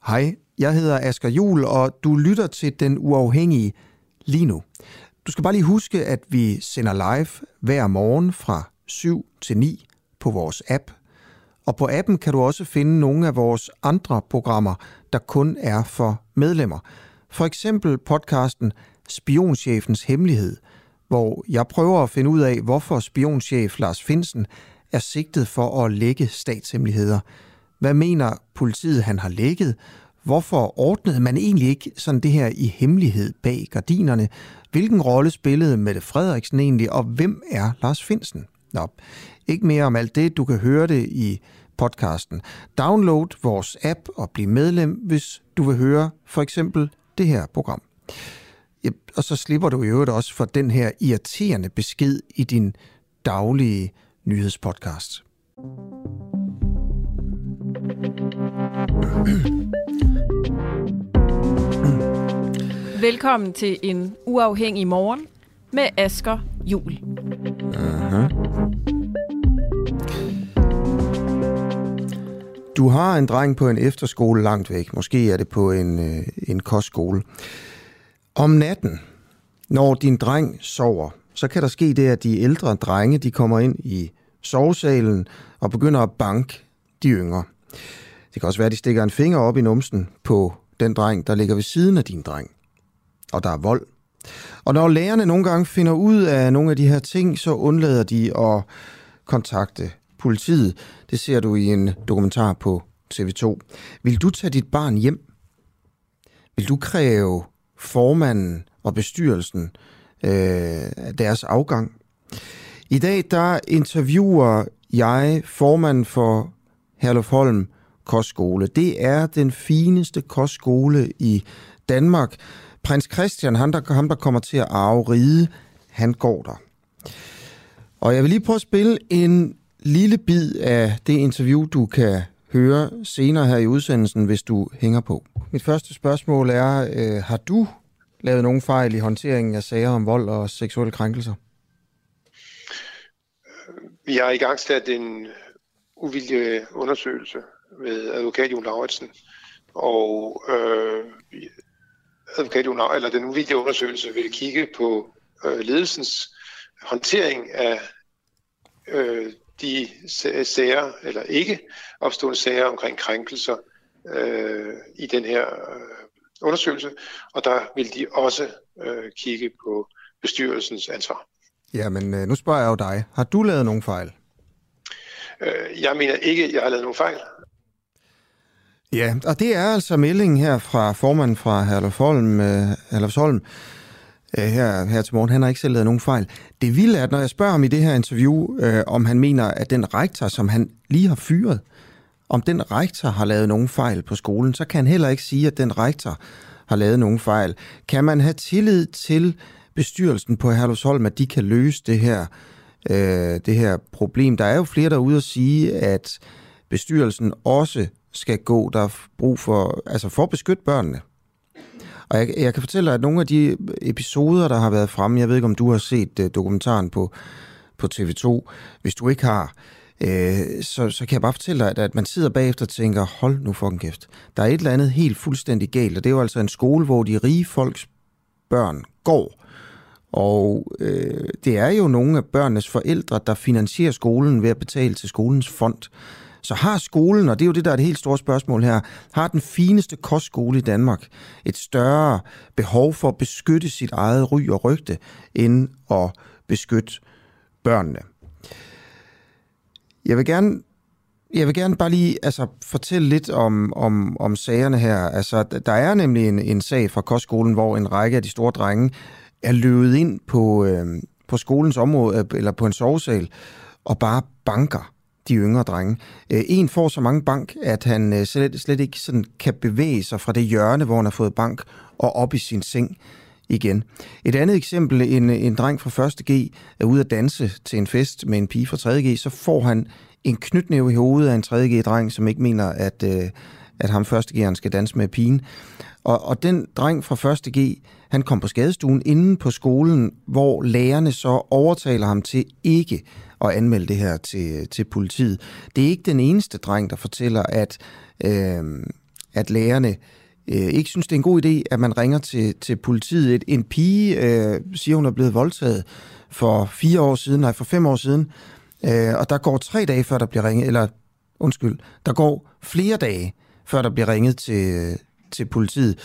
Hej, jeg hedder Asger Juhl, og du lytter til Den Uafhængige lige nu. Du skal bare lige huske, at vi sender live hver morgen fra 7 til 9 på vores app. Og på appen kan du også finde nogle af vores andre programmer, der kun er for medlemmer. For eksempel podcasten Spionchefens Hemmelighed, hvor jeg prøver at finde ud af, hvorfor spionchef Lars Findsen er sigtet for at lække statshemmeligheder. Hvad mener politiet, han har lækket? Hvorfor ordnede man egentlig ikke sådan det her i hemmelighed bag gardinerne? Hvilken rolle spillede Mette Frederiksen egentlig, og hvem er Lars Findsen? Nå, ikke mere om alt det. Du kan høre det i podcasten. Download vores app og bliv medlem, hvis du vil høre for eksempel det her program. Ja, og så slipper du i øvrigt også for den her irriterende besked i din daglige nyhedspodcast. Velkommen til en uafhængig morgen med Asger Juhl. Aha. Du har en dreng på en efterskole langt væk. Måske er det på en kostskole. Om natten, når din dreng sover, så kan der ske det, at de ældre drenge de kommer ind i sovesalen og begynder at banke de yngre. Det kan også være, at de stikker en finger op i numsen på den dreng, der ligger ved siden af din dreng. Og der er vold. Og når lærerne nogle gange finder ud af nogle af de her ting, så undlader de at kontakte politiet. Det ser du i en dokumentar på TV2. Vil du tage dit barn hjem? Vil du kræve formanden og bestyrelsen deres afgang? I dag der interviewer jeg formanden for Herlufsholm Kostskole. Det er den fineste kostskole i Danmark. Prins Christian, ham der kommer til at arve riget, han går der. Og jeg vil lige prøve at spille en lille bid af det interview, du kan høre senere her i udsendelsen, hvis du hænger på. Mit første spørgsmål er, har du lavet nogen fejl i håndteringen af sager om vold og seksuelle krænkelser? Vi har igangsat en uvildig undersøgelse ved advokat Jon Lauritsen, og den uvildige undersøgelse vil kigge på ledelsens håndtering af de sager, eller ikke opstående sager omkring krænkelser i den her undersøgelse, og der vil de også kigge på bestyrelsens ansvar. Jamen, nu spørger jeg jo dig. Har du lavet nogen fejl? Jeg mener ikke, at jeg har lavet nogen fejl. Ja, og det er altså meldingen her fra formanden fra Herlufsholm her til morgen. Han har ikke selv lavet nogen fejl. Det vilde er, at når jeg spørger ham i det her interview, om han mener, at den rektor, som han lige har fyret, om den rektor har lavet nogen fejl på skolen, så kan han heller ikke sige, at den rektor har lavet nogen fejl. Kan man have tillid til bestyrelsen på Herlufsholm, at de kan løse det her problem? Der er jo flere derude at sige, at bestyrelsen også skal gå, der er brug for, altså for at beskytte børnene. Og jeg kan fortælle dig, at nogle af de episoder, der har været fremme, jeg ved ikke, om du har set dokumentaren på TV2, hvis du ikke har, så kan jeg bare fortælle dig, at man sidder bagefter og tænker, hold nu fucking kæft. Der er et eller andet helt fuldstændig galt, og det er jo altså en skole, hvor de rige folks børn går. Og det er jo nogle af børnenes forældre, der finansierer skolen ved at betale til skolens fond. Så har skolen, og det er jo det, der er det helt store spørgsmål her, har den fineste kostskole i Danmark et større behov for at beskytte sit eget ry og rygte, end at beskytte børnene? Jeg vil gerne bare lige fortælle lidt om sagerne her. Altså, der er nemlig en sag fra kostskolen, hvor en række af de store drenge er løbet ind på skolens område, eller på en sovesal, og bare banker de yngre drenge. En får så mange bank, at han slet ikke sådan kan bevæge sig fra det hjørne, hvor han har fået bank, og op i sin seng igen. Et andet eksempel, en dreng fra 1. G er ude at danse til en fest med en pige fra 3. G, så får han en knytnæve i hovedet af en 3. G-dreng, som ikke mener, at ham 1. G'eren skal danse med pigen. Og den dreng fra 1. G, han kom på skadestuen inde på skolen, hvor lærerne så overtaler ham til ikke at anmelde det her til politiet. Det er ikke den eneste dreng, der fortæller, at lærerne ikke synes, det er en god idé, at man ringer til politiet. En pige siger, hun er blevet voldtaget for 5 år siden, og der går 3 dage, før der bliver ringet, der går flere dage, før der bliver ringet til politiet.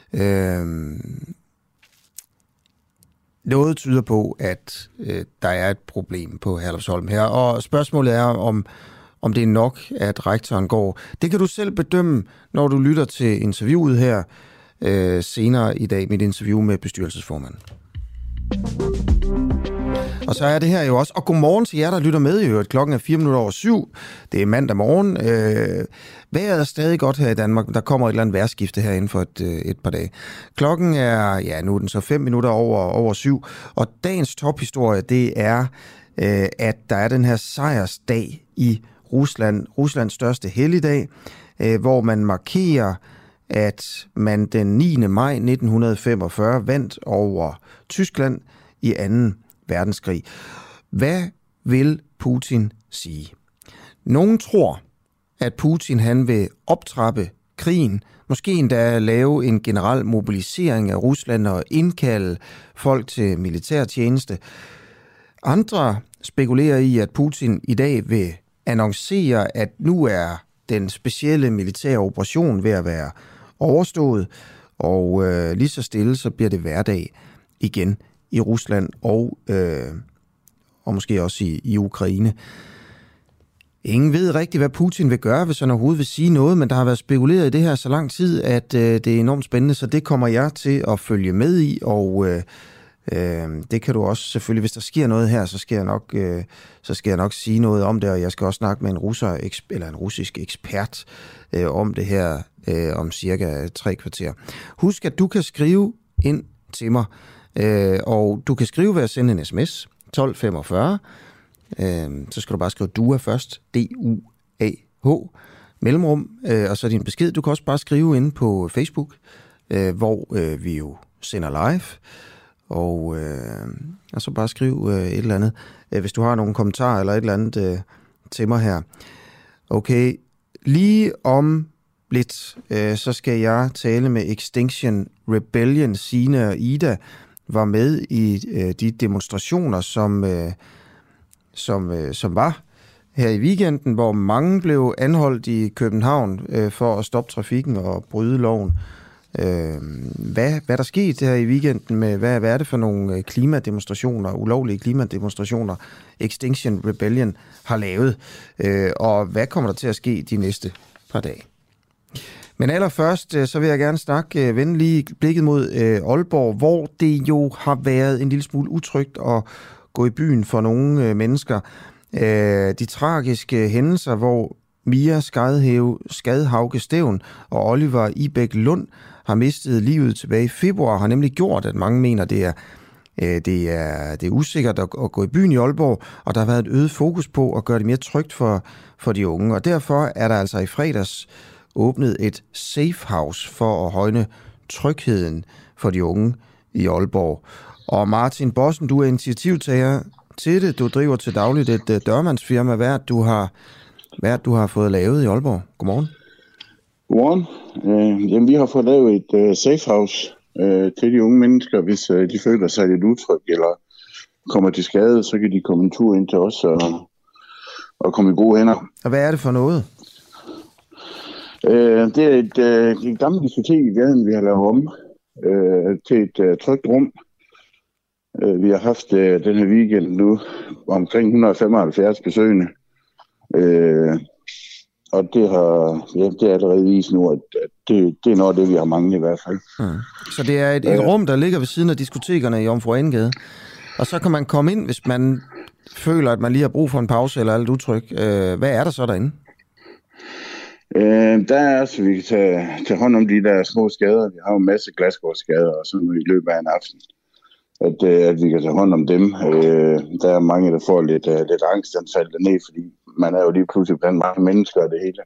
Noget tyder på, at der er et problem på Herlufsholm her, og spørgsmålet er, om det er nok, at rektoren går. Det kan du selv bedømme, når du lytter til interviewet her senere i dag, mit interview med bestyrelsesformanden. Og så er det her jo også, og godmorgen til jer, der lytter med i øvrigt. Klokken er 7:04. Det er mandag morgen. Vejret er stadig godt her i Danmark, men der kommer et eller andet vejrskifte her inden for et par dage. Klokken er, nu er den så 5 minutter over 7, og dagens tophistorie, det er, at der er den her sejrsdag i Ruslands største helligdag, hvor man markerer, at man den 9. maj 1945 vandt over Tyskland i 2. verdenskrig. Hvad vil Putin sige? Nogen tror, at Putin han vil optrappe krigen, måske endda lave en generel mobilisering af Rusland og indkalde folk til militærtjeneste. Andre spekulerer i, at Putin i dag vil annoncere, at nu er den specielle militære operation ved at være overstået, og lige så stille, så bliver det hverdag igen i Rusland og måske også i Ukraine. Ingen ved rigtigt, hvad Putin vil gøre, hvis han overhovedet vil sige noget, men der har været spekuleret i det her så lang tid, at det er enormt spændende, så det kommer jeg til at følge med i, og det kan du også selvfølgelig, hvis der sker noget her, så skal jeg nok sige noget om det, og jeg skal også snakke med en russisk ekspert om det her om cirka 3 kvarter. Husk, at du kan skrive ind til mig, og du kan skrive ved at sende en sms 1245. Så skal du bare skrive DUA først, D-U-A-H, mellemrum, og så din besked. Du kan også bare skrive inde på Facebook, hvor vi jo sender live, og så bare skrive et eller andet, hvis du har nogle kommentarer eller et eller andet til mig her. Okay, lige om lidt, så skal jeg tale med Extinction Rebellion. Signe og Ida var med i de demonstrationer, som var her i weekenden, hvor mange blev anholdt i København for at stoppe trafikken og bryde loven. Hvad der skete her i weekenden med, hvad er det for nogle klimademonstrationer, ulovlige klimademonstrationer, Extinction Rebellion har lavet, og hvad kommer der til at ske de næste par dage? Men allerførst, så vil jeg gerne vende lige blikket mod Aalborg, hvor det jo har været en lille smule utrygt at gå i byen for nogle mennesker. De tragiske hændelser, hvor Mia Skadhauge Stevn og Oliver Ibæk Lund har mistet livet tilbage i februar, har nemlig gjort, at mange mener, det er usikkert at gå i byen i Aalborg, og der har været et øget fokus på at gøre det mere trygt for de unge. Og derfor er der altså i fredags åbnet et safe house for at højne trygheden for de unge i Aalborg. Og Martin Bossen, du er initiativtager til det. Du driver til dagligt et dørmandsfirma. Hvad er du har fået lavet i Aalborg? Godmorgen. Godmorgen. Jamen, vi har fået lavet et safe house til de unge mennesker, hvis de føler sig lidt utrygge eller kommer til skade, så kan de komme en tur ind til os og komme i gode hænder. Og hvad er det for noget? Det er et gammelt diskotek i gaden, vi har lavet om til et trygt rum. Vi har haft den her weekend nu omkring 175 besøgende. Og det er allerede vist nu, at det er noget af det, vi har manglet i hvert fald. Så det er et rum, der ligger ved siden af diskotekerne i Jomfru Anegade. Og så kan man komme ind, hvis man føler, at man lige har brug for en pause eller er lidt utryg. Hvad er der så derinde? Der er så vi kan tage hånd om de der små skader. Vi har jo en masse glasgårdsskader og sådan noget i løbet af en aften. At vi kan tage hånd om dem. Der er mange, der får lidt angstanfald dernede, fordi man er jo lige pludselig blandt mange mennesker og det hele.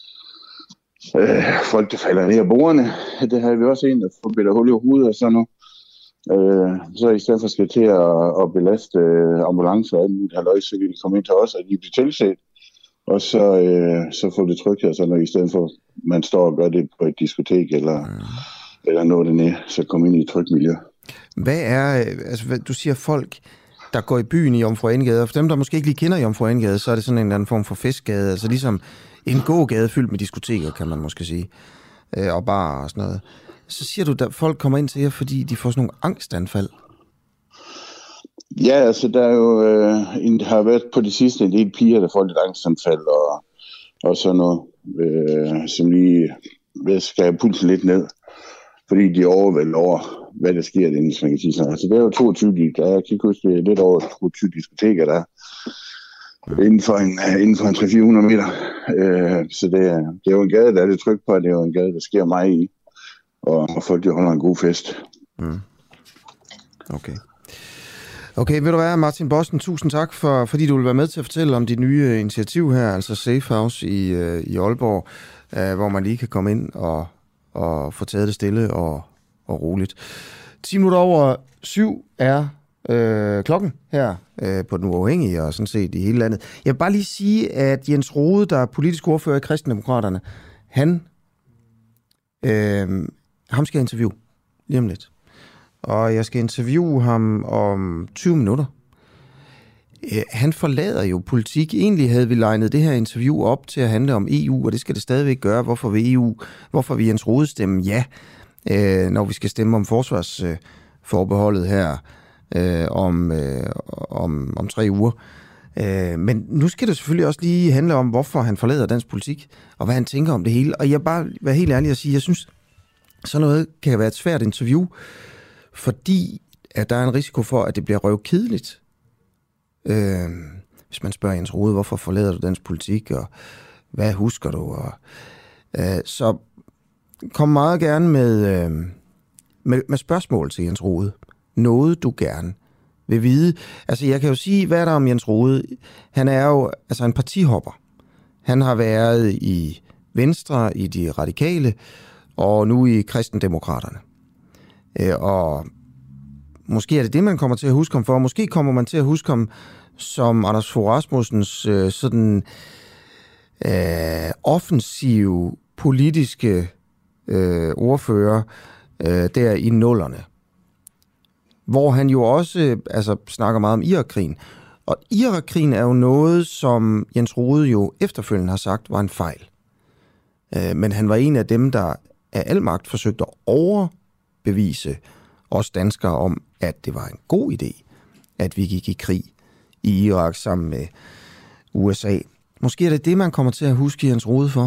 Folk, der falder ned af bordene, det har vi også en, der får bitter hul i hovedet og sådan noget. Så i stedet for skal til at belaste ambulancer og alt muligt halløj, så kan de komme ind til os, og de bliver tilset. Og så får det tryghed og sådan noget, i stedet for man står og gør det på et diskotek eller noget dernede, så kom ind i et trygt miljø. Hvad er, altså du siger folk, der går i byen i Jomfru Ane-Gade, og for dem, der måske ikke lige kender Jomfru Ane-Gade, så er det sådan en eller anden form for festgade, altså ligesom en gågade fyldt med diskoteker, kan man måske sige, og barer og sådan noget. Så siger du, at folk kommer ind til jer, fordi de får sådan nogle angstanfald. Ja, altså der er jo, har været på det sidste en del piger, der får lidt angstanfald og sådan noget, som lige skal have pulsen lidt ned, fordi de er overvældet over, hvad der sker derinde, hvis man kan sige sådan. Altså der er jo 22, der er, jeg kan ikke huske, det er lidt over 22 diskoteker, der inden for en 300-400 meter. Så det er jo en gade, der er lidt tryk på, at det er jo en gade, der sker meget i, og folk de holder en god fest. Mm. Okay, ved du hvad, Martin Bossen, tusind tak, fordi du vil være med til at fortælle om dit nye initiativ her, altså Safe House i Aalborg, hvor man lige kan komme ind og få taget det stille og roligt. 10 minutter over 7 er klokken her på Den Uafhængige og sådan set i hele landet. Jeg vil bare lige sige, at Jens Rohde, der er politisk ordfører i Kristendemokraterne, ham skal jeg interviewe lige om lidt. Og jeg skal interviewe ham om 20 minutter. Han forlader jo politik. Egentlig havde vi legnet det her interview op til at handle om EU, og det skal det stadigvæk gøre. Hvorfor vil Jens Rohde stemme ja, når vi skal stemme om forsvarsforbeholdet her om 3 uger. Men nu skal det selvfølgelig også lige handle om, hvorfor han forlader dansk politik, og hvad han tænker om det hele. Og jeg bare være helt ærlig at sige, jeg synes, sådan noget kan være et svært interview, fordi at der er en risiko for, at det bliver røvkedeligt. Hvis man spørger Jens Rohde, hvorfor forlader du dansk politik, og hvad husker du? Så kom meget gerne med spørgsmål til Jens Rohde. Noget du gerne vil vide. Altså jeg kan jo sige, hvad er der om Jens Rohde? Han er jo altså en partihopper. Han har været i Venstre, i de radikale, og nu i Kristendemokraterne. Og måske er det det, man kommer til at huske ham for. Måske kommer man til at huske ham som Anders Fogh Rasmussens sådan offensive politiske ordfører der i 00'erne. Hvor han jo også snakker meget om Irakkrigen. Og Irakkrigen er jo noget, som Jens Rohde jo efterfølgende har sagt var en fejl. Men han var en af dem, der af al magt forsøgte at overbevise os danskere om, at det var en god idé, at vi gik i krig i Irak sammen med USA. Måske er det det, man kommer til at huske Jens Rohde for.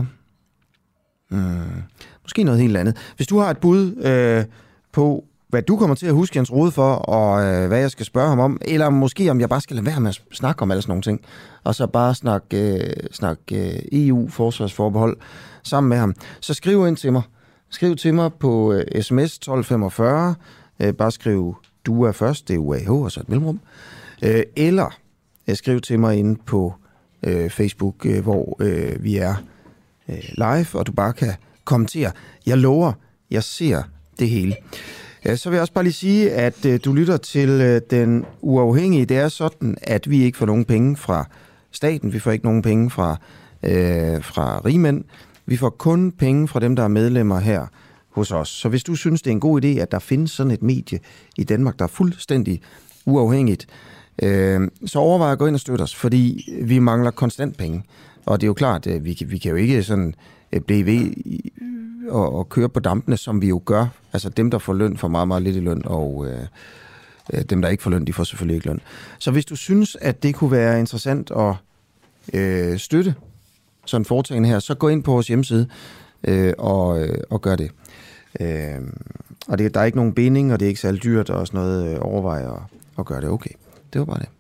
Måske noget helt andet. Hvis du har et bud på, hvad du kommer til at huske Jens Rohde for, og hvad jeg skal spørge ham om, eller måske om jeg bare skal lade være med at snakke om alle sådan nogle ting, og så bare snakke EU-forsvarsforbehold sammen med ham, så skriv ind til mig. Skriv til mig på sms 1245, bare skriv du er først, det er UAH og så et mellemrum, eller skriv til mig inde på Facebook, hvor vi er live, og du bare kan kommentere. Jeg lover, jeg ser det hele. Så vil jeg også bare lige sige, at du lytter til Den Uafhængige. Det er sådan, at vi ikke får nogen penge fra staten. Vi får ikke nogen penge fra rigmænd. Vi får kun penge fra dem, der er medlemmer her hos os. Så hvis du synes, det er en god idé, at der findes sådan et medie i Danmark, der er fuldstændig uafhængigt, så overvej at gå ind og støtte os, fordi vi mangler konstant penge. Og det er jo klart, at vi kan jo ikke sådan blive ved og køre på dampene, som vi jo gør. Altså dem, der får løn, får meget, meget lidt i løn, og dem, der ikke får løn, de får selvfølgelig ikke løn. Så hvis du synes, at det kunne være interessant at støtte sådan foretagende her, så gå ind på vores hjemmeside og gør det. Og der er ikke nogen binding, og det er ikke særlig dyrt og sådan noget. Overvej at gøre det okay. Det var bare det.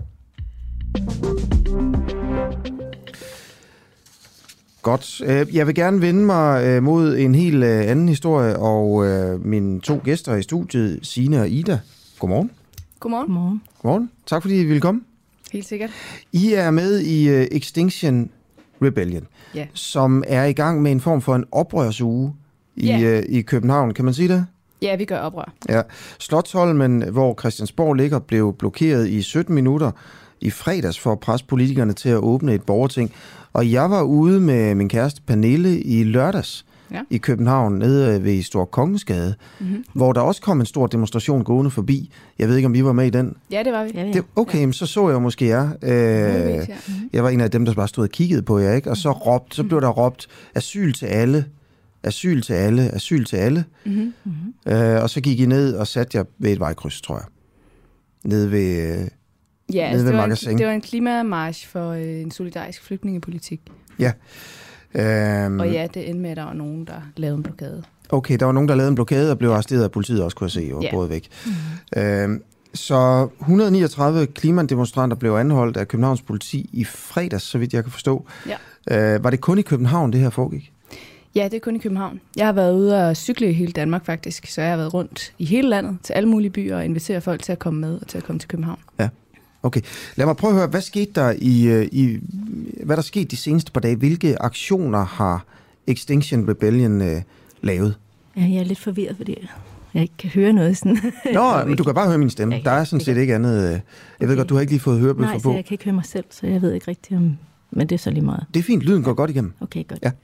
Godt. Jeg vil gerne vende mig mod en helt anden historie, og mine 2 gæster i studiet, Signe og Ida. Godmorgen. Godmorgen. Godmorgen. Tak fordi I ville komme. Helt sikkert. I er med i Extinction Rebellion, som er i gang med en form for en oprørsuge i København. Kan man sige det? Ja, vi gør oprør. Ja. Slotsholmen, hvor Christiansborg ligger, blev blokeret i 17 minutter i fredags for at presse politikerne til at åbne et borgerting. Og jeg var ude med min kæreste Pernille i lørdags i København, nede ved Stor Kongensgade, hvor der også kom en stor demonstration gående forbi. Jeg ved ikke, om vi var med i den. Ja, det var vi. Okay, så jeg måske jer. Jeg var en af dem, der bare stod og kiggede på jer, ikke? Og så blev der råbt, asyl til alle, asyl til alle, asyl til alle. Og så gik I ned og satte jer ved et vejkryds, tror jeg. Nede ved Magasin. Det var en klimamarch for en solidarisk flygtningepolitik. Ja. Og ja, det endte med, at der var nogen, der lavede en blokade. Okay, der var nogen, der lavede en blokade og blev arresteret af politiet også, kunne jeg se, og båret væk. Så 139 klimademonstranter blev anholdt af Københavns politi i fredags, så vidt jeg kan forstå. Ja. Var det kun i København, det her foregik? Ja, det er kun i København. Jeg har været ude og cykle i hele Danmark faktisk, så jeg har været rundt i hele landet til alle mulige byer og inviterer folk til at komme med og til at komme til København. Ja. Okay, lad mig prøve at høre, hvad skete der hvad der skete de seneste par dage? Hvilke aktioner har Extinction Rebellion lavet? Ja, jeg er lidt forvirret, fordi jeg ikke kan høre noget sådan. Nå, men du kan bare høre min stemme. Der er sådan set ikke andet. Jeg ved godt, du har ikke lige fået hørebøffer på. Nej, så jeg kan ikke høre mig selv, så jeg ved ikke rigtigt om... Men det er så lige meget. Det er fint, lyden går godt igennem. Okay, godt. Ja.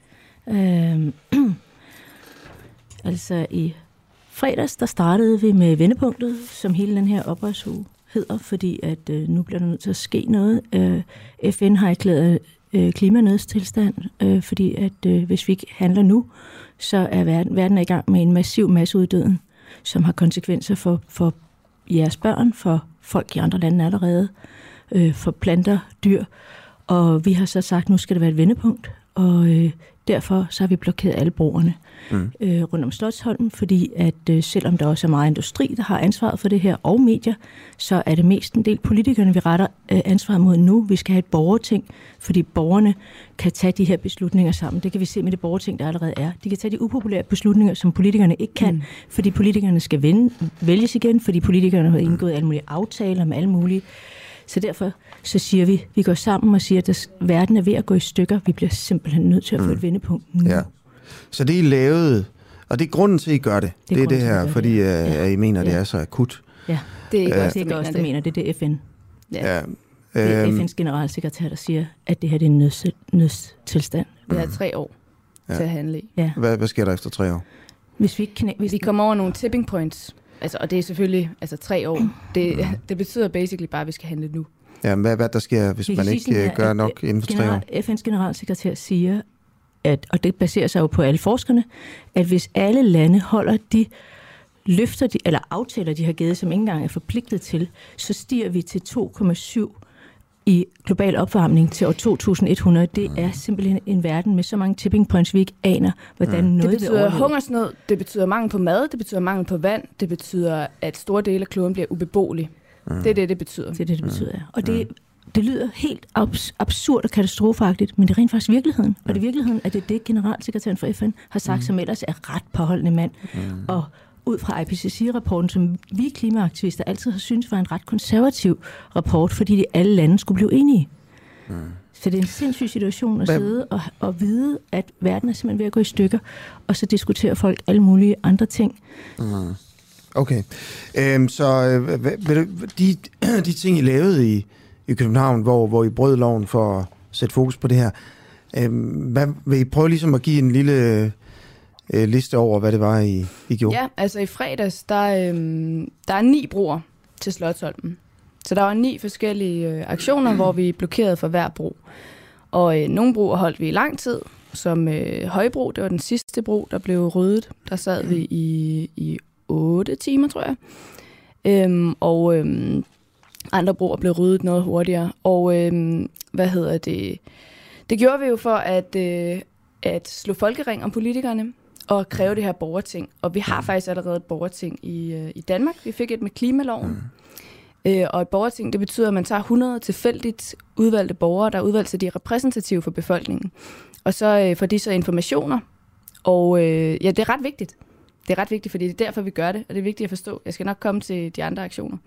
Altså i fredags, der startede vi med vendepunktet, som hele den her oprørsuge hedder, fordi at nu bliver der nødt til at ske noget. FN har erklæret klimanødstilstand, fordi at hvis vi ikke handler nu, så er verden er i gang med en massiv masseuddøden, som har konsekvenser for jeres børn, for folk i andre lande allerede, for planter, dyr. Og vi har så sagt, at nu skal det være et vendepunkt, og derfor så har vi blokeret alle broerne rundt om Slotsholmen, fordi at selvom der også er meget industri, der har ansvaret for det her, og medier, så er det mest en del politikerne, vi retter ansvaret mod nu. Vi skal have et borgerting, fordi borgerne kan tage de her beslutninger sammen. Det kan vi se med det borgerting, der allerede er. De kan tage de upopulære beslutninger, som politikerne ikke kan, fordi politikerne skal vælges igen, fordi politikerne har indgået alle mulige aftaler med alle mulige. Så derfor så siger vi går sammen og siger, at verden er ved at gå i stykker. Vi bliver simpelthen nødt til at få et vendepunkt nu. Ja. Så det er lavet, og det er grunden til, at I gør det. Det er det her, fordi I mener, det er så akut. Ja, det er ikke også, der mener det. Det er FN. Ja. Det er FN's generalsekretær, der siger, at det her det er en nødstilstand. Vi har 3 år til at handle i. Ja. Hvad sker der efter 3 år? Hvis vi kommer over nogle tipping points, altså, og det er selvfølgelig 3 år. Det betyder basically bare, at vi skal handle nu. Ja, hvad der sker, hvis man ikke gør nok inden for 3 år? FN's generalsekretær siger, og det baserer sig jo på alle forskerne, at hvis alle lande holder de løfter, eller aftaler, de har givet, som ikke engang er forpligtet til, så stiger vi til 2,7 i global opvarmning til år 2100. Det er simpelthen en verden med så mange tipping points, vi ikke aner, hvordan noget det betyder hungersnød, det betyder mangel på mad, det betyder mangel på vand, det betyder, at store dele af kloden bliver ubeboelig. Det er det betyder. Det er det betyder, ja. Og det lyder helt absurd og katastrofeagtigt, men det er rent faktisk virkeligheden. Og det er virkeligheden, at det er det, generalsekretæren for FN har sagt, som ellers er ret påholdende mand. Og ud fra IPCC-rapporten, som vi klimaaktivister altid har syntes var en ret konservativ rapport, fordi alle lande skulle blive enige. Så det er en sindssyg situation at sidde og vide, at verden er simpelthen ved at gå i stykker, og så diskuterer folk alle mulige andre ting. Okay. Så de ting, I lavede i København, hvor I brød loven for at sætte fokus på det her, vil I prøve ligesom at give en lille liste over, hvad det var, I gjorde? Ja, altså i fredags, der er 9 broer til Slotsholmen. Så der var 9 forskellige aktioner, hvor vi blokerede for hver bro. Og nogle broer holdt vi i lang tid, som Højbro, det var den sidste bro, der blev ryddet. Der sad vi i 8 timer, tror jeg. Andre broer blev ryddet noget hurtigere. Og det gjorde vi jo for at slå folkering om politikerne og kræve det her borgerting. Og vi har faktisk allerede et borgerting i Danmark. Vi fik et med klimaloven. Og et borgerting, det betyder, at man tager 100 tilfældigt udvalgte borgere, der er udvalgt til de repræsentative for befolkningen. Og så får de så informationer. Og det er ret vigtigt. Det er ret vigtigt, fordi det er derfor, vi gør det, og det er vigtigt at forstå. Jeg skal nok komme til de andre aktioner.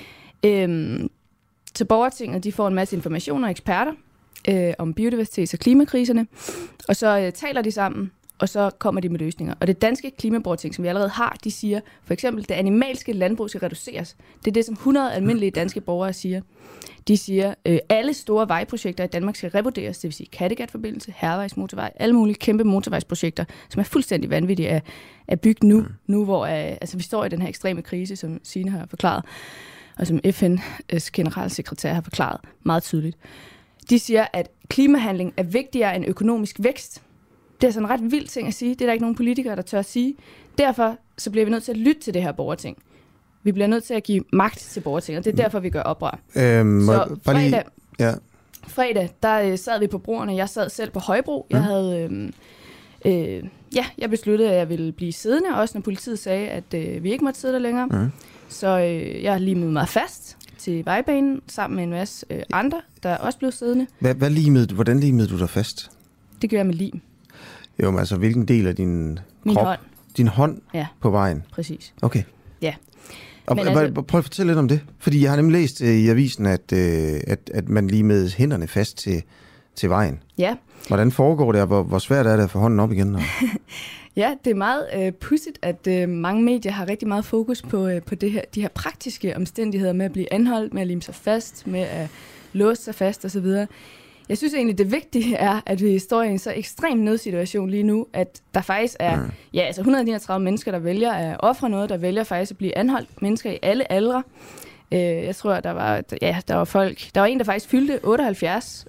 Så borgertinget, de får en masse informationer og eksperter om biodiversitets- og klimakriserne, og så taler de sammen og så kommer de med løsninger. Og det danske klimaborgerting, som vi allerede har, de siger, for eksempel, det animalske landbrug skal reduceres. Det er det, som 100 almindelige danske borgere siger. De siger, alle store vejprojekter i Danmark skal revurderes, det vil sige Kattegat-forbindelse, Hærvejsmotorvej, alle mulige kæmpe motorvejsprojekter, som er fuldstændig vanvittige at bygge nu hvor vi står i den her ekstreme krise, som Signe har forklaret, og som FN's generalsekretær har forklaret meget tydeligt. De siger, at klimahandling er vigtigere end økonomisk vækst. Det er sådan en ret vild ting at sige. Det er der ikke nogen politikere, der tør at sige. Derfor så bliver vi nødt til at lytte til det her borgerting. Vi bliver nødt til at give magt til borgerting, og det er derfor, vi gør oprør. Så fredag, der sad vi på broerne. Jeg sad selv på Højbro. Jeg havde... jeg besluttede, at jeg ville blive siddende, også når politiet sagde, at vi ikke måtte sidde der længere. Så jeg limede mig fast til vejbanen, sammen med en masse andre, der også blev siddende. Hvordan limede du dig fast? Det gør jeg med lim. Jo, men altså, hvilken del af din krop? Hånd. Din hånd på vejen? Præcis. Okay. Ja. Og prøv at fortælle lidt om det. Fordi jeg har nemlig læst i avisen, at man limede hænderne fast til vejen. Ja. Hvordan foregår det, og hvor svært er det at få hånden op igen? Ja, det er meget pudsigt, at mange medier har rigtig meget fokus på de her praktiske omstændigheder med at blive anholdt, med at lime sig fast, med at låse sig fast osv. Jeg synes egentlig, det vigtige er, at vi står i en så ekstrem nødsituation lige nu, at der faktisk er 139 mennesker, der vælger at ofre noget, der vælger faktisk at blive anholdt. Mennesker i alle aldre. Jeg tror, der var folk... Der var en, der faktisk fyldte 78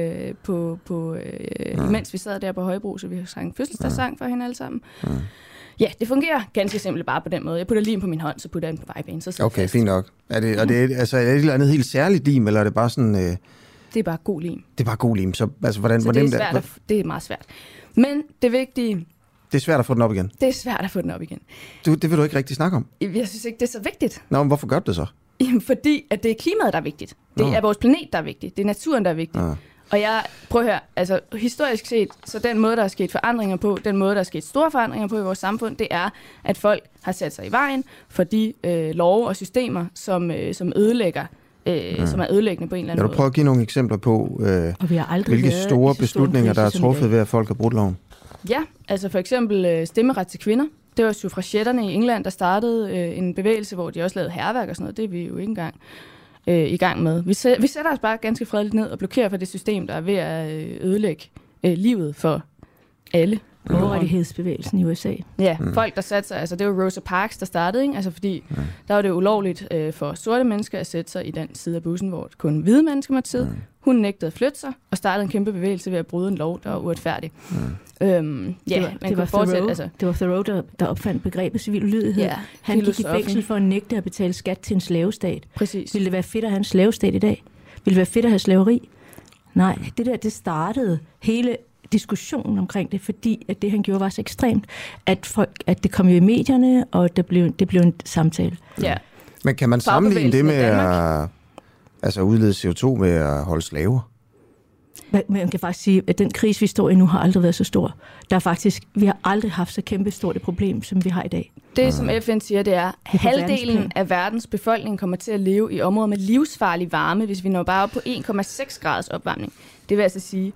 imens vi sad der på Højbro, så vi sang fødselsdagssang for hende alle sammen. Ja, det fungerer ganske simpelt bare på den måde. Jeg putter lim på min hånd, så putter jeg den på vejbanen, så okay, fast. Fint nok. Er det et eller andet helt særligt lim, eller er det bare sådan... Det er bare god lim. Det er bare god lim. Så altså, hvordan det er meget svært. Men det vigtige... Det er svært at få den op igen? Det er svært at få den op igen. Det vil du ikke rigtig snakke om? Jeg synes ikke, det er så vigtigt. Nå, men hvorfor gør du det så? Jamen, fordi at det er klimaet, der er vigtigt. Det er vores planet, der er vigtigt. Det er naturen, der er vigtig. Og prøv at høre, altså historisk set, så den måde, der er sket forandringer på, den måde, der er sket store forandringer på i vores samfund, det er, at folk har sat sig i vejen for de love og systemer, som ødelægger, som er ødelæggende på en eller anden måde. Kan du prøve at give nogle eksempler på, hvilke store beslutninger, der er truffet ved, at folk har brudt loven? Ja, altså for eksempel stemmeret til kvinder. Det var suffragetterne i England, der startede en bevægelse, hvor de også lavede hærværk og sådan noget. Det er vi jo ikke engang i gang med. Vi sætter os bare ganske fredeligt ned og blokerer for det system, der er ved at ødelægge livet for alle. Borgerrettighedsbevægelsen i USA. Ja, folk der satte sig, altså det var Rosa Parks, der startede, ikke? Altså fordi der var det ulovligt for sorte mennesker at sætte sig i den side af bussen, hvor kun hvide mennesker måtte sidde. Hun nægtede at flytte sig og startede en kæmpe bevægelse ved at bryde en lov, der var uretfærdig. Det var Thoreau, der opfandt begrebet civil ulydighed. Ja, han gik i fængsel for at nægte at betale skat til en slavestat. Præcis. Ville det være fedt at have en slavestat i dag? Ville det være fedt at have slaveri? Nej, det startede hele diskussionen omkring det, fordi at det, han gjorde, var så ekstremt, at det kom jo i medierne, og det blev en samtale. Ja. Men kan man sammenligne det med at udlede CO2 med at holde slaver? Man kan faktisk sige, at den krise, vi står i nu, har aldrig været så stor. Vi har aldrig haft så kæmpe stort et problem, som vi har i dag. Det, som FN siger, det er, at halvdelen af verdens befolkning kommer til at leve i områder med livsfarlig varme, hvis vi når bare op på 1,6 graders opvarmning. Det vil altså sige,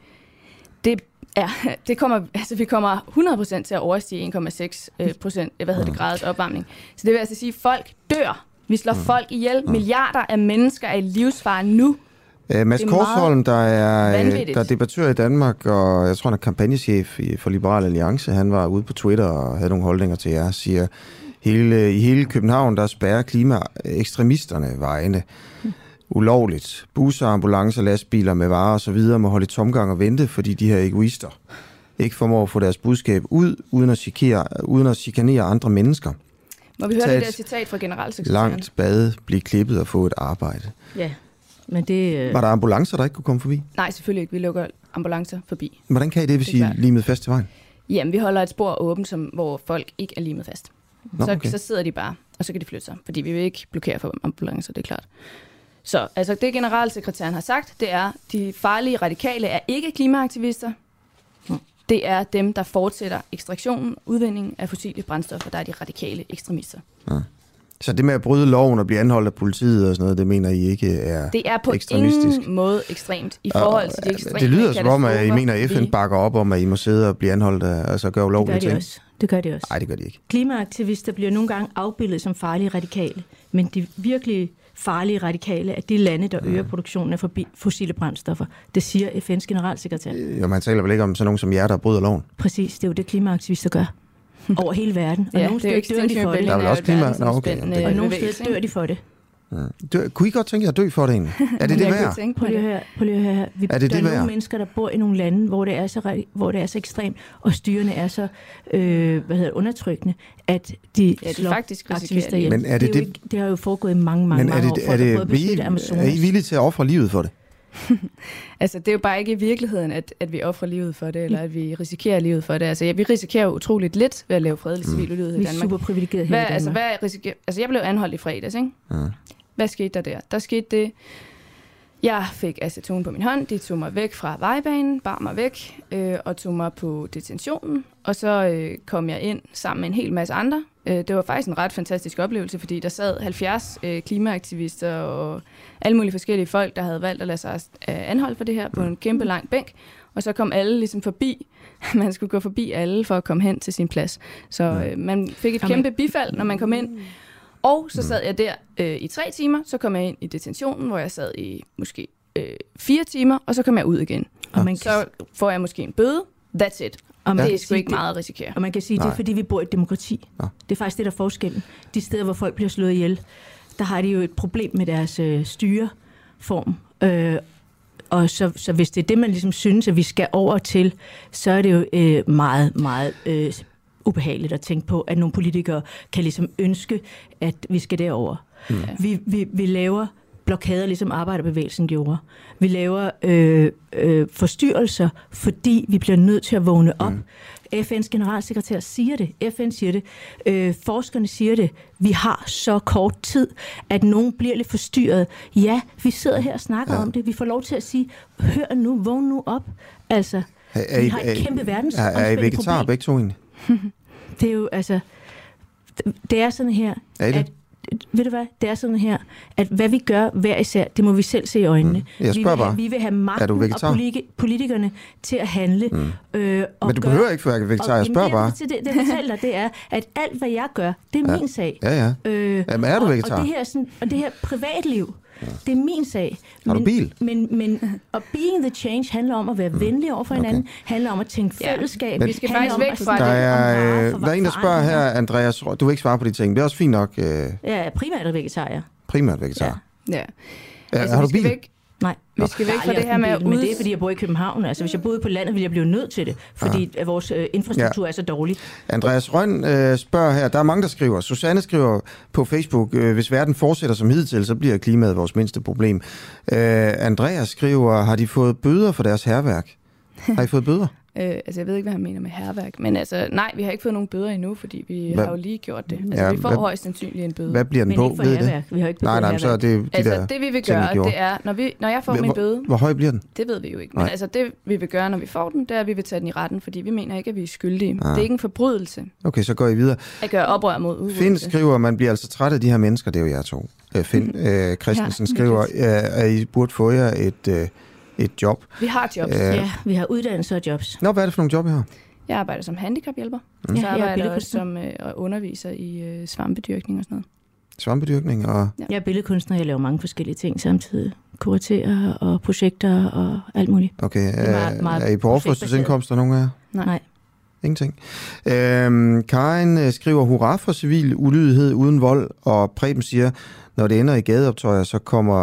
vi kommer 100% til at overstige 1,6% graders opvarmning. Så det vil altså sige, at folk dør. Vi slår folk ihjel. Milliarder af mennesker er i livsfare nu. Mads Korsholm, der er debattør i Danmark, og jeg tror, han er kampagnechef for Liberal Alliance. Han var ude på Twitter og havde nogle holdninger til jer, siger, i hele København, der spærrer klimaekstremisterne vejene ulovligt. Busser, ambulancer, lastbiler med varer og så videre må holde i tomgang og vente, fordi de her egoister ikke formår at få deres budskab ud, uden at chikanere andre mennesker. Må vi høre det der citat fra generalsekretæren? Langt bade, blive klippet og få et arbejde. Ja. Men det, var der ambulancer, der ikke kunne komme forbi? Nej, selvfølgelig ikke. Vi lukker ambulancer forbi. Hvordan kan I det, hvis I er limet fast til vejen? Jamen, vi holder et spor åbent, hvor folk ikke er limet fast. Så sidder de bare, og så kan de flytte sig. Fordi vi vil ikke blokere for ambulancer, det er klart. Så altså, det generalsekretæren har sagt, det er, de farlige radikale er ikke klimaaktivister. Det er dem, der fortsætter ekstraktionen, udvindingen af fossile brændstoffer, der er de radikale ekstremister. Ja. Så det med at bryde loven og blive anholdt af politiet og sådan noget, det mener I ikke er Det er på ingen måde ekstremt i forhold til de ekstreme. Det lyder som om, at I mener, at FN bakker op om, at I må sidde og blive anholdt af, altså gøre ulovlige ting. Det gør de også. Nej, det gør de ikke. Klimaaktivister bliver nogle gange afbildet som farlige radikale, men de virkelig farlige radikale er de lande, der øger produktionen af fossile brændstoffer. Det siger FN's generalsekretær. Jo, man taler vel ikke om sådan nogen som jer, der bryder loven? Præcis, det er jo det, klimaaktivister gør. Over hele verden. Og nogle steder dør de for det. Der er vel også Og nogle steder dør de for det. Kunne I godt tænke jer at dø for det egentlig? Er det det værd? Prøv lige at høre her. Der er nogle mennesker, der bor i nogle lande, hvor det er så ekstremt, og styrene er så undertrykkende, at de slår faktisk aktivister hjem. Men er det har jo foregået i mange år. Er I villige til at ofre livet for det? Altså, det er jo bare ikke i virkeligheden, at vi offrer livet for det, eller at vi risikerer livet for det. Altså, vi risikerer jo utroligt lidt ved at lave fredelig civil ulydighed i Danmark. Vi er super privilegerede her i Danmark. Jeg blev anholdt i fredags, ikke? Hvad skete der? Der skete det, jeg fik aceton på min hånd, de tog mig væk fra vejbanen, bar mig væk og tog mig på detentionen, og så kom jeg ind sammen med en hel masse andre. Det var faktisk en ret fantastisk oplevelse, fordi der sad 70 klimaaktivister og alle mulige forskellige folk, der havde valgt at lade sig anholde for det her på en kæmpe lang bænk, og så kom alle ligesom forbi. Man skulle gå forbi alle for at komme hen til sin plads. Så man fik et kæmpe bifald, når man kom ind. Og så sad jeg der i 3 timer, så kom jeg ind i detentionen, hvor jeg sad i måske 4 timer, og så kom jeg ud igen. Og så får jeg måske en bøde. That's it. Og det er sgu ikke meget at risikere. Og man kan sige, det er fordi, vi bor i et demokrati. Ja. Det er faktisk det, der er forskellen. De steder, hvor folk bliver slået ihjel, der har de jo et problem med deres styreform. Og så hvis det er det, man ligesom synes, at vi skal over til, så er det jo meget, meget ubehageligt at tænke på, at nogle politikere kan ligesom ønske, at vi skal derover. Vi laver blokader, ligesom arbejderbevægelsen gjorde. Vi laver forstyrrelser, fordi vi bliver nødt til at vågne op. FN's generalsekretær siger det. FN siger det. Forskerne siger det. Vi har så kort tid, at nogen bliver lidt forstyrret. Ja, vi sidder her og snakker om det. Vi får lov til at sige, hør nu, vågn nu op. Altså, vi har et kæmpe verdensomspændende problem. Er I vegetar begge to egentlig? Det er jo, altså, det er sådan her, at ved du hvad? Det er sådan her, at hvad vi gør hver især, det må vi selv se i øjnene. Vi vil have magten og politikerne til at handle. Men du behøver ikke være vegetar, jeg spørger bare. Det fortæller det er, at alt hvad jeg gør, det er min sag. Ja. Jamen er du vegetar? Og det her privatliv, det er min sag. Har du bil? Men og being the change handler om at være venlig over for hinanden, handler om at tænke fællesskab. Vi skal faktisk væk fra det. Der er en, der spørger her, Andreas, du vil ikke svare på de ting. Det er også fint nok. Ja, primært vegetar, ja. Primært vegetar. Ja. Altså, har du bil? Nej. Vi skal væk fra det her med at Men det er, fordi jeg bor i København. Altså, hvis jeg boede på landet, ville jeg blive nødt til det, fordi vores infrastruktur er så dårlig. Andreas Rønn spørger her. Der er mange, der skriver. Susanne skriver på Facebook, hvis verden fortsætter som hidtil, så bliver klimaet vores mindste problem. Andreas skriver, har de fået bøder for deres hærværk? Har I fået bøder? Altså, jeg ved ikke, hvad han mener med hærværk, men altså, nej, vi har ikke fået nogen bøder endnu, fordi vi har jo lige gjort det. Altså, vi får højst sandsynligt en bøde. Hvad bliver den på, ved det? Vi har ikke nej, så er det de altså, der det vi vil gøre, det er, når jeg får min bøde... Hvor høj bliver den? Det ved vi jo ikke, men altså, det vi vil gøre, når vi får den, det er, at vi vil tage den i retten, fordi vi mener ikke, at vi er skyldige. Det er ikke en forbrydelse. Okay, så går I videre. At gøre oprør mod udryddelse. Finn skriver, at man bliver altså træt af de her mennesker, det er jo jer to. Finn Christensen skriver, at I burde få jer et job. Vi har jobs. Ja, vi har uddannelse og jobs. Nå, hvad er det for nogle job, I har? Jeg arbejder som handicaphjælper. Så arbejder jeg også som underviser i svampedyrkning og sådan noget. Svampedyrkning og... Ja. Jeg er billedkunstner, jeg laver mange forskellige ting samtidig. Kuraterer og projekter og alt muligt. Okay, er I på overførselsindkomster, nogen af jer? Nej. Ingenting. Karin skriver, hurra for civil ulydighed uden vold, og Preben siger, når det ender i gadeoptøjer, så kommer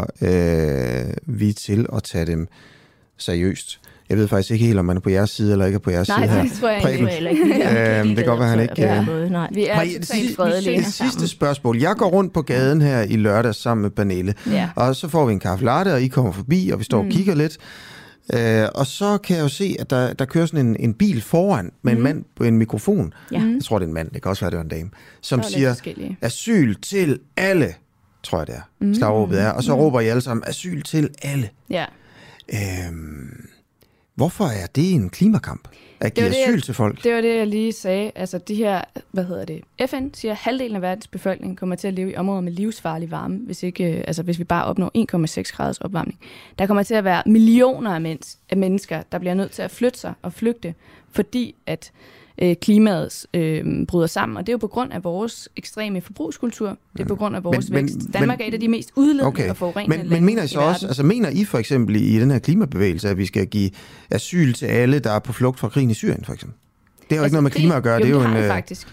vi til at tage dem seriøst. Jeg ved faktisk ikke helt, om man er på jeres side eller ikke er på jeres side her. Nej, det tror jeg ikke. Det kan godt være, han ikke... Nej. Vi er totalt fredelige. Det sidste spørgsmål. Jeg går rundt på gaden her i lørdag sammen med Pernille, og så får vi en kaffe latte, og I kommer forbi, og vi står og kigger lidt. Og så kan jeg jo se, at der kører sådan en bil foran med en mand på en mikrofon. Jeg tror, det er en mand. Det kan også være, det var en dame. Som siger, asyl til alle, tror jeg det er. Slagråbet er. Og så råber I alle sammen, asyl til alle. Ja. Hvorfor er det en klimakamp? At give asyl til folk? Det var det, jeg lige sagde. Altså de her, FN siger, at halvdelen af verdens befolkning kommer til at leve i områder med livsfarlig varme, hvis vi bare opnår 1,6 graders opvarmning. Der kommer til at være millioner af mennesker, der bliver nødt til at flytte sig og flygte, fordi at klimaet bryder sammen, og det er jo på grund af vores ekstreme forbrugskultur. Det er på grund af vores vækst. Danmark er et af de mest udledende og forurenende lande. Men mener I så også, altså mener I for eksempel i den her klimabevægelse, at vi skal give asyl til alle, der er på flugt fra krigen i Syrien, for eksempel? Det har jo ikke noget med klima at gøre. Jo, det er jo det har en det faktisk.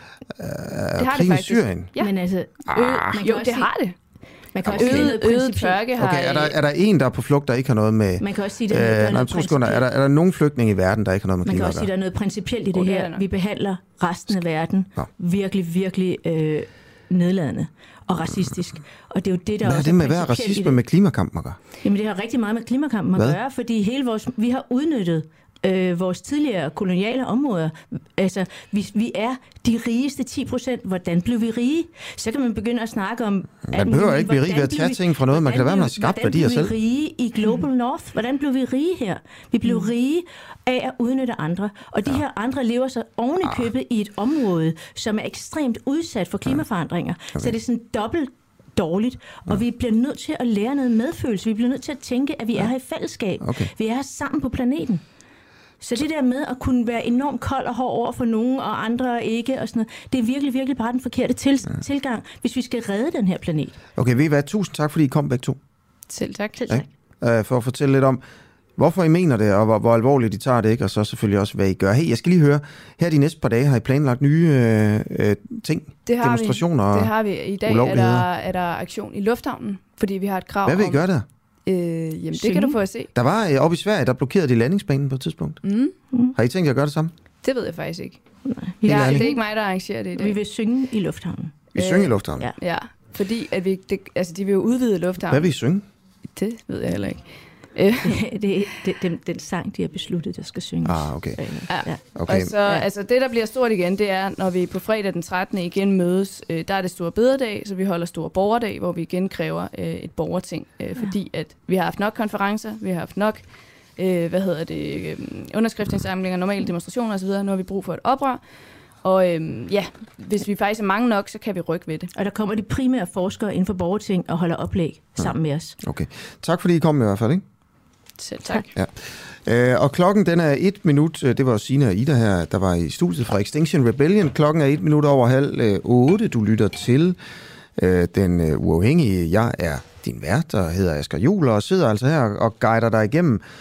Krig i Syrien. Ja. Men altså, det har det. Man kan også øget tørke har... Okay, er der en, der er på flugt, der ikke har noget med... Man kan også sige, er der nogen flygtninge i verden, der ikke har noget med klima at gøre? Man kan også sige, der er noget principielt i det her. Vi behandler resten af verden virkelig, virkelig nedladende og racistisk. Og det er jo det, der hvad er det med at være racisme med klimakampen at gøre? Jamen, det har rigtig meget med klimakampen at gøre, fordi vi har udnyttet vores tidligere koloniale områder. Altså, vi er de rigeste 10%. Hvordan blev vi rige? Så kan man begynde at snakke om... Man behøver ikke blive rig ved at tage ting fra noget. Man kan da være med at skabe værdier selv. Hvordan blev vi rige i Global North? Hvordan blev vi rige her? Vi blev rige af at udnytte andre. Og de her andre lever så oven i købet i et område, som er ekstremt udsat for klimaforandringer. Okay. Så det er sådan dobbelt dårligt, og vi bliver nødt til at lære noget medfølelse. Vi bliver nødt til at tænke, at vi er her i fællesskab. Okay. Vi er her sammen på planeten. Så det der med at kunne være enormt kold og hård over for nogen, og andre ikke, og sådan noget, det er virkelig, virkelig bare den forkerte tilgang, hvis vi skal redde den her planet. Okay, ved I hvad? Tusind tak, fordi I kom begge to. Selv tak. For at fortælle lidt om, hvorfor I mener det, og hvor alvorligt I tager det, ikke? Og så selvfølgelig også, hvad I gør. Hey, jeg skal lige høre, her de næste par dage har I planlagt nye ting, demonstrationer. Det har vi. I dag er der aktion i lufthavnen, fordi vi har et krav om... Hvad vil I gøre der? Jamen, det kan du få at se. Der var oppe i Sverige, der blokerede de landingsbanen på et tidspunkt. Har I tænkt jer at gøre det samme? Det ved jeg faktisk ikke. Nej. Det er ikke mig, der arrangerer det i dag. Vi vil synge i lufthavnen. Vi synger i lufthavnen? Ja, fordi at de vil jo udvide lufthavnen. Hvad vil I synge? Det ved jeg heller ikke. Det er den sang, de har besluttet, der skal synges. Okay. Ja. Okay. Og så, altså det, der bliver stort igen, det er, når vi på fredag den 13. igen mødes, der er det store bededag, så vi holder store borgerdag, hvor vi igen kræver et borgerting, fordi at vi har haft nok konferencer, vi har haft nok underskriftsindsamlinger, normale demonstrationer osv. Nu har vi brug for et oprør. Og hvis vi faktisk er mange nok, så kan vi rykke ved det. Og der kommer de primære forskere inden for borgerting og holder oplæg sammen med os. Okay. Tak fordi I kom i hvert fald, ikke? Selv tak. Ja. Og klokken den er 1 minut, det var Signe og Ida her, der var i studiet fra Extinction Rebellion. Klokken er 1 minut over 7:30. Du lytter til Den Uafhængige. Jeg er din vært, der hedder Asger Juhl, og sidder altså her og guider dig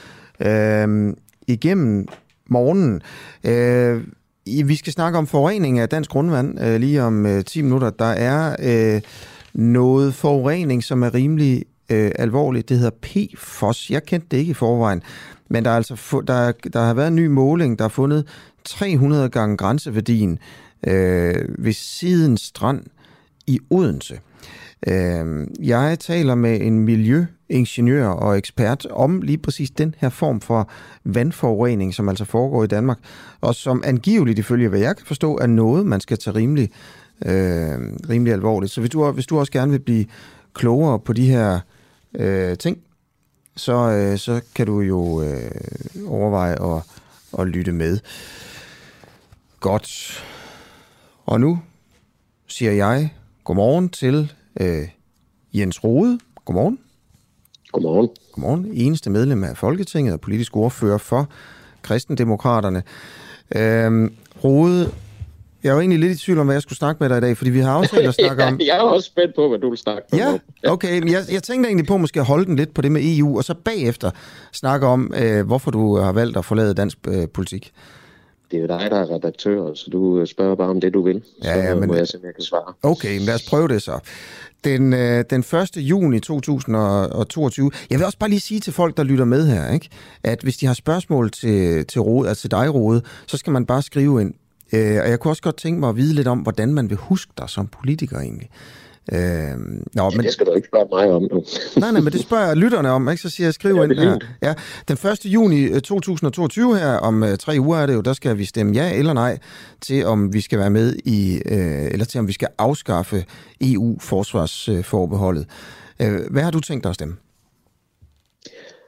igennem morgenen. Vi skal snakke om forurening af dansk grundvand lige om 10 minutter. Der er noget forurening, som er rimelig alvorligt. Det hedder PFOS. Jeg kendte det ikke i forvejen, men der er altså der har været en ny måling, der har fundet 300 gange grænseværdien ved Sidens Strand i Odense. Jeg taler med en miljøingeniør og ekspert om lige præcis den her form for vandforurening, som altså foregår i Danmark, og som angiveligt, ifølge hvad jeg kan forstå, er noget, man skal tage rimelig alvorligt. Så hvis du også gerne vil blive klogere på de her ting, så kan du jo overveje at lytte med. Godt. Og nu siger jeg godmorgen til Jens Rohde. Godmorgen. Godmorgen. Godmorgen. Eneste medlem af Folketinget og politisk ordfører for Kristendemokraterne. Rohde, jeg er jo egentlig lidt i tvivl om, hvad jeg skulle snakke med dig i dag, fordi vi har aftalt at snakke om... Jeg er også spændt på, hvad du vil snakke om. Ja, okay. Men jeg tænkte egentlig på måske at holde den lidt på det med EU, og så bagefter snakke om, hvorfor du har valgt at forlade dansk politik. Det er jo dig, der er redaktør, så du spørger bare om det, du vil. Så må jeg se, om jeg kan svare. Okay, lad os prøve det så. Den 1. juni 2022. Jeg vil også bare lige sige til folk, der lytter med her, ikke, at hvis de har spørgsmål til Rohde, altså til dig, Rohde, så skal man bare skrive ind. Og jeg kunne også godt tænke mig at vide lidt om, hvordan man vil huske dig som politiker egentlig. Men det skal du ikke spørge mig om nu. nej, men det spørger jeg lytterne om, ikke? Så siger jeg, skriv ind her. Ja, den 1. juni 2022 her, om 3 uger er det jo, der skal vi stemme ja eller nej til, om vi skal være med i, eller til, om vi skal afskaffe EU-forsvarsforbeholdet. Hvad har du tænkt dig at stemme?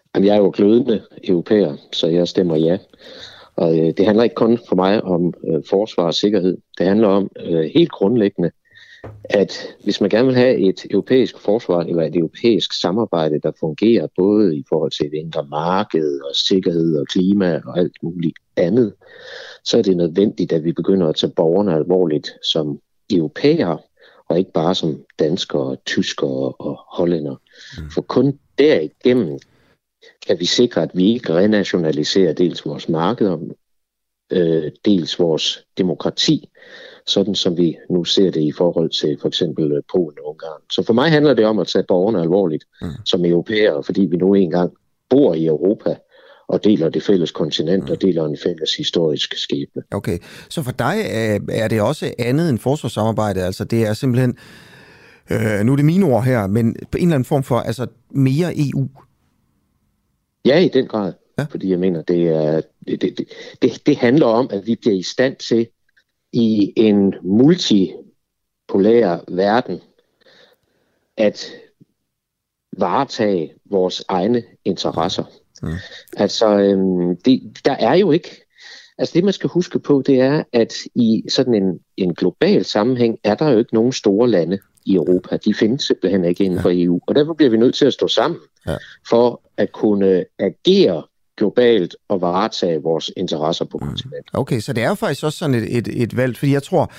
Jamen, jeg er jo glødende europæer, så jeg stemmer ja. Og det handler ikke kun for mig om forsvar og sikkerhed. Det handler om helt grundlæggende, at hvis man gerne vil have et europæisk forsvar eller et europæisk samarbejde, der fungerer både i forhold til det indre marked og sikkerhed og klima og alt muligt andet, så er det nødvendigt, at vi begynder at tage borgerne alvorligt som europæere, og ikke bare som danskere, tyskere og hollændere. For kun derigennem kan vi sikre, at vi ikke renationaliserer dels vores markeder, dels vores demokrati, sådan som vi nu ser det i forhold til for eksempel Polen og Ungarn. Så for mig handler det om at tage borgerne alvorligt som europæere, fordi vi nu engang bor i Europa og deler det fælles kontinent og deler en fælles historisk skæbne. Okay, så for dig er det også andet end forsvarssamarbejde, altså det er simpelthen, nu er det mine ord her, men på en eller anden form for altså mere EU? Ja, i den grad, fordi jeg mener, det handler om, at vi bliver i stand til i en multipolær verden at varetage vores egne interesser. Altså, der er jo ikke... Altså det, man skal huske på, det er, at i sådan en global sammenhæng, er der jo ikke nogen store lande i Europa. De findes simpelthen ikke inden for EU. Og derfor bliver vi nødt til at stå sammen for at kunne agere globalt og varetage vores interesser på kontinentet. Okay, så det er jo faktisk også sådan et valg, fordi jeg tror,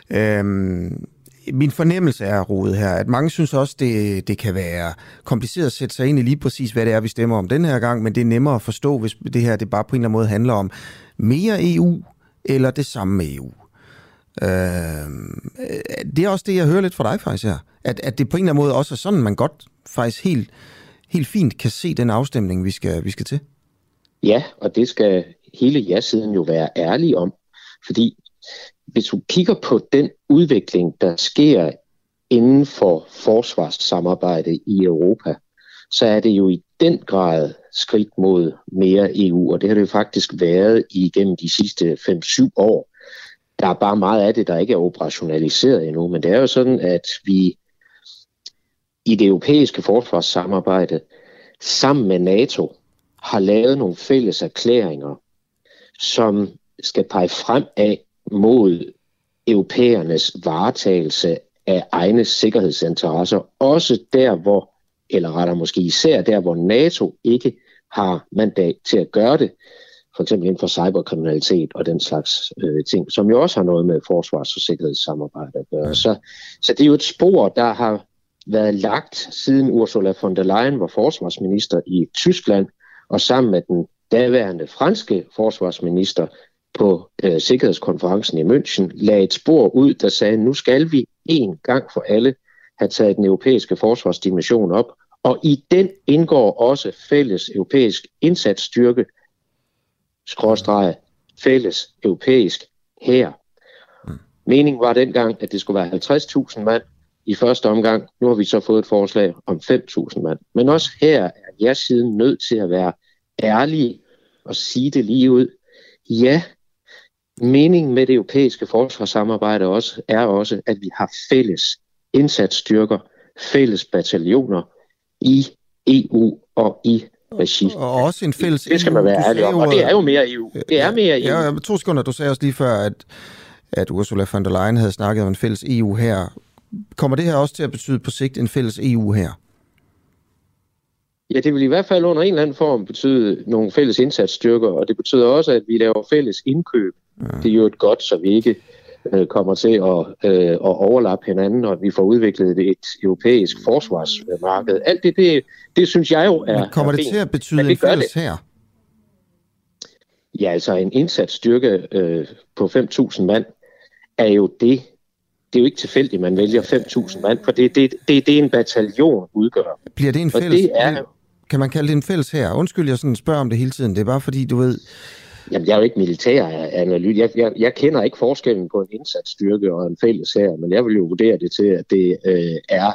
min fornemmelse er, Rode her, at mange synes også, det kan være kompliceret at sætte sig ind i lige præcis, hvad det er, vi stemmer om den her gang, men det er nemmere at forstå, hvis det her det bare på en eller anden måde handler om mere EU eller det samme med EU. Det er også det, jeg hører lidt fra dig faktisk her, at det på en eller anden måde også er sådan, man godt faktisk helt fint kan se den afstemning, vi skal til. Ja, og det skal hele ja-siden jo være ærlig om, fordi hvis du kigger på den udvikling, der sker inden for forsvarssamarbejde i Europa, så er det jo i den grad skridt mod mere EU, og det har det jo faktisk været igennem de sidste 5-7 år. Der er bare meget af det, der ikke er operationaliseret endnu, men det er jo sådan, at vi i det europæiske forsvarssamarbejde sammen med NATO har lavet nogle fælles erklæringer, som skal pege frem af mod europæernes varetagelse af egne sikkerhedsinteresser, også der, hvor, eller rettere måske især der, hvor NATO ikke har mandat til at gøre det, for eksempel inden for cyberkriminalitet og den slags ting, som jo også har noget med forsvars- og sikkerhedssamarbejde at gøre. Så det er jo et spor, der har været lagt siden Ursula von der Leyen var forsvarsminister i Tyskland, og sammen med den daværende franske forsvarsminister på sikkerhedskonferencen i München, lagde et spor ud, der sagde, nu skal vi en gang for alle have taget den europæiske forsvarsdimension op, og i den indgår også fælles europæisk indsatsstyrke, fælles europæisk hær. Meningen var dengang, at det skulle være 50.000 mand i første omgang. Nu har vi så fået et forslag om 5.000 mand. Men også her er ja-siden nødt til at være ærlige og sige det lige ud. Ja, meningen med det europæiske forsvarssamarbejde er også, at vi har fælles indsatsstyrker, fælles bataljoner i EU og i regi. Og også en fælles det skal man være ærlig om, og det er jo mere EU. Det er mere EU. Ja, 2 sekunder, du sagde også lige før, at Ursula von der Leyen havde snakket om en fælles EU her. Kommer det her også til at betyde på sigt en fælles EU her? Ja, det vil i hvert fald under en eller anden form betyde nogle fælles indsatsstyrker, og det betyder også, at vi laver fælles indkøb. Ja. Det er jo et godt, så vi ikke kommer til at overlappe hinanden, og vi får udviklet et europæisk forsvarsmarked. Alt det synes jeg jo er. Men kommer det til at betyde en fælles her? Ja, altså en indsatsstyrke på 5.000 mand er jo det. Det er jo ikke tilfældigt, man vælger 5.000 mand, for det er en bataljon udgør. Bliver det en fælles? Kan man kalde det en fælles her? Undskyld, jeg sådan spørger om det hele tiden. Det er bare fordi, du ved... Jamen, jeg er jo ikke militæranalyt. Jeg kender ikke forskellen på en indsatsstyrke og en fælles her, men jeg vil jo vurdere det til, at det er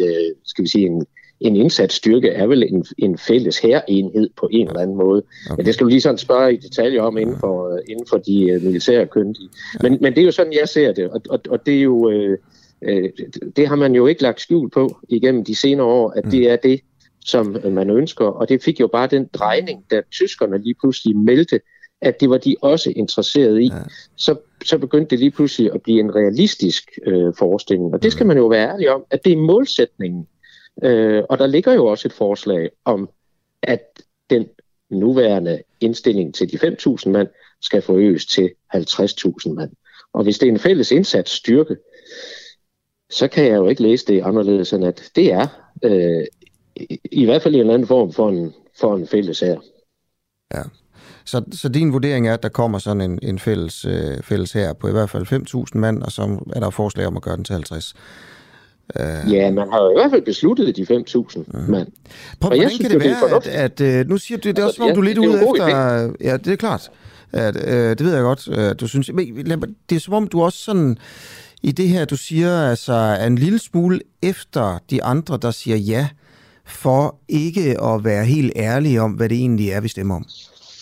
en indsatsstyrke er vel en fælles hærenhed på en eller anden måde. Okay. Men det skal du lige sådan spørge i detaljer om inden for de militære kyndige. Men det er jo sådan, jeg ser det, og det er jo det har man jo ikke lagt skjul på igennem de senere år, at det er det, som man ønsker, og det fik jo bare den drejning, da tyskerne lige pludselig meldte, at det var de også interesseret i. Ja. Så begyndte det lige pludselig at blive en realistisk forestilling, og det skal man jo være ærlig om, at det er målsætningen. Og der ligger jo også et forslag om, at den nuværende indstilling til de 5.000 mand skal forøges til 50.000 mand. Og hvis det er en fælles indsatsstyrke, så kan jeg jo ikke læse det anderledes end at det er i hvert fald i en anden form for en fælles hær. Ja. Så din vurdering er, at der kommer sådan en fælles hær på i hvert fald 5.000 mand, og så er der forslag om at gøre den til 50. Ja, man har jo i hvert fald besluttet de 5.000 mand. Hvordan kan det være, at nu siger du, det er også, som du er lidt ude efter... Ja, det er klart. Det ved jeg godt, du synes. Men det er som om, du også sådan... I det her, du siger, altså, er en lille smule efter de andre, der siger ja, for ikke at være helt ærlige om, hvad det egentlig er, vi stemmer om.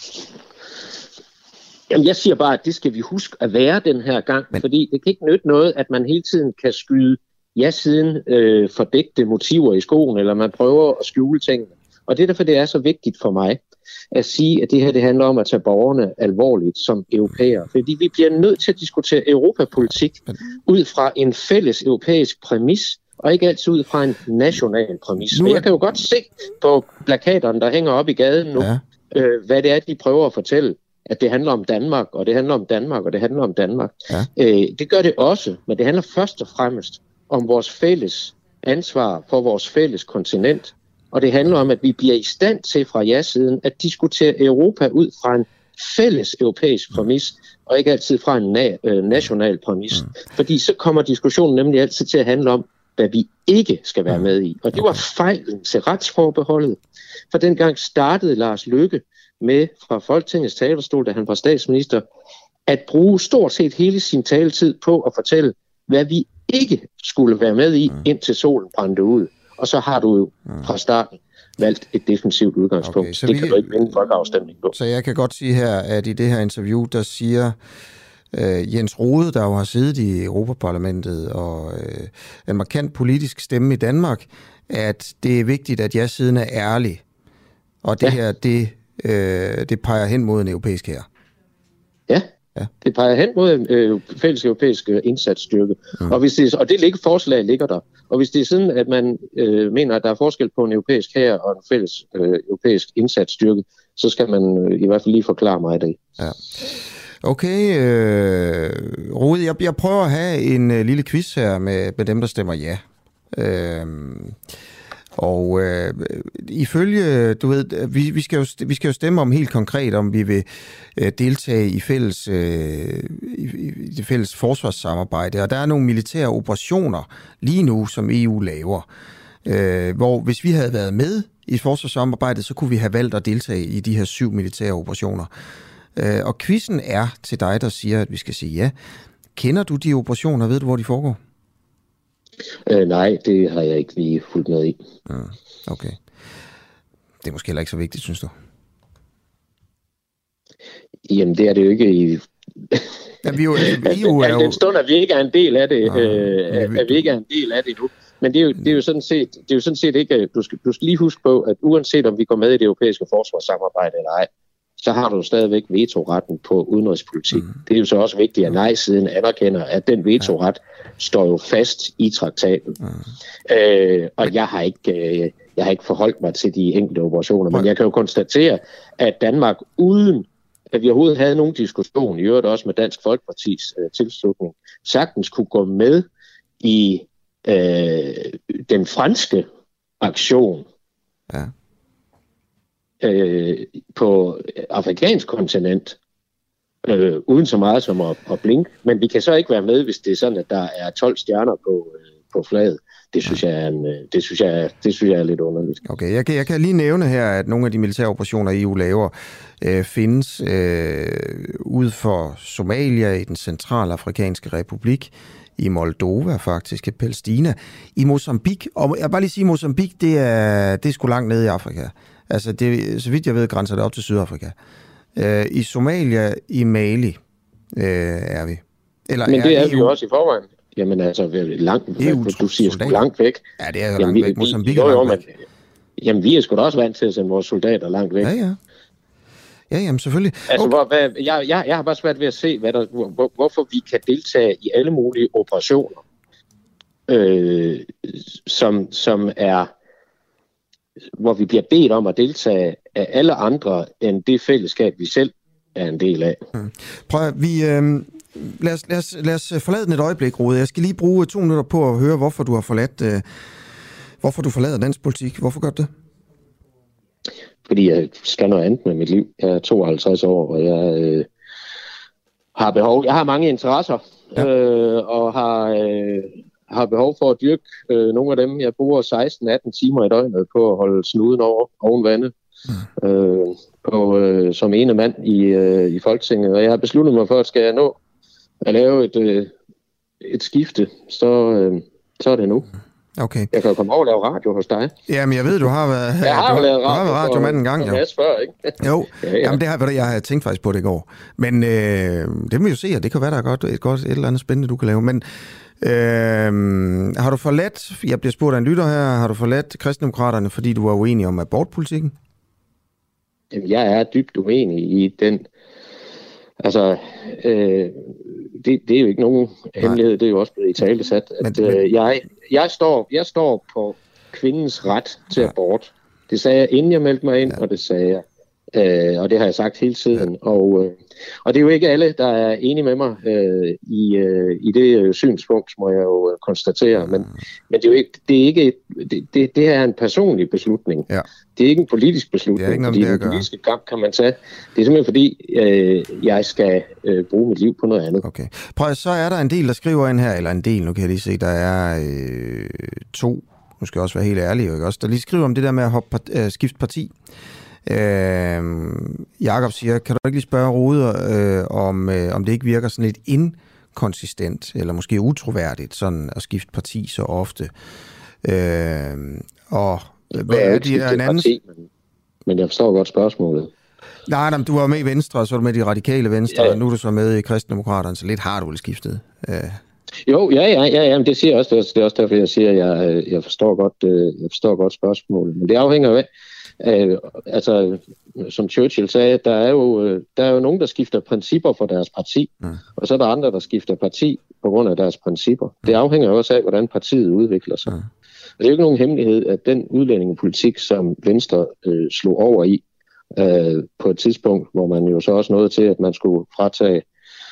Jamen, jeg siger bare, at det skal vi huske at være den her gang, fordi det kan ikke nytte noget, at man hele tiden kan skyde ja-siden fordækte motiver i skoen, eller man prøver at skjule tingene. Og det er derfor, det er så vigtigt for mig at sige, at det her det handler om at tage borgerne alvorligt som europæere. Fordi vi bliver nødt til at diskutere europapolitik ud fra en fælles europæisk præmis, og ikke altid ud fra en national præmis. Og jeg kan jo godt se på plakaterne, der hænger op i gaden nu, hvad det er, de prøver at fortælle. At det handler om Danmark, og det handler om Danmark, og det handler om Danmark. Ja. Det gør det også, men det handler først og fremmest om vores fælles ansvar for vores fælles kontinent. Og det handler om, at vi bliver i stand til fra ja-siden at diskutere Europa ud fra en fælles europæisk præmis, og ikke altid fra en national præmis. Fordi så kommer diskussionen nemlig altid til at handle om, hvad vi ikke skal være med i. Og det var fejlen til retsforbeholdet. For dengang startede Lars Løkke med fra Folketingets talerstol, da han var statsminister, at bruge stort set hele sin taletid på at fortælle, hvad vi ikke skulle være med i, indtil solen brændte ud. Og så har du jo fra starten valgt et defensivt udgangspunkt. Okay, det kan du ikke vinde folkeafstemning på. Så jeg kan godt sige her, at i det her interview, der siger Jens Rohde, der jo har siddet i Europaparlamentet og en markant politisk stemme i Danmark, at det er vigtigt, at ja-siden er ærlig. Og det her, det peger hen mod en europæisk hær. Ja, det peger hen mod en fælles europæisk indsatsstyrke. Og det forslag ligger der. Og hvis det er sådan, at man mener, at der er forskel på en europæisk hær og en fælles europæisk indsatsstyrke, så skal man i hvert fald lige forklare mig det. Ja. Okay, Rode, jeg prøver at have en lille quiz her med dem, der stemmer ja. Og ifølge, du ved, vi skal jo stemme om helt konkret, om vi vil deltage i det fælles forsvarssamarbejde. Og der er nogle militære operationer lige nu, som EU laver, hvor hvis vi havde været med i forsvarssamarbejdet, så kunne vi have valgt at deltage i de her 7 militære operationer. Og quizzen er til dig, der siger, at vi skal sige ja. Kender du de operationer? Ved du, hvor de foregår? Nej, det har jeg ikke lige fulgt med i. Okay. Det er måske heller ikke så vigtigt, synes du? Jamen, det er det jo ikke i... Ja, vi jo, EU er jo... Den stund, at vi ikke er en del af det, at vi ikke er en del af det nu. Men det er jo sådan set ikke... Du skal lige huske på, at uanset om vi går med i det europæiske forsvarssamarbejde eller ej, så har du stadigvæk vetoretten på udenrigspolitik. Det er jo så også vigtigt, at nej-siden anerkender, at den vetoret står jo fast i traktaten. Og jeg har ikke forholdt mig til de enkelte operationer, men jeg kan jo konstatere, at Danmark, uden at vi overhovedet havde nogen diskussion, i øvrigt også med Dansk Folkepartis tilslutning, sagtens kunne gå med i den franske aktion. Ja. På afrikansk kontinent, uden så meget som at blinke. Men vi kan så ikke være med, hvis det er sådan, at der er 12 stjerner på flaget. Det synes jeg er lidt underligt. Okay, jeg kan lige nævne her, at nogle af de militære operationer, EU laver, findes ud for Somalia, i den centralafrikanske republik, i Moldova faktisk, i Palæstina, i Mozambique. Og jeg vil bare lige sige, at Mozambique, det er sgu langt nede i Afrika. Altså, så vidt jeg ved, grænser det op til Sydafrika. I Somalia, i Mali er vi. Men det er vi jo også i forvejen. Jamen altså, langt væk. Du siger sgu langt væk. Ja, det er jo langt væk. Mozambique er langt væk. Jamen, vi er sgu da også vant til at sende vores soldater langt væk. Ja. Ja, jamen selvfølgelig. Altså, jeg har bare svært ved at se, hvorfor vi kan deltage i alle mulige operationer, som er, hvor vi bliver bedt om at deltage af alle andre end det fællesskab, vi selv er en del af. Prøv at, lad os forlade den et øjeblik, Rode. Jeg skal lige bruge 2 minutter på at høre, hvorfor du har hvorfor du forlader dansk politik. Hvorfor gør du det? Fordi jeg skal noget andet med mit liv. Jeg er 52 år, og jeg har behov. Jeg har mange interesser, og har behov for at dyrke nogle af dem. Jeg bruger 16-18 timer i døgnet på at holde snuden oven vande. Som ene mand i Folketinget. Og jeg har besluttet mig for, at skal jeg nå at lave et skifte, så er det nu. Okay. Jeg kan jo komme over og lave radio hos dig. Jamen, jeg ved, du har været lavet radiomand en gang. Jo. Før, ikke? Jo, ja. Jamen, jeg har tænkt faktisk på det i går. Men det må vi jo se, og det kan være, der er et eller andet spændende, du kan lave. Men har du forladt, jeg bliver spurgt af en lytter her, har du forladt Kristendemokraterne, fordi du var uenig om abortpolitikken? Jamen, jeg er dybt uenig i den. Altså, det er jo ikke nogen hemmelighed, det er jo også blevet italesat, at jeg står på kvindens ret til abort. Det sagde jeg, inden jeg meldte mig ind, og det sagde jeg. Og det har jeg sagt hele tiden. Og det er jo ikke alle, der er enige med mig i det synspunkt, må jeg jo konstatere. Men det er jo ikke, det er en personlig beslutning. Ja. Det er ikke en politisk beslutning, det er fordi den politiske kamp kan man tage. Det er simpelthen fordi, jeg skal bruge mit liv på noget andet. Okay. Prøv, så er der en del, der skriver ind her, eller en del, nu kan jeg lige se, der er 2, nu skal jeg også være helt ærlig, ikke også, der lige skriver om det der med at skifte parti. Jakob siger, kan du ikke lige spørge Rode, om det ikke virker sådan lidt inkonsistent, eller måske utroværdigt, sådan at skifte parti så ofte. Og hvad er det en anden? Parti, men jeg forstår godt spørgsmålet. Nej, du var med i Venstre, og så er du med de radikale Venstre, og nu er du så med i Kristendemokraterne, så lidt har du vel skiftet. Jo, men det siger også, det er også derfor, jeg siger, at jeg forstår godt spørgsmålet. Men det afhænger jo af, altså, som Churchill sagde, der er jo nogen, der skifter principper for deres parti, og så er der andre, der skifter parti på grund af deres principper. Det afhænger jo også af, hvordan partiet udvikler sig. Og det er jo ikke nogen hemmelighed, at den udlændingepolitik, som Venstre slog over i på et tidspunkt, hvor man jo så også nåede til, at man skulle fratage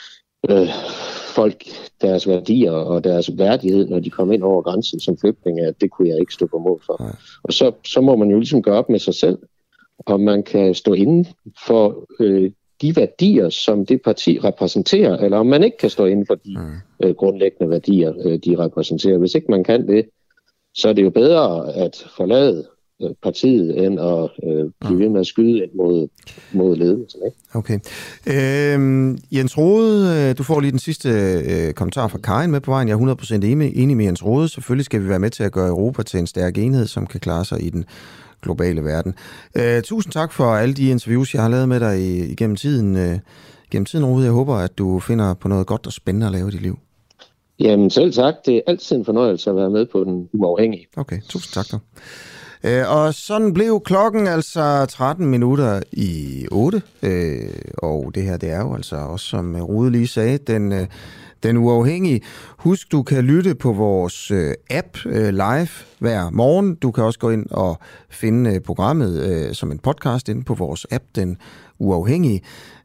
folk deres værdier og deres værdighed, når de kom ind over grænsen som flygtninge, at det kunne jeg ikke stå på mål for. Nej. Og så må man jo ligesom gøre op med sig selv, om man kan stå inden for de værdier, som det parti repræsenterer, eller om man ikke kan stå inden for de grundlæggende værdier, de repræsenterer. Hvis ikke man kan det, så er det jo bedre at forlade partiet, end at blive ved med at skyde ind mod ledelsen. Ikke? Okay. Jens Rohde, du får lige den sidste kommentar fra Karin med på vejen. Jeg er 100% enig med Jens Rohde. Selvfølgelig skal vi være med til at gøre Europa til en stærk enhed, som kan klare sig i den globale verden. Tusind tak for alle de interviews, jeg har lavet med dig igennem tiden. Rohde. Jeg håber, at du finder på noget godt og spændende at lave i dit liv. Jamen selv tak. Det er altid en fornøjelse at være med på Den Uafhængige. Okay, tusind tak dog. Og sådan blev klokken altså 13 minutter i 8, og det her, det er jo altså også, som Rode lige sagde, den Uafhængige. Husk, du kan lytte på vores app live hver morgen. Du kan også gå ind og finde programmet som en podcast inde på vores app, Den Uafhængige.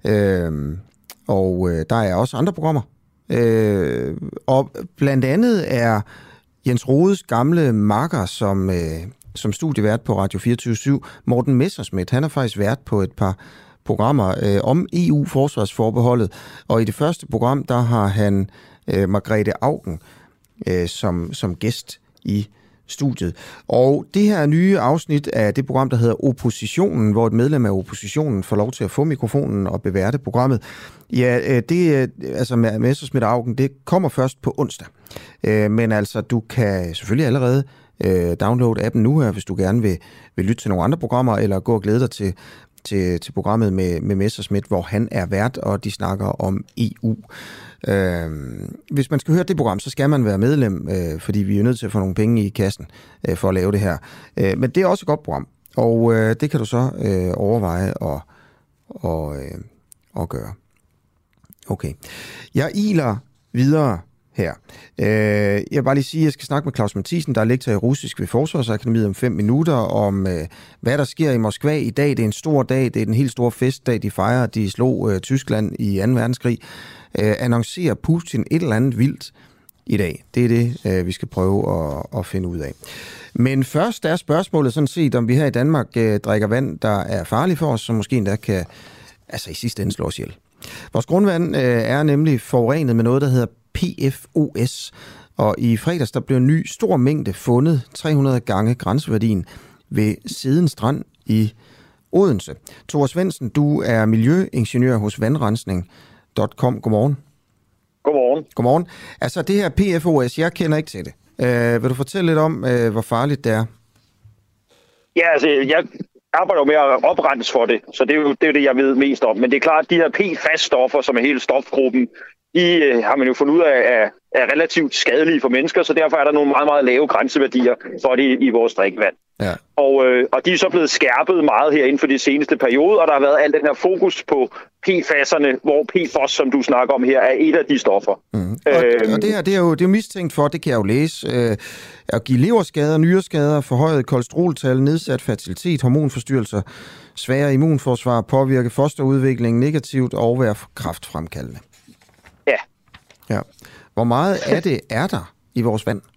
Og der er også andre programmer. Og blandt andet er Jens Rohdes gamle makker, som studievært på Radio 24/7, Morten Messerschmidt. Han har faktisk været på et par programmer om EU-forsvarsforbeholdet, og i det første program, der har han Margrethe Auken som gæst i studiet. Og det her nye afsnit af det program, der hedder Oppositionen, hvor et medlem af oppositionen får lov til at få mikrofonen og beværte programmet, ja, det altså med Messerschmidt og Auken, det kommer først på onsdag. Men altså, du kan selvfølgelig allerede download appen nu her, hvis du gerne vil lytte til nogle andre programmer, eller gå og glæde dig til programmet med Messerschmidt, hvor han er vært, og de snakker om EU. Hvis man skal høre det program, så skal man være medlem, fordi vi er nødt til at få nogle penge i kassen for at lave det her. Men det er også et godt program. Og det kan du så overveje at gøre. Okay. Jeg iler videre her. Jeg vil bare lige sige, at jeg skal snakke med Claus Mathisen, der er lektor i russisk ved Forsvarsakademiet om 5 minutter, om hvad der sker i Moskva i dag. Det er en stor dag, det er den helt store festdag, de fejrer. De slog Tyskland i 2. verdenskrig. Annoncerer Putin et eller andet vildt i dag? Det er det, vi skal prøve at finde ud af. Men først er spørgsmålet sådan set, om vi her i Danmark drikker vand, der er farligt for os, som måske endda kan i sidste ende slå os ihjel. Vores grundvand er nemlig forurenet med noget, der hedder PFOS, og i fredags der blev en ny stor mængde fundet, 300 gange grænseværdien ved Seden Strand i Odense. Thor Svendsen, du er miljøingeniør hos vandrensning.com. Godmorgen. Godmorgen. Godmorgen. Altså det her PFOS, jeg kender ikke til det. Vil du fortælle lidt om, hvor farligt det er? Ja, altså jeg arbejder jo med at oprense for det, så det er jo det, jeg ved mest om. Men det er klart, at de her PFAS-stoffer, som er hele stofgruppen, de har man jo fundet ud af er relativt skadelige for mennesker, så derfor er der nogle meget, meget lave grænseværdier for det i vores drikkevand. Ja. Og de er så blevet skærpet meget her inden for de seneste periode, og der har været al den her fokus på PFAS'erne, hvor PFOS, som du snakker om her, er et af de stoffer. Mm. Og det er jo mistænkt for, det kan jeg jo læse, at give leverskader, nyreskader, forhøjet kolesteroltal, nedsat fertilitet, hormonforstyrrelser, svagere immunforsvar, påvirke fosterudviklingen negativt og være kræftfremkaldende. Ja. Hvor meget af det er der i vores vand?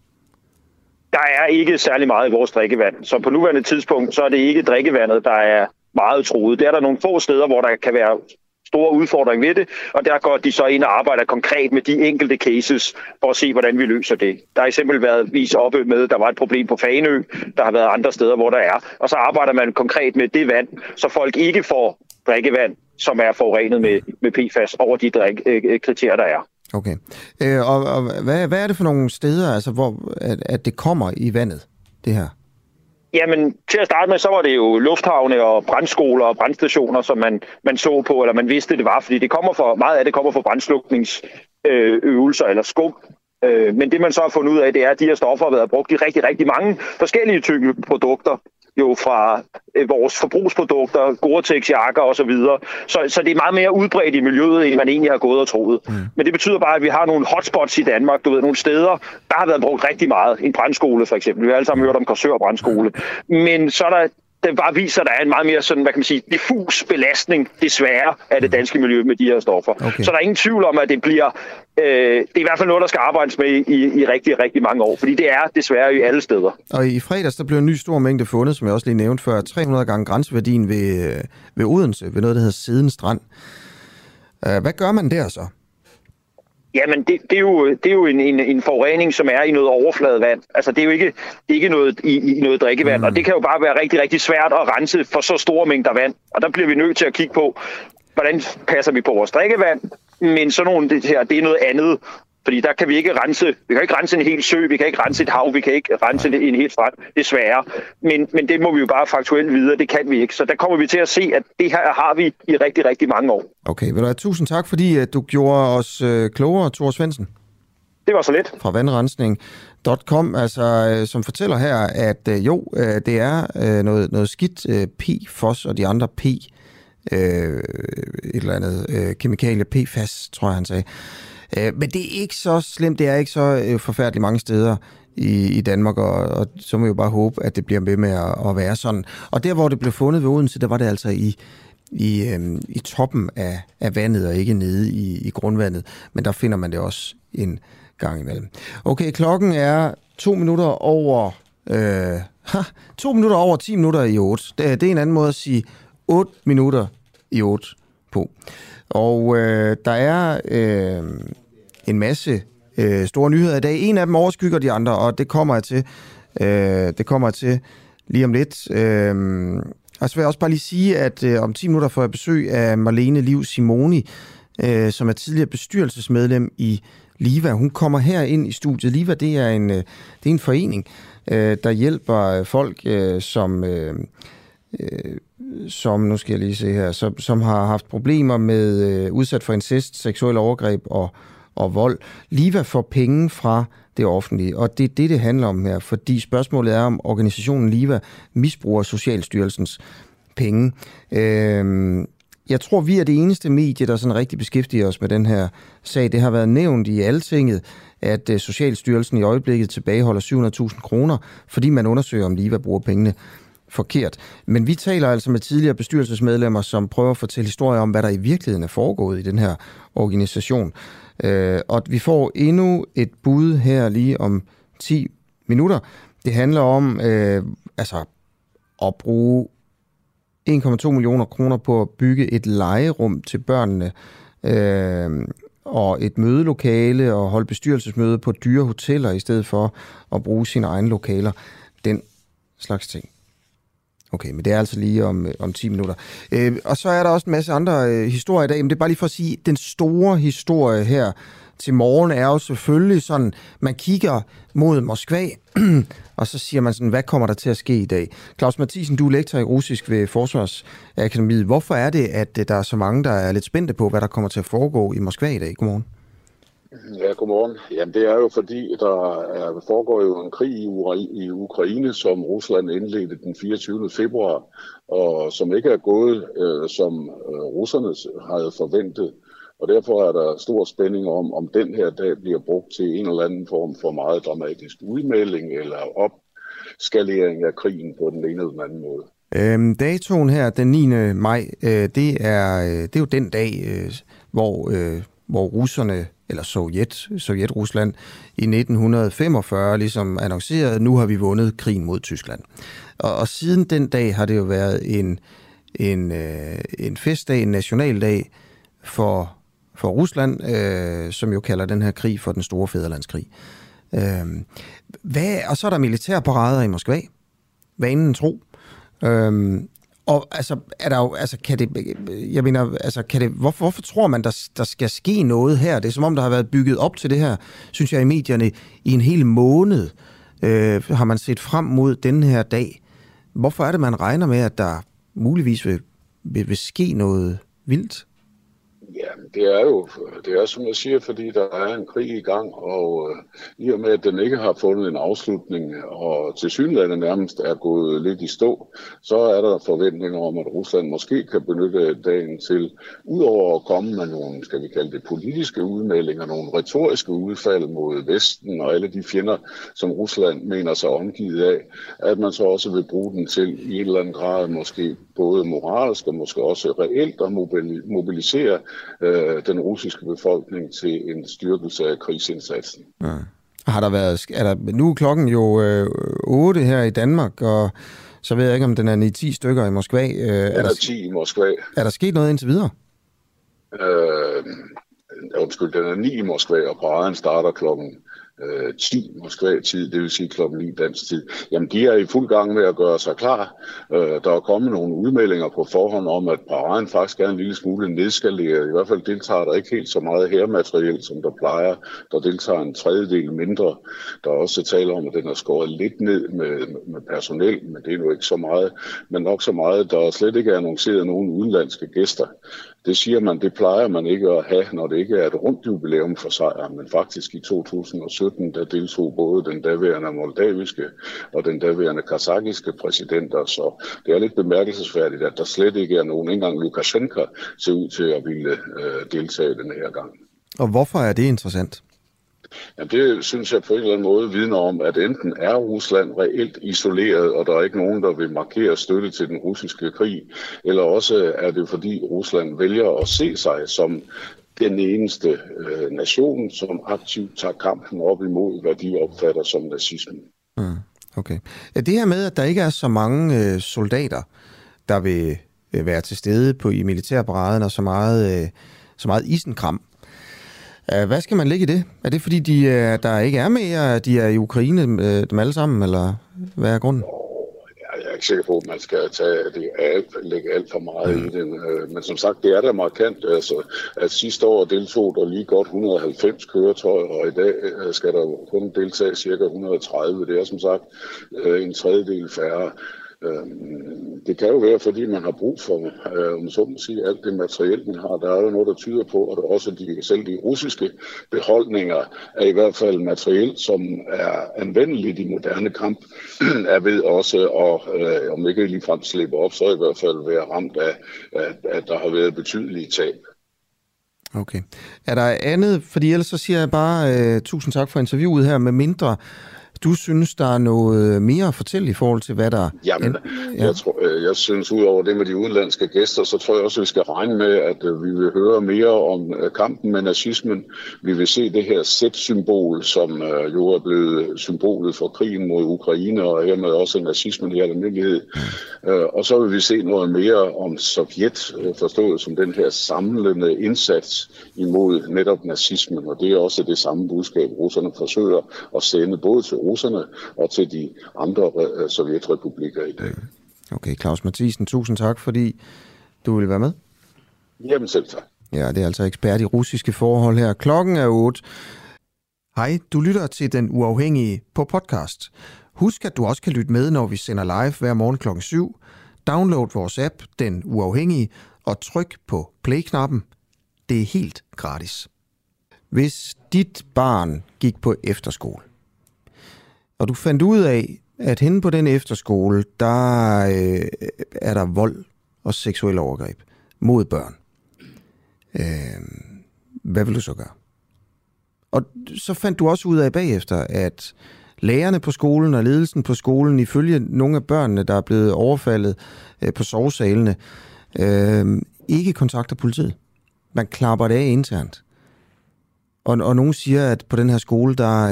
Der er ikke særlig meget i vores drikkevand. Så på nuværende tidspunkt, så er det ikke drikkevandet, der er meget truet. Der er der nogle få steder, hvor der kan være store udfordringer ved det, og der går de så ind og arbejder konkret med de enkelte cases for at se, hvordan vi løser det. Der har eksempel været vist oppe med, der var et problem på Fanø, der har været andre steder, hvor der er, og så arbejder man konkret med det vand, så folk ikke får drikkevand, som er forurenet med PFAS over de kriterier, der er. Okay. Og hvad er det for nogle steder, altså, hvor at det kommer i vandet, det her? Jamen, til at starte med, så var det jo lufthavne og brandskoler og brandstationer, som man så på, eller man vidste, det var, fordi meget af det kommer fra brandslukningsøvelser eller skum. Men det, man så har fundet ud af, det er, at de her stoffer har været brugt i rigtig, rigtig mange forskellige typer produkter, jo fra vores forbrugsprodukter, Gore-Tex-jakker osv. Så det er meget mere udbredt i miljøet, end man egentlig har gået og troet. Mm. Men det betyder bare, at vi har nogle hotspots i Danmark, nogle steder, der har været brugt rigtig meget. En brandskole for eksempel. Vi har alle sammen hørt om Korsør brandskole. Men så er der det bare viser, at der er en meget mere sådan, hvad kan man sige, diffus belastning, desværre, af det danske miljø med de her stoffer. Okay. Så der er ingen tvivl om, at det bliver, det er i hvert fald noget, der skal arbejdes med i rigtig, rigtig mange år, fordi det er desværre i alle steder. Og i fredags, der blev en ny stor mængde fundet, som jeg også lige nævnte før, 300 gange grænseværdien ved Odense, ved noget, der hedder Seden Strand. Hvad gør man der så? Jamen, det er jo en forurening, som er i noget overfladevand. Altså, det er jo ikke noget i noget drikkevand, og det kan jo bare være rigtig, rigtig svært at rense for så store mængder vand. Og der bliver vi nødt til at kigge på, hvordan passer vi på vores drikkevand, men sådan nogle det her, det er noget andet. Fordi der kan vi ikke rense en hel sø, vi kan ikke rense et hav, vi kan ikke rense en helt strand, desværre. Men det må vi jo bare faktuelt vide, det kan vi ikke. Så der kommer vi til at se, at det her har vi i rigtig, rigtig mange år. Okay, vil du have tusind tak, fordi du gjorde os klogere, Thor Svendsen. Det var så lidt. Fra vandrensning.com, altså, som fortæller her, at det er noget skidt PFOS og de andre et eller andet kemikalie, PFAS, tror jeg, han sagde. Men det er ikke så slemt, det er ikke så forfærdeligt mange steder i Danmark, og så må vi jo bare håbe, at det bliver ved med at være sådan. Og der, hvor det blev fundet ved Odense, der var det altså i toppen af vandet, og ikke nede i grundvandet. Men der finder man det også en gang imellem. Okay, klokken er 2 minutter over 10 minutter i 8. Det er en anden måde at sige 8 minutter i 8 på. Og der er en masse store nyheder i dag. En af dem overskygger de andre, og det kommer jeg til lige om lidt. Og så vil jeg også bare lige sige, at om 10 minutter får jeg besøg af Marlene Liv Simoni, som er tidligere bestyrelsesmedlem i LIVA. Hun kommer her ind i studiet. LIVA, det er en forening, der hjælper folk, som nu skal jeg lige se her, som har haft problemer med udsat for incest, seksuelle overgreb og vold. LIVA får penge fra det offentlige. Og det er det handler om her, fordi spørgsmålet er, om organisationen LIVA misbruger Socialstyrelsens penge. Jeg tror, vi er det eneste medie, der sådan rigtig beskæftiger os med den her sag. Det har været nævnt i Altinget, at Socialstyrelsen i øjeblikket tilbageholder 700.000 kroner, fordi man undersøger, om LIVA bruger pengene forkert. Men vi taler altså med tidligere bestyrelsesmedlemmer, som prøver at fortælle historier om, hvad der i virkeligheden er foregået i den her organisation. Og vi får endnu et bud her lige om 10 minutter. Det handler om at bruge 1,2 millioner kroner på at bygge et legerum til børnene, og et mødelokale og holde bestyrelsesmøde på dyre hoteller, i stedet for at bruge sine egne lokaler. Den slags ting. Okay, men det er altså lige om 10 minutter. Og så er der også en masse andre historier i dag, men det er bare lige for at sige, den store historie her til morgen er jo selvfølgelig sådan, man kigger mod Moskva, og så siger man sådan, hvad kommer der til at ske i dag? Claus Mathisen, du er lektor i russisk ved Forsvarsakademiet. Hvorfor er det, at der er så mange, der er lidt spændte på, hvad der kommer til at foregå i Moskva i dag? Godmorgen. Ja, godmorgen. Jamen, det er jo fordi, der foregår jo en krig i Ukraine, som Rusland indledte den 24. februar, og som ikke er gået, som russerne havde forventet. Og derfor er der stor spænding om den her dag bliver brugt til en eller anden form for meget dramatisk udmelding eller opskalering af krigen på den ene eller den anden måde. Datoen her, den 9. maj, det er jo den dag, hvor russerne, eller Sovjet-Rusland, i 1945 ligesom annoncerede, at nu har vi vundet krigen mod Tyskland. Og siden den dag har det jo været en festdag, en nationaldag for Rusland, som jo kalder den her krig for den store fædrelandskrig. Og så er der militærparader i Moskva. Vanen tro. Og altså, er der jo, altså, kan det, jeg mener, altså, hvorfor tror man, der skal ske noget her? Det er som om, der har været bygget op til det her, synes jeg, i medierne i en hel måned, har man set frem mod den her dag. Hvorfor er det, man regner med, at der muligvis vil ske noget vildt? Ja, det er som jeg siger, fordi der er en krig i gang, og i og med, at den ikke har fundet en afslutning, og tilsyneladende nærmest er gået lidt i stå, så er der forventninger om, at Rusland måske kan benytte dagen til, udover at komme med nogle, skal vi kalde det, politiske udmeldinger, nogle retoriske udfald mod Vesten og alle de fjender, som Rusland mener sig omgivet af, at man så også vil bruge den til i en eller anden grad, måske både moralsk og måske også reelt at mobilisere den russiske befolkning til en styrkelse af krigsindsatsen. Ja. Har der været, nu er klokken jo 8 her i Danmark, og så ved jeg ikke, om den er 10 stykker i Moskva. Den er 10 i Moskva. Er der sket noget indtil videre? Den er 9 i Moskva, og paraden starter klokken 10 Moskva-tid, det vil sige klokken 9 dansk tid. Jamen, de er i fuld gang med at gøre sig klar. Der er kommet nogle udmeldinger på forhånd om, at paraden faktisk er en lille smule nedskaleret. I hvert fald deltager der ikke helt så meget hærmateriel, som der plejer. Der deltager en tredjedel mindre. Der er også tale om, at den er skåret lidt ned med personel, men det er nu ikke så meget. Men nok så meget, der slet ikke er annonceret nogen udenlandske gæster. Det siger man, det plejer man ikke at have, når det ikke er et rundt jubilæum for sejr, men faktisk i 2017, der deltog både den daværende moldaviske og den daværende kazakiske præsidenter, så det er lidt bemærkelsesværdigt, at der slet ikke er nogen, ikke engang Lukashenko ser ud til at ville deltage den her gang. Og hvorfor er det interessant? Jamen, det synes jeg på en eller anden måde vidner om, at enten er Rusland reelt isoleret, og der er ikke nogen, der vil markere støtte til den russiske krig, eller også er det fordi Rusland vælger at se sig som den eneste nation, som aktivt tager kampen op imod, hvad de opfatter som nazismen. Okay. Det her med, at der ikke er så mange soldater, der vil være til stede i militærparaden, og så meget isenkram. Hvad skal man lægge i det? Er det fordi, der ikke er mere, de er i Ukraine, dem alle sammen, eller hvad er grunden? Jeg er ikke sikker på, at man skal lægge alt for meget i den. Men som sagt, det er da markant. Altså, at sidste år deltog der lige godt 190 køretøjer, og i dag skal der kun deltage cirka 130. Det er som sagt en tredjedel færre. Det kan jo være, fordi man har brug for, om så må sige, alt det materiel, man har. Der er jo noget, der tyder på, at også selv de russiske beholdninger er i hvert fald materiel, som er anvendeligt i moderne kamp, er ved også, og om ikke ligefrem slippe op, så i hvert fald være ramt af, at der har været betydelige tab. Okay. Er der andet, fordi ellers så siger jeg bare tusind tak for interviewet her, med mindre du synes, der er noget mere at fortælle i forhold til, hvad der... Jamen, jeg synes, udover det med de udenlandske gæster, så tror jeg også, at vi skal regne med, at vi vil høre mere om kampen med nazismen. Vi vil se det her Z-symbol, som jo er blevet symbolet for krigen mod Ukraine, og hermed også nazismen i almindelighed. Og så vil vi se noget mere om Sovjet, forstået som den her samlende indsats imod netop nazismen. Og det er også det samme budskab, russerne forsøger at sende både til russerne og til de andre sovjetrepublikker i dag. Okay, Claus Mathisen, tusind tak, fordi du ville være med. Jamen selv tak. Ja, det er altså ekspert i russiske forhold her. Klokken er 8. Hej, du lytter til Den Uafhængige på podcast. Husk, at du også kan lytte med, når vi sender live hver morgen klokken 7. Download vores app, Den Uafhængige, og tryk på play-knappen. Det er helt gratis. Hvis dit barn gik på efterskole, og du fandt ud af, at henne på den efterskole, der er der vold og seksuel overgreb mod børn, hvad vil du så gøre? Og så fandt du også ud af bagefter, at lærerne på skolen og ledelsen på skolen, ifølge nogle af børnene, der er blevet overfaldet på sovesalene, ikke kontakter politiet. Man klapper det af internt. Og nogen siger, at på den her skole,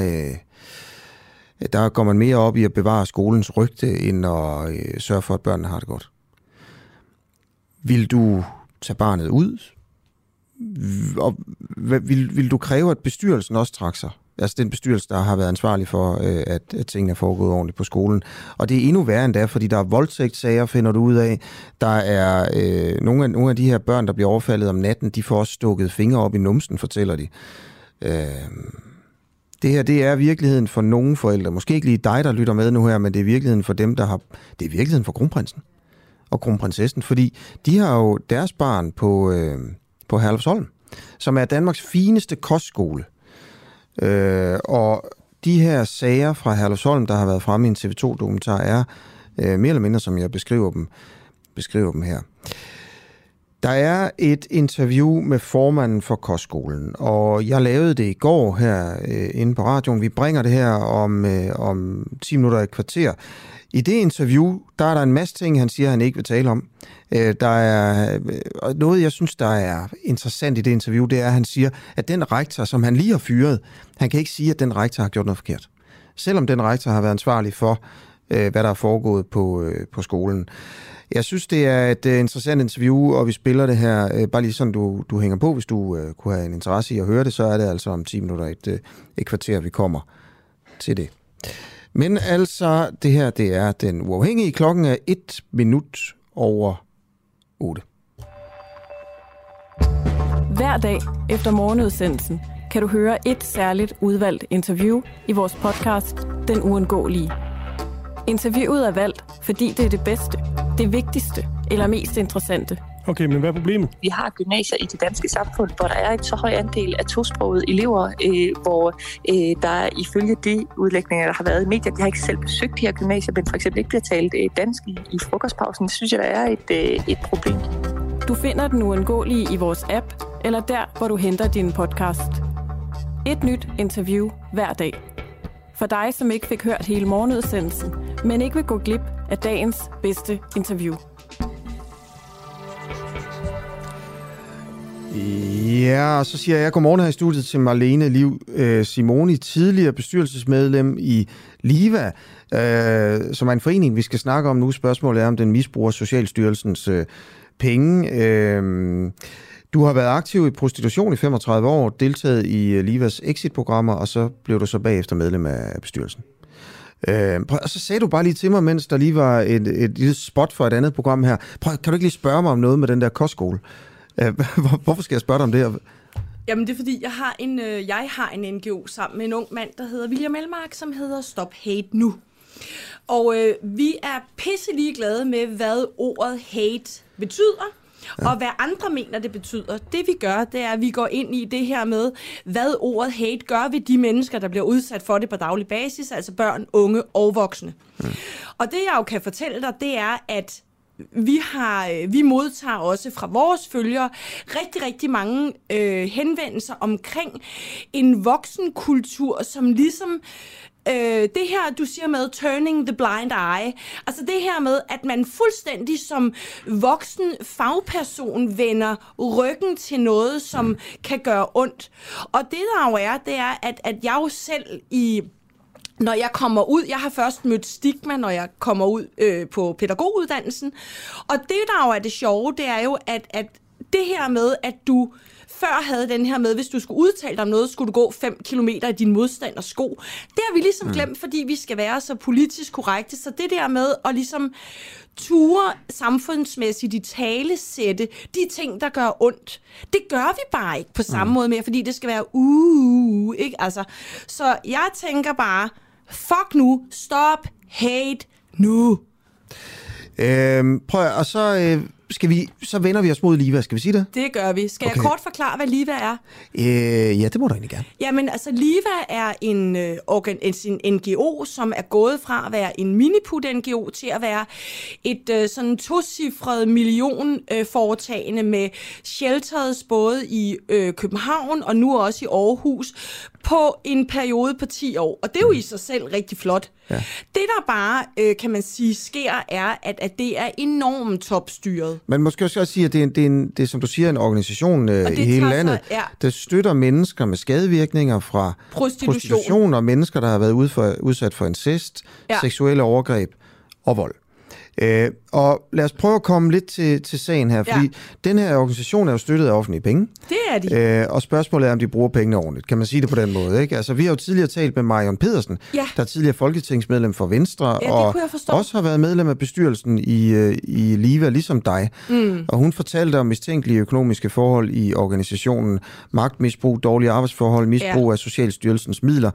der går man mere op i at bevare skolens rygte, end at sørge for, at børnene har det godt. Vil du tage barnet ud? Og vil du kræve, at bestyrelsen også trækker sig? Altså den bestyrelse, der har været ansvarlig for, at tingene er foregået ordentligt på skolen. Og det er endnu værre end det, fordi der er voldtægtssager, finder du ud af. Der er nogle af de her børn, der bliver overfaldet om natten, de får også stukket fingre op i numsen, fortæller de. Det her, det er virkeligheden for nogle forældre. Måske ikke lige dig, der lytter med nu her, men det er virkeligheden for dem, der har... Det er virkeligheden for kronprinsen og kronprinsessen, fordi de har jo deres barn på Herlufsholm, som er Danmarks fineste kostskole. Og de her sager fra Herlufsholm, der har været fremme i en TV2-dokumentar, er mere eller mindre, som jeg beskriver dem her. Der er et interview med formanden for kostskolen, og jeg lavede det i går her inde på radioen. Vi bringer det her om 10 minutter et kvarter. I det interview, der er der en masse ting, han siger, han ikke vil tale om. Der er noget, jeg synes, der er interessant i det interview, det er, at han siger, at den rektor, som han lige har fyret, han kan ikke sige, at den rektor har gjort noget forkert. Selvom den rektor har været ansvarlig for, hvad der er foregået på skolen. Jeg synes, det er et interessant interview, og vi spiller det her, bare lige sådan, du hænger på, hvis du kunne have en interesse i at høre det, så er det altså om 10 minutter et kvarter, vi kommer til det. Men altså, det her, det er Den Uafhængige. Klokken er 1 minut over 8. Hver dag efter morgenudsendelsen kan du høre et særligt udvalgt interview i vores podcast, Den Uundgåelige. Interviewet er valgt, fordi det er det bedste, det vigtigste eller mest interessante. Okay, men hvad er problemet? Vi har gymnasier i det danske samfund, hvor der er et så høj andel af tosprogede elever, hvor der ifølge de udlægninger, der har været i medier, jeg har ikke selv besøgt de her gymnasier, men for eksempel ikke bliver talt dansk i frokostpausen. Det synes jeg, der er et problem. Du finder Den Uundgåelige i vores app, eller der, hvor du henter din podcast. Et nyt interview hver dag. For dig, som ikke fik hørt hele morgenudsendelsen, men ikke vil gå glip af dagens bedste interview. Ja, og så siger jeg godmorgen her i studiet til Marlene Liv Simoni, tidligere bestyrelsesmedlem i LIVA, som er en forening, vi skal snakke om nu. Spørgsmålet er, om den misbruger Socialstyrelsens penge. Du har været aktiv i prostitution i 35 år, deltaget i LIVAs exit-programmer, og så blev du så bagefter medlem af bestyrelsen. Og så sagde du bare lige til mig, mens der lige var et lille spot for et andet program her. Kan du ikke lige spørge mig om noget med den der kostskole? Hvorfor skal jeg spørge dig om det? Jamen det er fordi, jeg har en NGO sammen med en ung mand, der hedder William Elmark, som hedder Stop Hate Nu. Og vi er pisse ligeglade med, hvad ordet hate betyder, og hvad andre mener, det betyder. Det vi gør, det er, at vi går ind i det her med, hvad ordet hate gør ved de mennesker, der bliver udsat for det på daglig basis, altså børn, unge og voksne. Og det jeg jo kan fortælle dig, det er, at vi modtager også fra vores følgere rigtig, rigtig mange henvendelser omkring en voksenkultur, som ligesom det her, du siger med turning the blind eye, altså det her med, at man fuldstændig som voksen fagperson vender ryggen til noget, som kan gøre ondt. Og det der jo er, det er, at jeg jo selv når jeg kommer ud, jeg har først mødt stigma, når jeg kommer ud på pædagoguddannelsen, og det der jo er det sjove, det er jo, at det her med, at du før havde den her med, hvis du skulle udtale dig om noget, skulle du gå 5 kilometer i din modstanders sko. Det har vi ligesom glemt, fordi vi skal være så politisk korrekte, så det der med at ligesom ture samfundsmæssigt i talesætte de ting, der gør ondt, det gør vi bare ikke på samme måde mere, fordi det skal være ikke? Altså, så jeg tænker bare, fuck nu, stop hate nu. Prøv, og så vender vi os mod Liva, skal vi sige det? Det gør vi. Skal jeg kort forklare, hvad Liva er? Ja, det må du egentlig gerne. Jamen, altså Liva er en NGO, som er gået fra at være en miniput-NGO til at være et sådan tocifret millionforetagende med shelters både i København og nu også i Aarhus på en periode på 10 år. Og det er jo i sig selv rigtig flot. Ja. Det der bare, kan man sige, sker, er, at det er enormt topstyret. Man måske også sige, at det er, som du siger, en organisation i hele landet, der støtter mennesker med skadevirkninger fra prostitution og mennesker, der har været udsat for incest, seksuelle overgreb og vold. Og lad os prøve at komme lidt til sagen her, fordi den her organisation er jo støttet af offentlige penge. Det er de. Og spørgsmålet er, om de bruger pengene ordentligt. Kan man sige det på den måde, ikke? Altså, vi har jo tidligere talt med Marion Pedersen, der er tidligere folketingsmedlem for Venstre, og også har været medlem af bestyrelsen i Liva, ligesom dig. Og hun fortalte om mistænkelige økonomiske forhold i organisationen, magtmisbrug, dårlige arbejdsforhold, misbrug af Socialstyrelsens midler.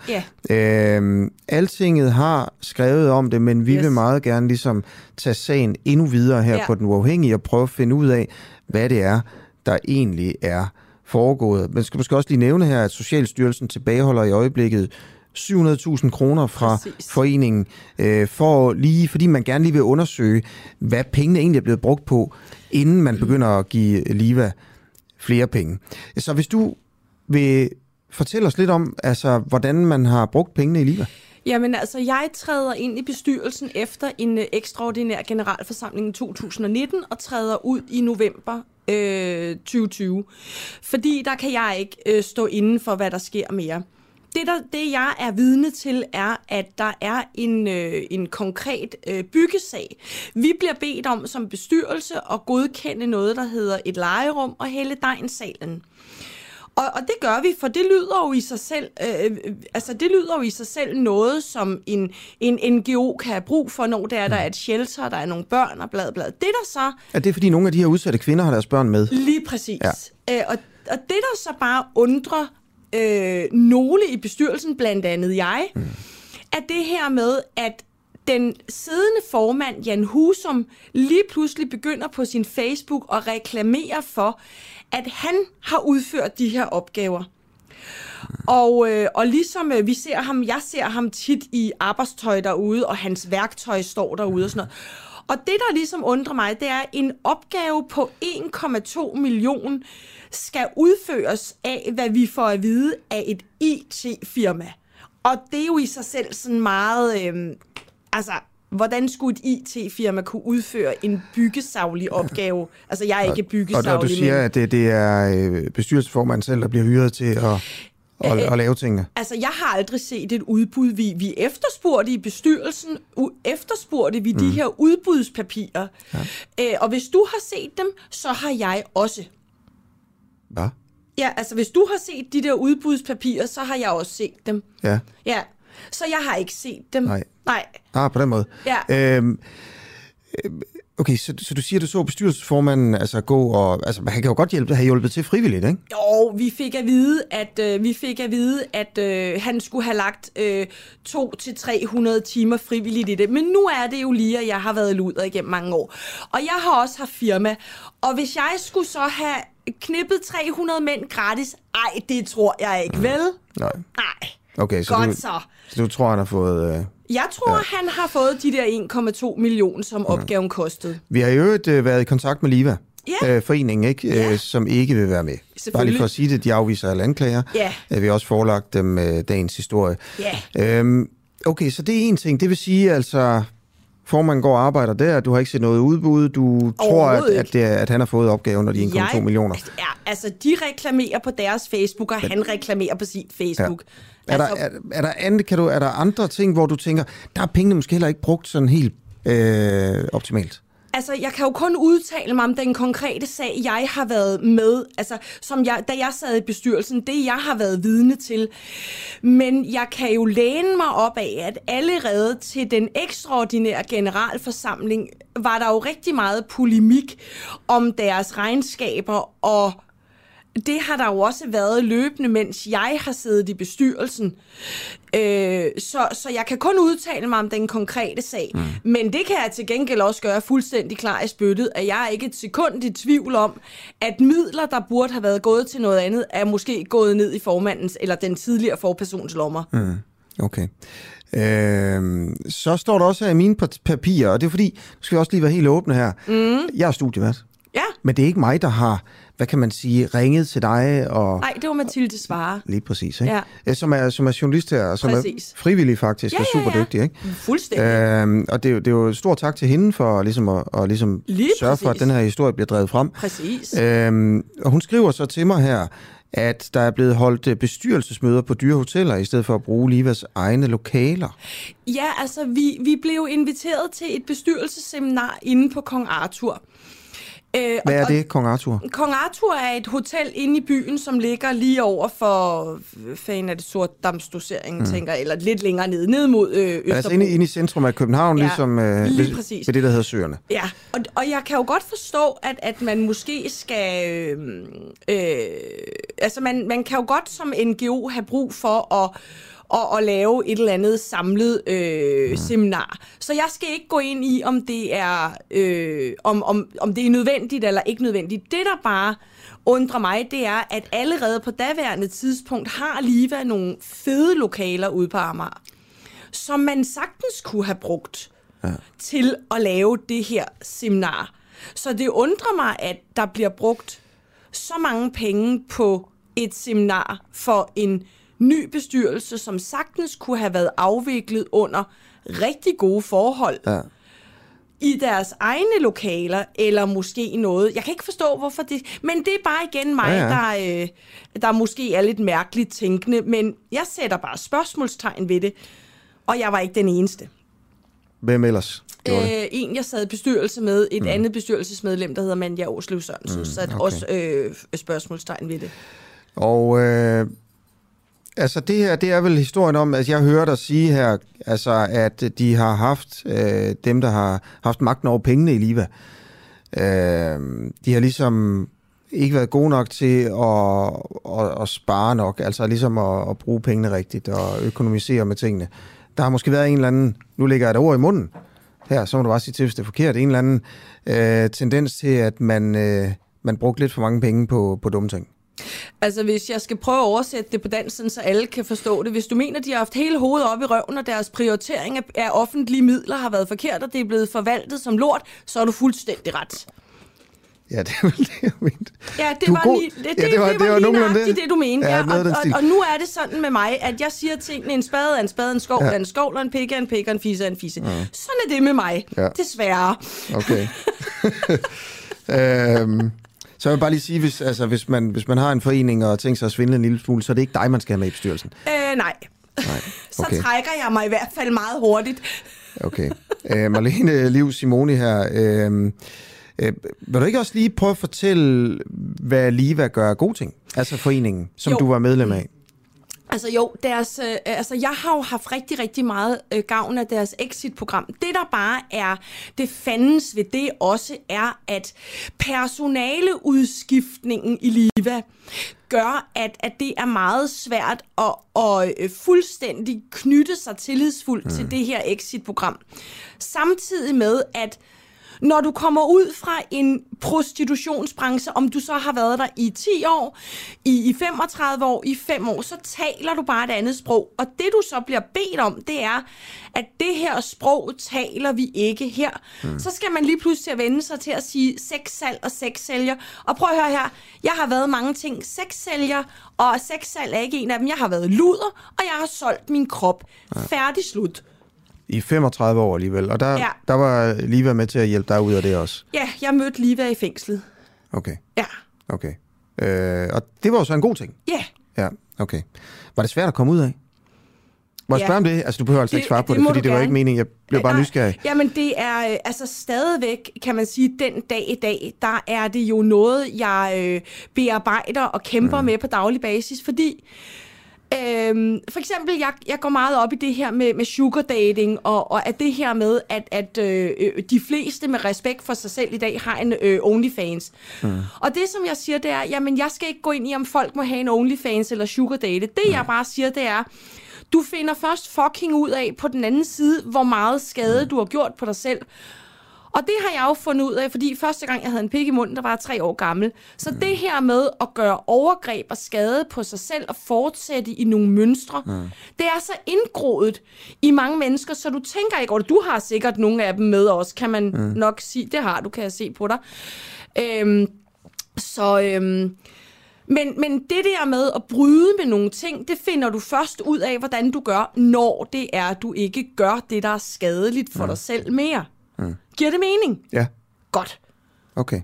Altinget har skrevet om det, men vi vil meget gerne ligesom tage sagen endnu videre her på Den Uafhængige og prøve at finde ud af, hvad det er, der egentlig er foregået. Man skal måske også lige nævne her, at Socialstyrelsen tilbageholder i øjeblikket 700.000 kroner fra foreningen, fordi man gerne lige vil undersøge, hvad pengene egentlig er blevet brugt på, inden man begynder at give Liva flere penge. Så hvis du vil fortælle os lidt om, altså, hvordan man har brugt pengene i Liva? Jamen altså, jeg træder ind i bestyrelsen efter en ekstraordinær generalforsamling i 2019 og træder ud i november 2020. Fordi der kan jeg ikke stå inden for, hvad der sker mere. Det jeg er vidne til, er, at der er en konkret byggesag. Vi bliver bedt om som bestyrelse at godkende noget, der hedder et legerum og Helledegnsalen. Og det gør vi, for det lyder jo i sig selv, noget, som en NGO kan have brug for, når der er et shelter, der er nogle børn og blad. Det der så... Er det fordi nogle af de her udsatte kvinder har deres børn med? Lige præcis. Ja. Og det der så bare undrer nogle i bestyrelsen, blandt andet jeg, er det her med, at den siddende formand, Jan Husum, lige pludselig begynder på sin Facebook at reklamere for, at han har udført de her opgaver. Og ligesom jeg ser ham tit i arbejdstøj derude, og hans værktøj står derude og sådan noget. Og det, der ligesom undrer mig, det er, en opgave på 1,2 million skal udføres af, hvad vi får at vide af et IT-firma. Og det er jo i sig selv sådan meget... hvordan skulle et IT-firma kunne udføre en byggesaglig opgave? Altså, jeg er ikke byggesaglig. Og du siger, at det er bestyrelsesformanden selv, der bliver hyret til at lave tingene? Altså, jeg har aldrig set et udbud. Vi efterspurgte i bestyrelsen, vi de her udbudspapirer. Ja. Og hvis du har set dem, så har jeg også. Hvad? Ja, altså, hvis du har set de der udbudspapirer, så har jeg også set dem. Ja. Ja. Så jeg har ikke set dem. Nej. På den måde. Ja. Okay, så du siger, du så bestyrelsesformanden altså gå og... Altså, han kan jo godt have hjulpet til frivilligt, ikke? Jo, vi fik at vide, at han skulle have lagt 200-300 timer frivilligt i det. Men nu er det jo lige, at jeg har været luder igennem mange år. Og jeg har også haft firma. Og hvis jeg skulle så have knippet 300 mænd gratis, det tror jeg ikke, vel? Nej. Okay, så du tror, han har fået... Jeg tror, han har fået de der 1,2 millioner, som opgaven kostede. Vi har jo været i kontakt med Liva, foreningen, ikke? Som ikke vil være med. Bare lige for at sige det, de afviser alle anklager. Vi har også forelagt dem dagens historie. Okay, så det er en ting. Det vil sige, altså, formanden går og arbejder der, du har ikke set noget udbud, du tror, at han har fået opgaven, når de 1,2 millioner. Ja, altså, de reklamerer på deres Facebook, og han reklamerer på sit Facebook. Ja. Er der andre ting, hvor du tænker, der er pengene måske heller ikke brugt sådan helt optimalt? Altså, jeg kan jo kun udtale mig om den konkrete sag, jeg har været med, altså, da jeg sad i bestyrelsen, det jeg har været vidne til. Men jeg kan jo læne mig op af, at allerede til den ekstraordinære generalforsamling var der jo rigtig meget polemik om deres regnskaber, og det har der jo også været løbende, mens jeg har siddet i bestyrelsen. Så jeg kan kun udtale mig om den konkrete sag. Men det kan jeg til gengæld også gøre fuldstændig klar i spyttet, at jeg er ikke et sekund i tvivl om, at midler, der burde have været gået til noget andet, er måske gået ned i formandens eller den tidligere forpersons lommer. Okay. Så står der også her i mine papirer, og det er fordi, nu skal vi også lige være helt åbne her. Jeg er studievært. Ja. Men det er ikke mig, der har, hvad kan man sige, ringet til dig og... Nej, det var Mathilde Svare. Lige præcis, ikke? Ja. Som er journalist her, og som præcis. Er frivillig faktisk, og super dygtig, ikke? Fuldstændig. Og det er jo stor tak til hende for ligesom at sørge for, at den her historie bliver drevet frem. Præcis. Og hun skriver så til mig her, at der er blevet holdt bestyrelsesmøder på dyre hoteller, i stedet for at bruge Livas egne lokaler. Ja, altså vi blev inviteret til et bestyrelsesseminar inde på Kong Arthur. Hvad er det, Kong Arthur? Kong Arthur er et hotel inde i byen, som ligger lige over for, fanden er det, Sortedamsdoseringen, tænker jeg, eller lidt længere ned mod Østerbro. Altså inde i centrum af København, lige ved det, der hedder Søerne. Ja, og jeg kan jo godt forstå, at man måske skal... altså, man kan jo godt som NGO have brug for at lave et eller andet samlet seminar. Så jeg skal ikke gå ind i, om det er om det er nødvendigt eller ikke nødvendigt. Det, der bare undrer mig, det er, at allerede på daværende tidspunkt har Liva nogle fede lokaler ude på Amager, som man sagtens kunne have brugt til at lave det her seminar. Så det undrer mig, at der bliver brugt så mange penge på et seminar for en ny bestyrelse, som sagtens kunne have været afviklet under rigtig gode forhold i deres egne lokaler, eller måske noget. Jeg kan ikke forstå, hvorfor det... Men det er bare igen mig, der måske er lidt mærkeligt tænkende, men jeg sætter bare spørgsmålstegn ved det, og jeg var ikke den eneste. Hvem ellers? En, jeg sad i bestyrelse med, et andet bestyrelsesmedlem, der hedder Manja Årslev Sørensen, satte også spørgsmålstegn ved det. Og... Altså det her, det er vel historien om, at jeg hører dig sige her, altså at de har haft, dem der har haft magten over pengene i Liva, de har ligesom ikke været gode nok til at spare nok, altså ligesom at bruge pengene rigtigt og økonomisere med tingene. Der har måske været en eller anden, nu lægger jeg et ord i munden, her, så må du bare sige til, hvis det er forkert, en eller anden tendens til, at man brugte lidt for mange penge på dumme ting. Altså, hvis jeg skal prøve at oversætte det på dansen, så alle kan forstå det. Hvis du mener, de har haft hele hovedet op i røven, og deres prioritering af offentlige midler har været forkert, og det er blevet forvaltet som lort, så er du fuldstændig ret. Ja, det er vel det, jeg mente. Ja, det var lige nøjagtigt det, du mente. Ja, og nu er det sådan med mig, at jeg siger tingene, en spade er en spade, en skov er en skov, og en pik er en pik, og en fisse er en fisse. Sådan er det med mig, desværre. Okay. Så jeg vil bare lige sige, hvis man har en forening og tænker sig at svindle en lille smule, så er det ikke dig, man skal have med i bestyrelsen? Nej. Okay. Så trækker jeg mig i hvert fald meget hurtigt. Okay. Marlene Liv Simoni her. Vil du ikke også lige prøve at fortælle, hvad Liva gør gode ting? Altså foreningen, som du var medlem af. Altså jeg har jo haft rigtig, rigtig meget gavn af deres exit-program. Det der bare er, det fandens ved det også er, at personaleudskiftningen i Liva gør, at det er meget svært at fuldstændig knytte sig tillidsfuldt til det her exit-program. Samtidig med, at når du kommer ud fra en prostitutionsbranche, om du så har været der i 10 år, i 35 år, i 5 år, så taler du bare et andet sprog. Og det du så bliver bedt om, det er, at det her sprog taler vi ikke her. Så skal man lige pludselig vende sig til at sige sexsalg og sexsælger. Og prøv at høre her, jeg har været mange ting. Sexsælger og sexsalg er ikke en af dem. Jeg har været luder, og jeg har solgt min krop. Færdig slut. I 35 år alligevel, og der var Liva med til at hjælpe dig ud af det også? Ja, jeg mødte Liva i fængslet. Okay. Ja. Okay. Og det var jo så en god ting? Ja. Ja, okay. Var det svært at komme ud af? Må jeg spørge om det? Altså, du behøver altså ikke svare på det, fordi det var ikke meningen. Jeg blev bare nysgerrig. Jamen, det er altså stadigvæk, kan man sige, den dag i dag, der er det jo noget, jeg bearbejder og kæmper med på daglig basis, fordi for eksempel, jeg går meget op i det her med sugar dating, og at det her med, at de fleste med respekt for sig selv i dag har en OnlyFans. Og det, som jeg siger, det er, jamen, jeg skal ikke gå ind i, om folk må have en OnlyFans eller sugar date. Det, jeg bare siger, det er, du finder først fucking ud af på den anden side, hvor meget skade du har gjort på dig selv. Og det har jeg jo fundet ud af, fordi første gang, jeg havde en pik i munden, der var jeg 3 år gammel. Så det her med at gøre overgreb og skade på sig selv og fortsætte i nogle mønstre, det er så indgroet i mange mennesker, så du tænker ikke over det. Du har sikkert nogle af dem med også, kan man nok sige. Det har du, kan jeg se på dig. Men det der med at bryde med nogle ting, det finder du først ud af, hvordan du gør, når det er, du ikke gør det, der er skadeligt for dig selv mere. Giver det mening? Ja. Godt. Okay.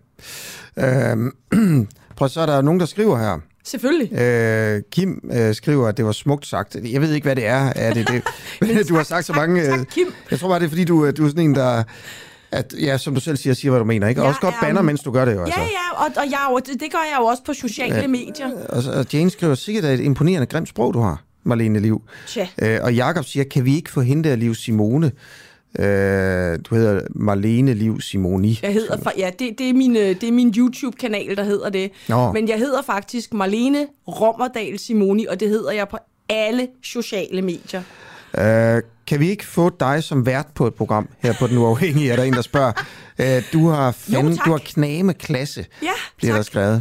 Prøv, så er der nogen, der skriver her. Selvfølgelig. Kim skriver, at det var smukt sagt. Jeg ved ikke, hvad det er. Du har sagt så mange... Tak, Kim. Jeg tror bare, det er, fordi du er sådan en, der... At, ja, som du selv siger, hvad du mener, ikke? Og også godt banner, mens du gør det jo, altså. Ja, og det gør jeg jo også på sociale medier. Og Jane skriver, sikkert er et imponerende grimt sprog, du har, Marlene Liv. Og Jakob siger, kan vi ikke få hende der, Liv Simone? Du hedder Marlene Liv Simoni. Jeg hedder, det er min YouTube-kanal, der hedder det. Men jeg hedder faktisk Marlene Rommerdal Simoni, og det hedder jeg på alle sociale medier. Kan vi ikke få dig som vært på et program her på Den Uafhængige? Er der en, der spørger? Du har knageme klasse, bliver der skrevet.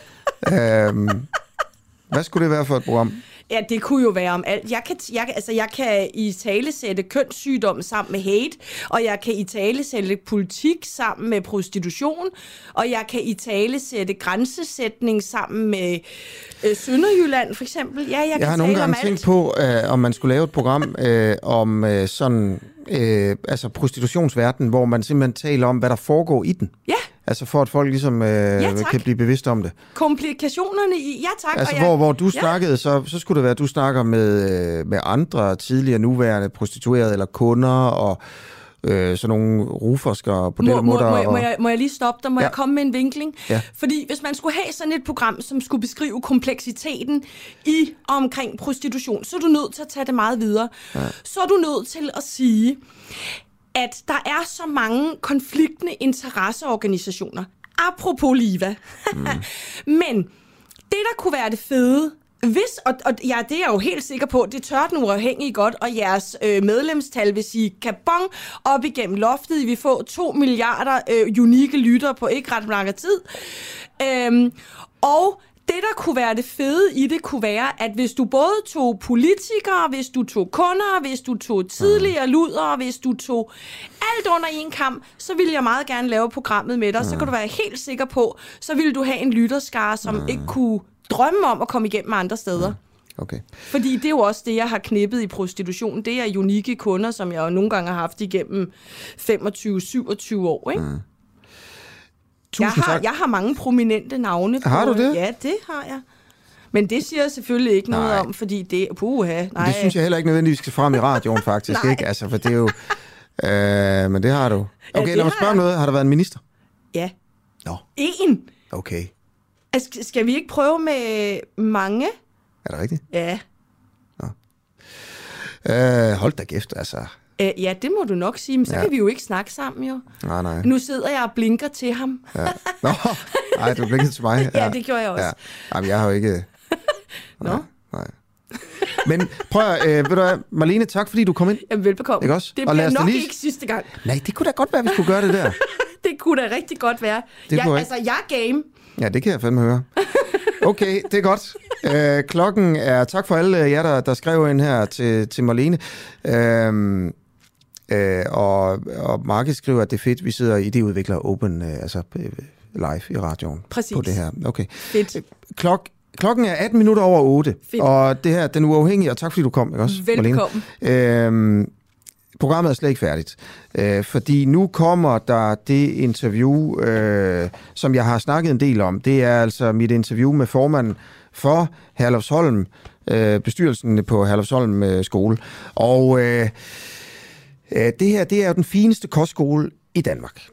Hvad skulle det være for et program? Ja, det kunne jo være om alt. Jeg kan italesætte kønssygdom sammen med hate, og jeg kan italesætte politik sammen med prostitution, og jeg kan italesætte grænsesætning sammen med Sønderjylland, for eksempel. Ja, jeg har nogle gange tænkt på, om man skulle lave et program om sådan prostitutionsverdenen, hvor man simpelthen taler om, hvad der foregår i den. Ja. Altså for at folk ligesom kan blive bevidste om det. Komplikationerne i... Ja, tak. Altså hvor du snakkede, så skulle det være, at du snakker med andre tidligere nuværende prostituerede eller kunder og sådan nogle ruforskere på den måde. Må jeg lige stoppe dig? Må jeg komme med en vinkling? Ja. Fordi hvis man skulle have sådan et program, som skulle beskrive kompleksiteten i og omkring prostitution, så er du nødt til at tage det meget videre. Ja. Så er du nødt til at sige, at der er så mange konfliktende interesseorganisationer. Apropos Liva. Men det, der kunne være det fede, det er jeg jo helt sikker på, det tør Den Uafhængige godt, og jeres medlemstal vil sige kabong op igennem loftet. I vil få 2 milliarder unikke lyttere på ikke ret lang tid. Og det, der kunne være det fede i det, kunne være, at hvis du både tog politikere, hvis du tog kunder, hvis du tog tidligere ludere, hvis du tog alt under en kamp, så ville jeg meget gerne lave programmet med dig. Så kan du være helt sikker på, så ville du have en lytterskare, som ikke kunne drømme om at komme igennem andre steder. Okay. Fordi det er jo også det, jeg har knippet i prostitution. Det er unikke kunder, som jeg jo nogle gange har haft igennem 25-27 år, ikke? Jeg har mange prominente navne på. Har du det? Ja, det har jeg. Men det siger jeg selvfølgelig ikke noget om, fordi det... Nej. Det synes jeg heller ikke nødvendigvis skal frem i radioen, faktisk. Ikke? Altså, for det er jo... men det har du. Okay, lad mig spørge noget. Har der været en minister? Ja. Nå. En. Okay. Skal vi ikke prøve med mange? Er det rigtigt? Ja. Hold da kæft, altså. Ja, det må du nok sige, men så kan vi jo ikke snakke sammen, jo. Nej. Nu sidder jeg og blinker til ham. Ja. Nå, nej, du blinkede til mig. Ja, det gjorde jeg også. Ja. Jamen, jeg har jo ikke... Nå. Nej. Men prøv at, ved du hvad, Marlene, tak fordi du kom ind. Jamen, velbekomme. Ikke også? Det bliver nok ikke sidste gang. Nej, det kunne da godt være, at vi skulle gøre det der. Det kunne da rigtig godt være. Jeg er game. Ja, det kan jeg fandme høre. Okay, det er godt. Klokken er... Tak for alle jer, der skrev ind her til Marlene. Og Marke skriver, at det er fedt, vi sidder i idéudvikler open, live i radioen. Præcis. På det her. Okay. Fedt. Klokken er 18 minutter over 8. Fedt. Og det her, den uafhængige, og tak fordi du kom, ikke også, velkommen. Marlene? Programmet er slet ikke færdigt, fordi nu kommer der det interview, som jeg har snakket en del om. Det er altså mit interview med formanden for Herlufsholm, bestyrelsen på Herlufsholm skole. Og det her, det er jo den fineste kostskole i Danmark,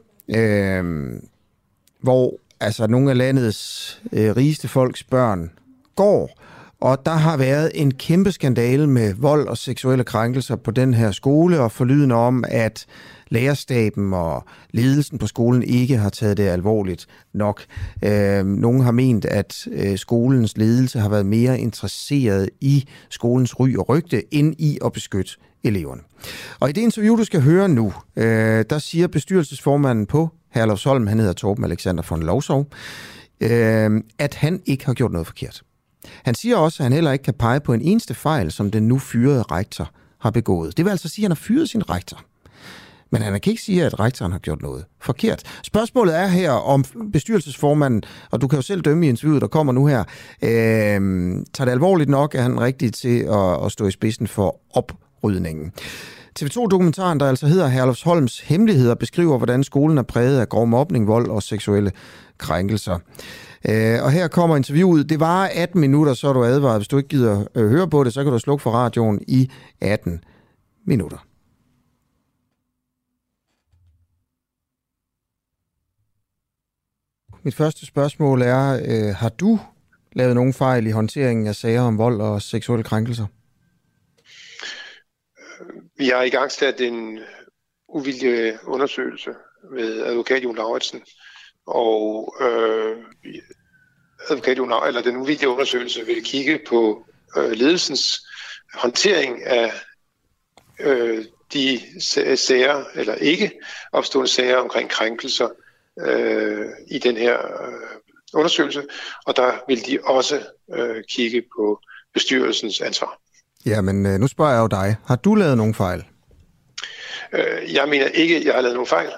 hvor altså nogle af landets rigeste folks børn går. Og der har været en kæmpe skandale med vold og seksuelle krænkelser på den her skole, og forlydende om, at lærerstaben og ledelsen på skolen ikke har taget det alvorligt nok. Nogle har ment, at skolens ledelse har været mere interesseret i skolens ry og rygte, end i at beskytte eleverne. Og i det interview, du skal høre nu, der siger bestyrelsesformanden på Herlufsholm, han hedder Torben Alexander von Lovsov, at han ikke har gjort noget forkert. Han siger også, at han heller ikke kan pege på en eneste fejl, som den nu fyrede rektor har begået. Det vil altså sige, at han har fyret sin rektor. Men han kan ikke sige, at rektoren har gjort noget forkert. Spørgsmålet er her, om bestyrelsesformanden, og du kan jo selv dømme i interviewet, der kommer nu her, tager det alvorligt nok, er han rigtig til at stå i spidsen for oprydningen. TV2-dokumentaren, der altså hedder Herlufsholms Hemmeligheder, beskriver, hvordan skolen er præget af grov mobning, vold og seksuelle krænkelser. Og her kommer interviewet. Det var 18 minutter, så er du advaret. Hvis du ikke gider høre på det, så kan du slukke for radioen i 18 minutter. Mit første spørgsmål er, har du lavet nogen fejl i håndteringen af sager om vold og seksuelle krænkelser? Vi har i gang sat en uvildig undersøgelse med advokat Jon Lauritsen, og den uvildige undersøgelse vil kigge på ledelsens håndtering af de sager, eller ikke opstående sager omkring krænkelser i den her undersøgelse, og der vil de også kigge på bestyrelsens ansvar. Ja, men nu spørger jeg jo dig. Har du lavet nogen fejl? Jeg mener ikke, at jeg har lavet nogen fejl.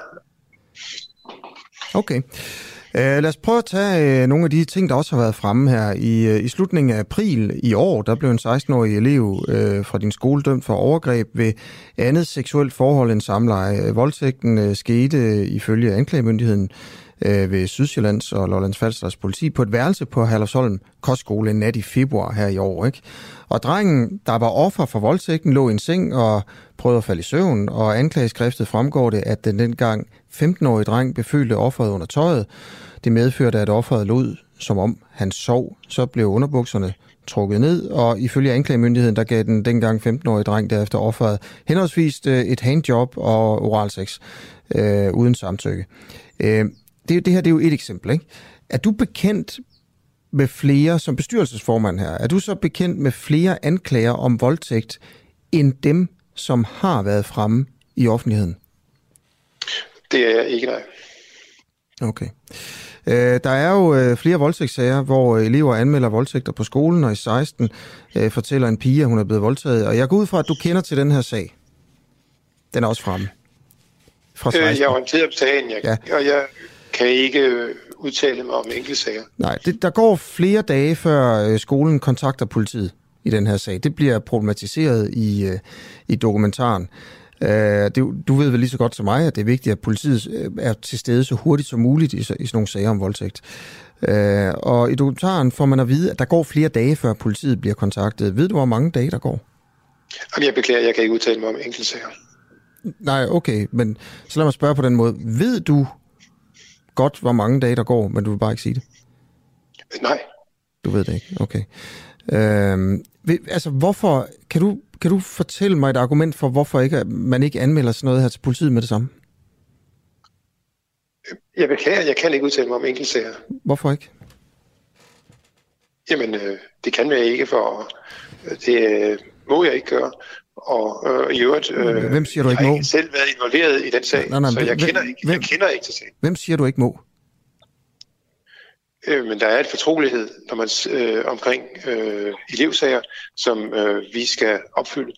Okay. Lad os prøve at tage nogle af de ting, der også har været fremme her. I slutningen af april i år, der blev en 16-årig elev fra din skole dømt for overgreb ved andet seksuelt forhold end samleje. Voldtægten skete ifølge anklagemyndigheden ved Sydsjællands og Lollands Falsters politi på et værelse på Herlufsholm Kostskole en nat i februar her i år, ikke? Og drengen, der var offer for voldtægten, lå i en seng og prøvede at falde i søvn, og anklageskriftet fremgår det, at den dengang 15-årige dreng befølte offeret under tøjet. Det medførte, at offeret lod, som om han sov. Så blev underbukserne trukket ned, og ifølge anklagemyndigheden, der gav den dengang 15-årige dreng derefter offeret henholdsvis et handjob og oralsex uden samtykke. Det her det er jo et eksempel, ikke? Er du bekendt med flere, som bestyrelsesformand her, er du så bekendt med flere anklager om voldtægt, end dem, som har været fremme i offentligheden? Det er jeg ikke, nej. Okay. Der er jo flere voldtægtssager, hvor elever anmelder voldtægter på skolen, og i 16 fortæller en pige, at hun er blevet voldtaget. Og jeg går ud fra, at du kender til den her sag. Den er også fremme. Fra 16. Jeg har håndteret sagen, og jeg kan ikke udtale mig om enkeltsager. Nej, der går flere dage, før skolen kontakter politiet i den her sag. Det bliver problematiseret i dokumentaren. Du ved vel lige så godt som mig, at det er vigtigt, at politiet er til stede så hurtigt som muligt i sådan nogle sager om voldtægt. Og i dokumentaren får man at vide, at der går flere dage, før politiet bliver kontaktet. Ved du, hvor mange dage der går? Jamen, jeg beklager, jeg kan ikke udtale mig om enkeltsager. Nej, okay, men så lad mig spørge på den måde. Ved du godt, hvor mange dage der går, men du vil bare ikke sige det? Nej. Du ved det ikke, okay. Altså, hvorfor... Kan du fortælle mig et argument for, hvorfor man ikke anmelder sådan noget her til politiet med det samme? Jeg beklager, jeg kan ikke udtale mig om enkeltsager. Hvorfor ikke? Jamen, det kan jeg ikke, for det må jeg ikke gøre. Og i øvrigt, hvem siger du ikke må? Jeg har ikke selv været involveret i den sag, så jeg kender ikke til sagen. Hvem siger du ikke må? Men der er et fortrolighed når man, omkring elevsager, som vi skal opfylde.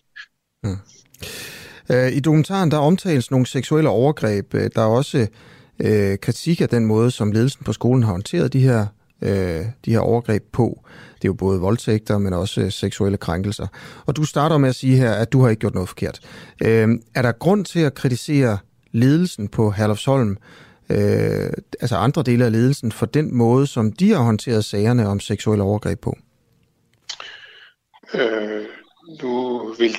I dokumentaren der omtales nogle seksuelle overgreb. Der er også kritik af den måde, som ledelsen på skolen har håndteret de her overgreb på. Det er jo både voldtægter, men også seksuelle krænkelser. Og du starter med at sige her, at du har ikke gjort noget forkert. Er der grund til at kritisere ledelsen på Herlufsholm, altså andre dele af ledelsen, for den måde, som de har håndteret sagerne om seksuelle overgreb på? Nu vil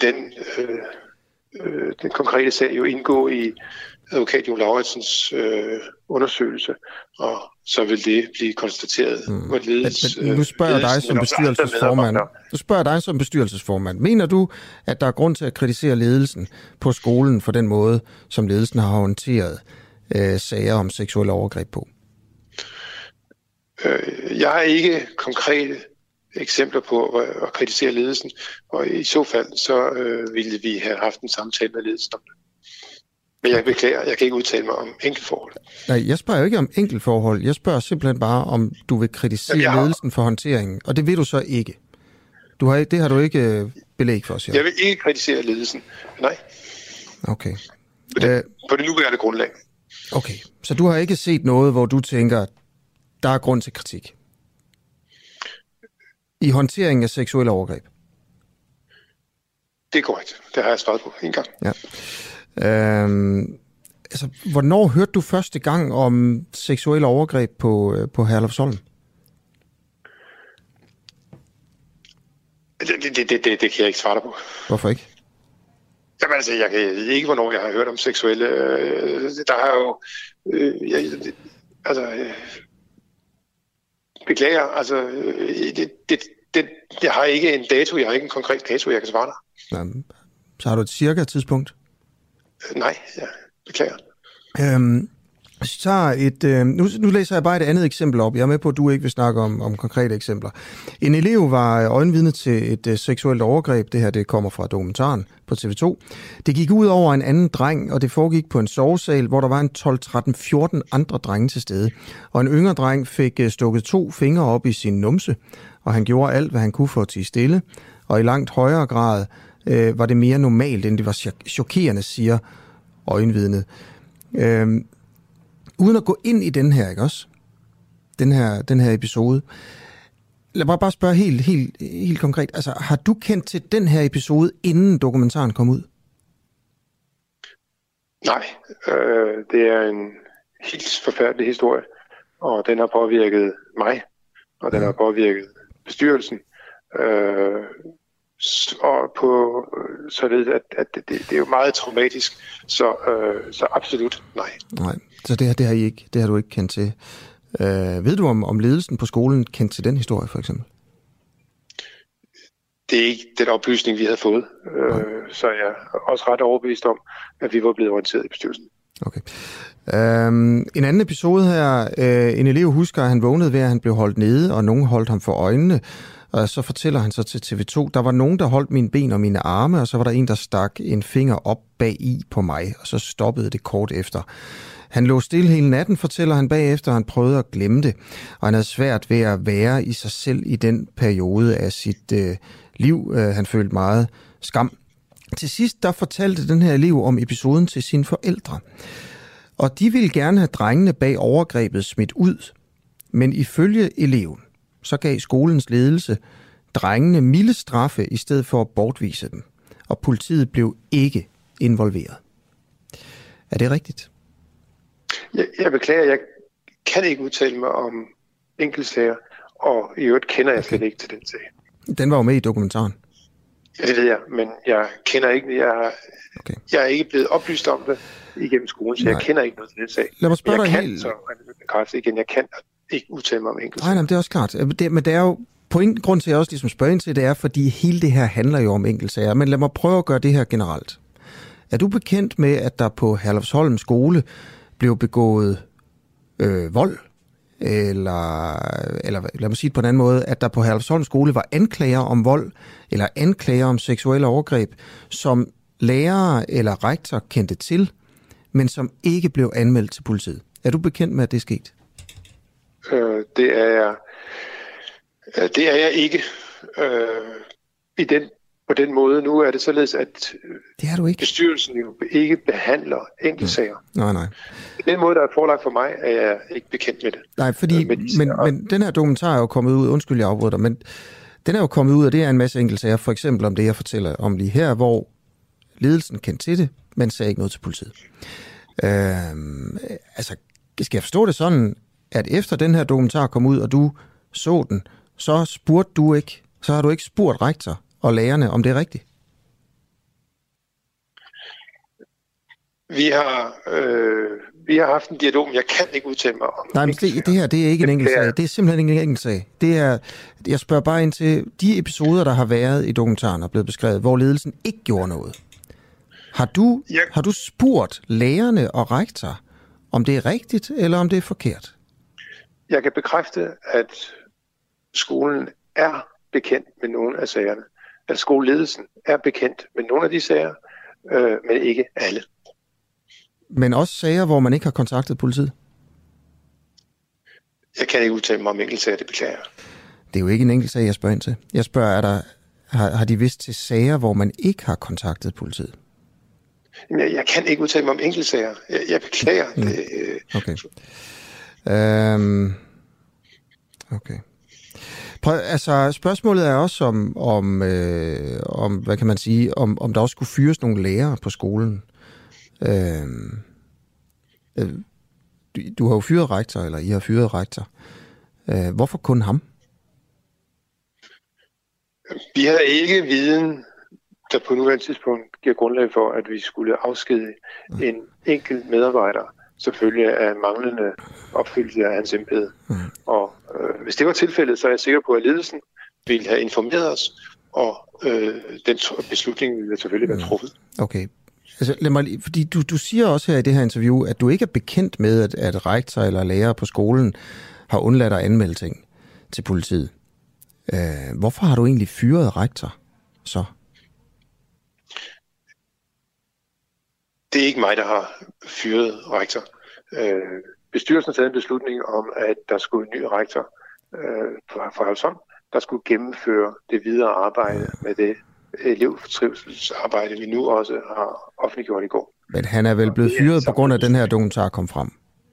den konkrete sag jo indgå i advokat Jon Lauritsens undersøgelse, og så vil det blive konstateret. Nu spørger jeg dig som bestyrelsesformand. Mener du, at der er grund til at kritisere ledelsen på skolen for den måde, som ledelsen har håndteret sager om seksuelle overgreb på? Jeg har ikke konkrete eksempler på at kritisere ledelsen, og i så fald så ville vi have haft en samtale med ledelsen om det. Men jeg beklager, jeg kan ikke udtale mig om enkeltforhold. Nej, jeg spørger jo ikke om enkeltforhold. Jeg spørger simpelthen bare, om du vil kritisere ledelsen for håndteringen, og det vil du så ikke. Det har du ikke belæg for, siger du. Jeg vil ikke kritisere ledelsen, nej. Okay. På det nuværende grundlag. Okay, så du har ikke set noget, hvor du tænker, der er grund til kritik? I håndteringen af seksuelle overgreb? Det er korrekt. Det har jeg svaret på en gang. Ja. Altså, hvornår hørte du første gang om seksuelle overgreb på Herlufsholm? Det kan jeg ikke svare dig på. Hvorfor ikke? Jamen altså, jeg ved ikke, hvornår jeg har hørt om seksuelle... Der har jo... beklager, altså... Jeg har ikke en dato, jeg har ikke en konkret dato, jeg kan svare dig. Jamen, så har du et cirka tidspunkt? Nej, jeg beklager. Nu læser jeg bare et andet eksempel op. Jeg er med på, at du ikke vil snakke om konkrete eksempler. En elev var øjenvidne til et seksuelt overgreb. Det her det kommer fra dokumentaren på TV2. Det gik ud over en anden dreng, og det foregik på en sovesal, hvor der var en 12, 13, 14 andre drenge til stede. Og en yngre dreng fik stukket 2 fingre op i sin numse, og han gjorde alt, hvad han kunne for at tie stille. Og i langt højere grad var det mere normalt, end det var chokerende, siger øjenvidnet. Uden at gå ind i den her, ikke også? Den her episode. Lad mig bare spørge helt konkret. Altså, har du kendt til den her episode, inden dokumentaren kom ud? Nej, det er en helt forfærdelig historie, og den har påvirket mig, og den har påvirket bestyrelsen. Og således at det er jo meget traumatisk, så absolut nej. Nej, så det har du ikke kendt til. Ved du om ledelsen på skolen kendt til den historie for eksempel? Det er ikke den oplysning, vi havde fået, så jeg er også ret overbevist om, at vi var blevet orienteret i bestyrelsen. Okay. En anden episode her, en elev husker, at han vågnede ved, at han blev holdt nede, og nogen holdt ham for øjnene. Og så fortæller han så til TV2, der var nogen, der holdt mine ben og mine arme, og så var der en, der stak en finger op bag i på mig, og så stoppede det kort efter. Han lå stille hele natten, fortæller han bagefter, og han prøvede at glemme det, og han havde svært ved at være i sig selv i den periode af sit liv. Han følte meget skam. Til sidst, der fortalte den her elev om episoden til sine forældre. Og de ville gerne have drengene bag overgrebet smidt ud, men ifølge eleven, så gav skolens ledelse drengene milde straffe i stedet for at bortvise dem. Og politiet blev ikke involveret. Er det rigtigt? Jeg beklager, jeg kan ikke udtale mig om enkeltsager, og i øvrigt kender jeg slet ikke til den sag. Den var jo med i dokumentaren. Ja, det ved jeg, men jeg kender ikke, jeg er ikke blevet oplyst om det igennem skolen, så jeg kender ikke noget til den sag. Lad mig spørge dig helt... Jeg kan ikke udtale mig om enkeltsager. Nej, det er også klart. Men det er jo grund til, at jeg også ligesom spørger ind til, det er, fordi hele det her handler jo om enkeltsager. Men lad mig prøve at gøre det her generelt. Er du bekendt med, at der på Herlufsholm skole blev begået vold? Eller lad mig sige det på en anden måde, at der på Herlufsholm skole var anklager om vold, eller anklager om seksuelle overgreb, som lærere eller rektor kendte til, men som ikke blev anmeldt til politiet. Er du bekendt med, at det er sket? Det er jeg ikke. På den måde. Nu er det således, at det er du ikke. Bestyrelsen jo ikke behandler enkeltsager. Nej. Den måde, der er forelagt for mig, er jeg ikke bekendt med det. Nej, fordi, men den her dokumentar er jo kommet ud, undskyld, jeg afbryder dig, men den er jo kommet ud, og det er en masse enkeltsager, for eksempel om det, jeg fortæller om lige her, hvor ledelsen kendte til det, men sagde ikke noget til politiet. Skal jeg forstå det sådan, at efter den her dokumentar kom ud, og du så den, så har du ikke spurgt rektor og lærerne, om det er rigtigt? Vi har haft en dialog, men jeg kan ikke udtale mig om. Nej, men det her, det er ikke en enkelt sag. Det er simpelthen ikke en enkelt sag. Jeg spørger bare ind til de episoder, der har været i dokumentaren og blevet beskrevet, hvor ledelsen ikke gjorde noget. Har du spurgt lærerne og rektor, om det er rigtigt, eller om det er forkert? Jeg kan bekræfte, at skolen er bekendt med nogle af sagerne. At skoleledelsen er bekendt med nogle af de sager, men ikke alle. Men også sager, hvor man ikke har kontaktet politiet? Jeg kan ikke udtale mig om enkeltsager, det beklager. Det er jo ikke en enkelt sag, jeg spørger ind til. Jeg spørger, har de vidst til sager, hvor man ikke har kontaktet politiet? Jeg kan ikke udtale mig om enkeltsager. Jeg beklager. Okay. Okay. Spørgsmålet er også om hvad kan man sige, om der også skulle fyres nogle lærere på skolen. Du har jo fyret rektor, eller I har fyret rektor. Hvorfor kun ham? Vi har ikke viden, der på nuværende tidspunkt giver grundlag for, at vi skulle afskedige en enkelt medarbejder, selvfølgelig af manglende opfyldelse af hans embede. Og hvis det var tilfældet, så er jeg sikker på, at ledelsen ville have informeret os, og den beslutning ville selvfølgelig være truffet. Okay. Lad mig lige, fordi du siger også her i det her interview, at du ikke er bekendt med, at rektor eller lærer på skolen har undladt at anmelde ting til politiet. Hvorfor har du egentlig fyret rektor så? Det er ikke mig, der har fyret rektor. Bestyrelsen har taget en beslutning om, at der skulle en ny rektor fra Herlufsholm, der skulle gennemføre det videre arbejde med det elevfortrivselsarbejde, vi nu også har offentliggjort i går. Men han er vel blevet fyret på grund af, den her dokumentar kom frem?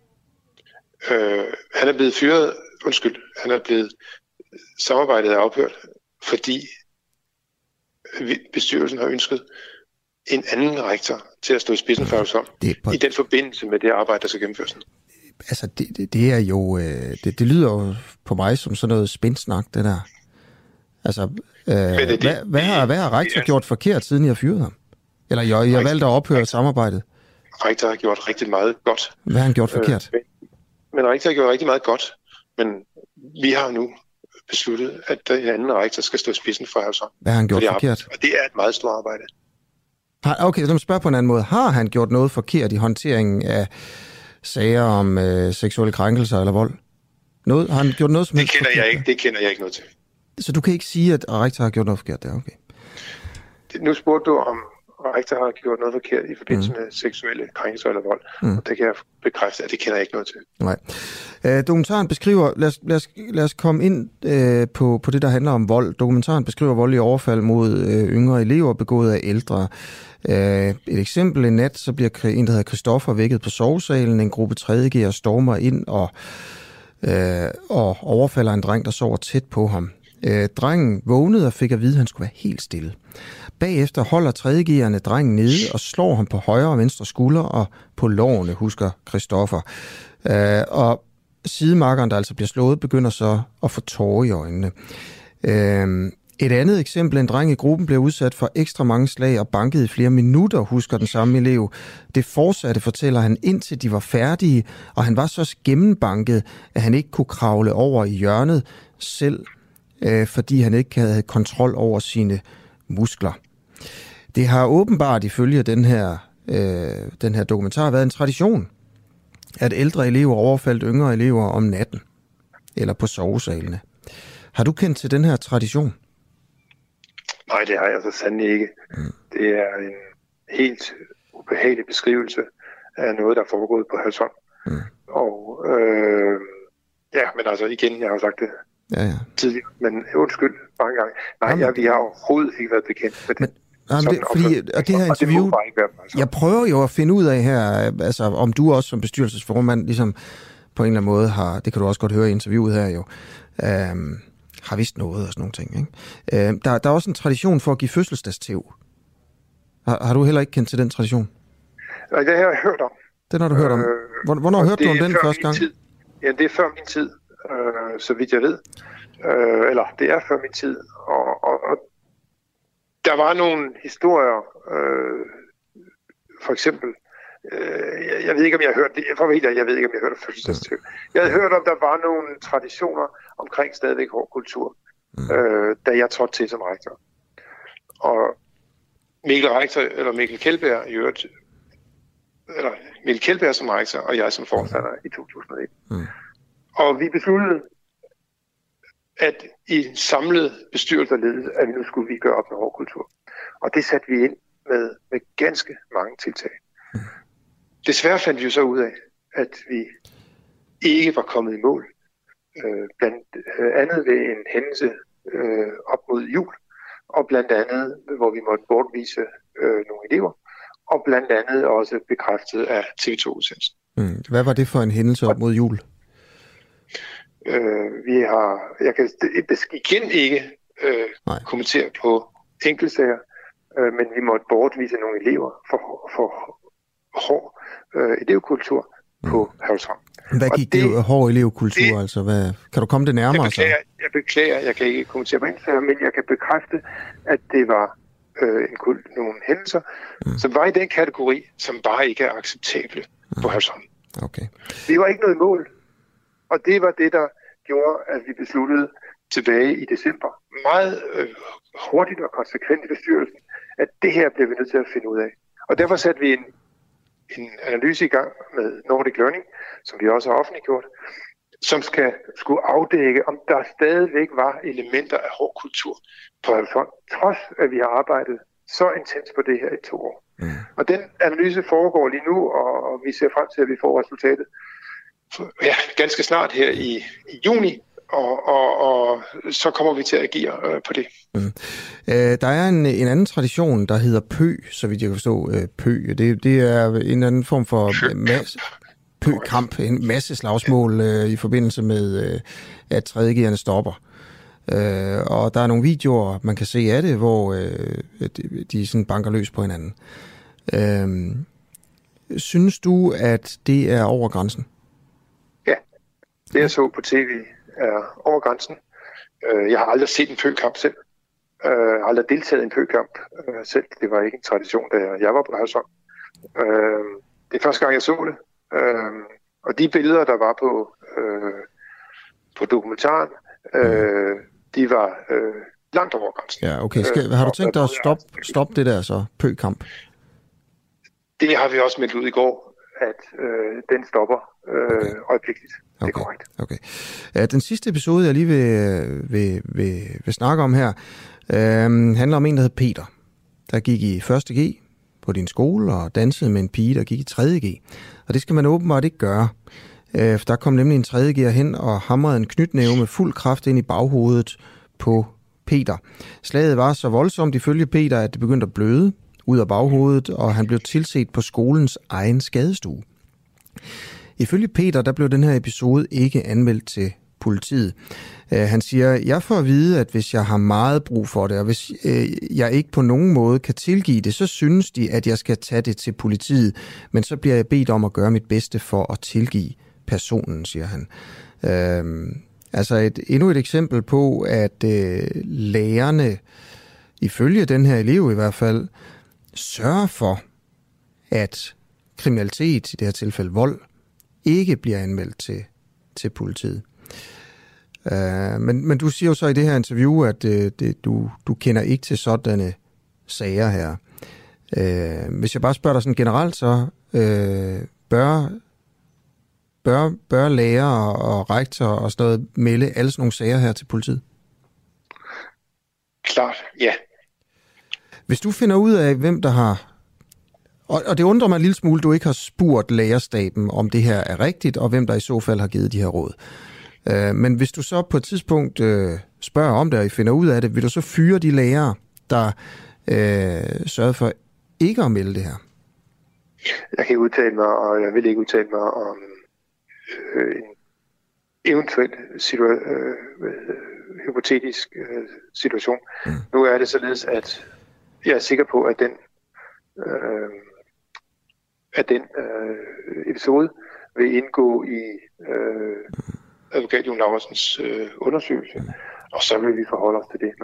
Han er blevet fyret, han er blevet samarbejdet ophørt, fordi bestyrelsen har ønsket en anden rektor til at stå i spidsen for Herlufsholm i den forbindelse med det arbejde, der skal gennemføres. Altså, det er jo... Det lyder jo på mig som sådan noget spindsnak, det der. Altså, hvad har rektor gjort forkert, siden I har fyret ham? Eller I har valgt at ophøre samarbejdet? Rektor har gjort rigtig meget godt. Hvad har han gjort forkert? Men rektor har gjort rigtig meget godt. Men vi har nu besluttet, at den anden rektor skal stå i spidsen for Herlufsholm. Hvad har han gjort forkert? Og det er et meget stort arbejde. Okay, så lad mig spørge på en anden måde. Har han gjort noget forkert i håndteringen af sager om seksuelle krænkelser eller vold? Har han gjort noget som helst forkert? Det kender jeg ikke noget til. Så du kan ikke sige, at rektor har gjort noget forkert der? Okay. Nu spurgte du, om rektor har gjort noget forkert i forbindelse med seksuelle krænkelser eller vold. Og det kan jeg bekræfte, at det kender jeg ikke noget til. Nej. Dokumentaren beskriver, lad os komme ind på det, der handler om vold. Dokumentaren beskriver voldelige overfald mod yngre elever begået af ældre. Et eksempel: en nat, så bliver en, der hedder Christoffer, vækket på sovesalen. En gruppe 3.G'ere stormer ind og overfalder en dreng, der sover tæt på ham. Drengen vågnede og fik at vide, at han skulle være helt stille. Bagefter holder 3.G'erne drengen nede og slår ham på højre og venstre skulder og på lårene, husker Christoffer. Og sidemakkeren, der altså bliver slået, begynder så at få tårer i øjnene. Et andet eksempel: en dreng i gruppen blev udsat for ekstra mange slag og banket i flere minutter, husker den samme elev. Det fortsatte, fortæller han, indtil de var færdige, og han var så gennembanket, at han ikke kunne kravle over i hjørnet selv fordi han ikke havde kontrol over sine muskler. Det har åbenbart ifølge den her dokumentar været en tradition, at ældre elever overfaldt yngre elever om natten, eller på sovesalene. Har du kendt til den her tradition? Nej, det har jeg så sandelig ikke. Det er en helt ubehagelig beskrivelse af noget, der er foregået på Hørsholm. Og men altså igen, jeg har jo sagt det tidligere, men undskyld mange gange. Nej, vi har overhovedet ikke været bekendt med det. Det her interview, jeg prøver jo at finde ud af her, altså om du også som bestyrelsesformand, ligesom på en eller anden måde har, det kan du også godt høre i interviewet her jo, har vist noget og sådan nogle ting. Ikke? Der er også en tradition for at give fødselsdagstæv. Har du heller ikke kendt til den tradition? Nej, det har jeg hørt om. Den har du hørt om. Hvornår hørte du om den første gang? Ja, det er før min tid, så vidt jeg ved. Eller det er før min tid. Og der var nogle historier, for eksempel, jeg ved ikke, om jeg har hørt det, jeg ved ikke, om jeg har hørt fødselsdagstæv. Jeg havde hørt om, der var nogle traditioner omkring stadigvæk hård kultur, da jeg trådte til som rektor. Og Mikkel Kjeldberg i øvrigt, eller Mikkel Kjeldberg som rektor, og jeg som forstander i 2001. Og vi besluttede, at i samlet bestyrelse og ledelse, at nu skulle vi gøre op med hård kultur. Og det satte vi ind med ganske mange tiltag. Desværre fandt vi jo så ud af, at vi ikke var kommet i mål. Blandt andet ved en hændelse op mod jul, og blandt andet, hvor vi måtte bortvise nogle elever, og blandt andet også bekræftet af TV2-udsendelsen. Hvad var det for en hændelse op mod jul? Jeg kan igen ikke kommentere på enkeltsager, men vi måtte bortvise nogle elever for hård elevkultur på Hørsholm. Hvad gik det hård elevkultur? Altså, kan du komme det nærmere? Jeg beklager, jeg kan ikke kommentere på enkeltsager, men jeg kan bekræfte, at det var nogle hændelser, som var i den kategori, som bare ikke er acceptable på Hørsholm. Okay. Vi var ikke noget mål. Og det var det, der gjorde, at vi besluttede tilbage i december, meget hurtigt og konsekvent i bestyrelsen, at det her bliver vi nødt til at finde ud af. Og derfor satte vi en analyse i gang med Nordic Learning, som vi også har offentliggjort, som skulle afdække, om der stadigvæk var elementer af hård kultur på Hørsholm, trods at vi har arbejdet så intens på det her i 2 år. Og den analyse foregår lige nu, og vi ser frem til, at vi får resultatet ganske snart her i juni, og så kommer vi til at agere på det. Der er en anden tradition, der hedder pø, så vidt jeg kan forstå. Pø, det er en anden form for pø-kamp, en masse slagsmål i forbindelse med, at 3.G'erne stopper. Og der er nogle videoer, man kan se af det, hvor de sådan banker løs på hinanden. Synes du, at det er over grænsen? Det jeg så på tv er over grænsen. Jeg har aldrig set en pø-kamp selv. Jeg har aldrig deltaget i en pø-kamp selv. Det var ikke en tradition, da jeg var på Hørsholm. Det er første gang, jeg så det. Og de billeder, der var på dokumentaren, de var langt over grænsen. Ja, okay. Har du tænkt dig at stoppe det der så, pø-kamp? Det har vi også meldt ud i går, at den stopper øjeblikkeligt. Det er korrekt. Okay. Den sidste episode, jeg lige vil snakke om her, handler om en, der hed Peter, der gik i 1. G på din skole og dansede med en pige, der gik i 3. G. Og det skal man åbenbart ikke gøre. For der kom nemlig en 3. G'er hen og hamrede en knytnæve med fuld kraft ind i baghovedet på Peter. Slaget var så voldsomt ifølge Peter, at det begyndte at bløde ud af baghovedet, og han blev tilset på skolens egen skadestue. Ifølge Peter, der blev den her episode ikke anmeldt til politiet. Han siger, jeg får at vide, at hvis jeg har meget brug for det, og hvis jeg ikke på nogen måde kan tilgive det, så synes de, at jeg skal tage det til politiet. Men så bliver jeg bedt om at gøre mit bedste for at tilgive personen, siger han. Altså endnu et eksempel på, at lærerne, ifølge den her elev i hvert fald, sørger for, at kriminalitet, i det her tilfælde vold, ikke bliver anmeldt til politiet. Men du siger jo så i det her interview, at du kender ikke til sådanne sager her. Hvis jeg bare spørger dig sådan generelt, så bør lærere og rektor og sådan noget melde alle sådan nogle sager her til politiet? Klart, ja. Hvis du finder ud af, hvem der har... Og det undrer mig en lille smule, du ikke har spurgt lærerstaben, om det her er rigtigt, og hvem der i så fald har givet de her råd. Men hvis du så på et tidspunkt spørger om det, og I finder ud af det, vil du så fyre de lærere, der sørger for ikke at melde det her? Jeg kan ikke udtale mig, og jeg vil ikke udtale mig om en eventuel hypotetisk situation. Nu er det således, at jeg er sikker på, at den episode vil indgå i advokat Jon Laursens undersøgelse, og så vil vi forholde os til det,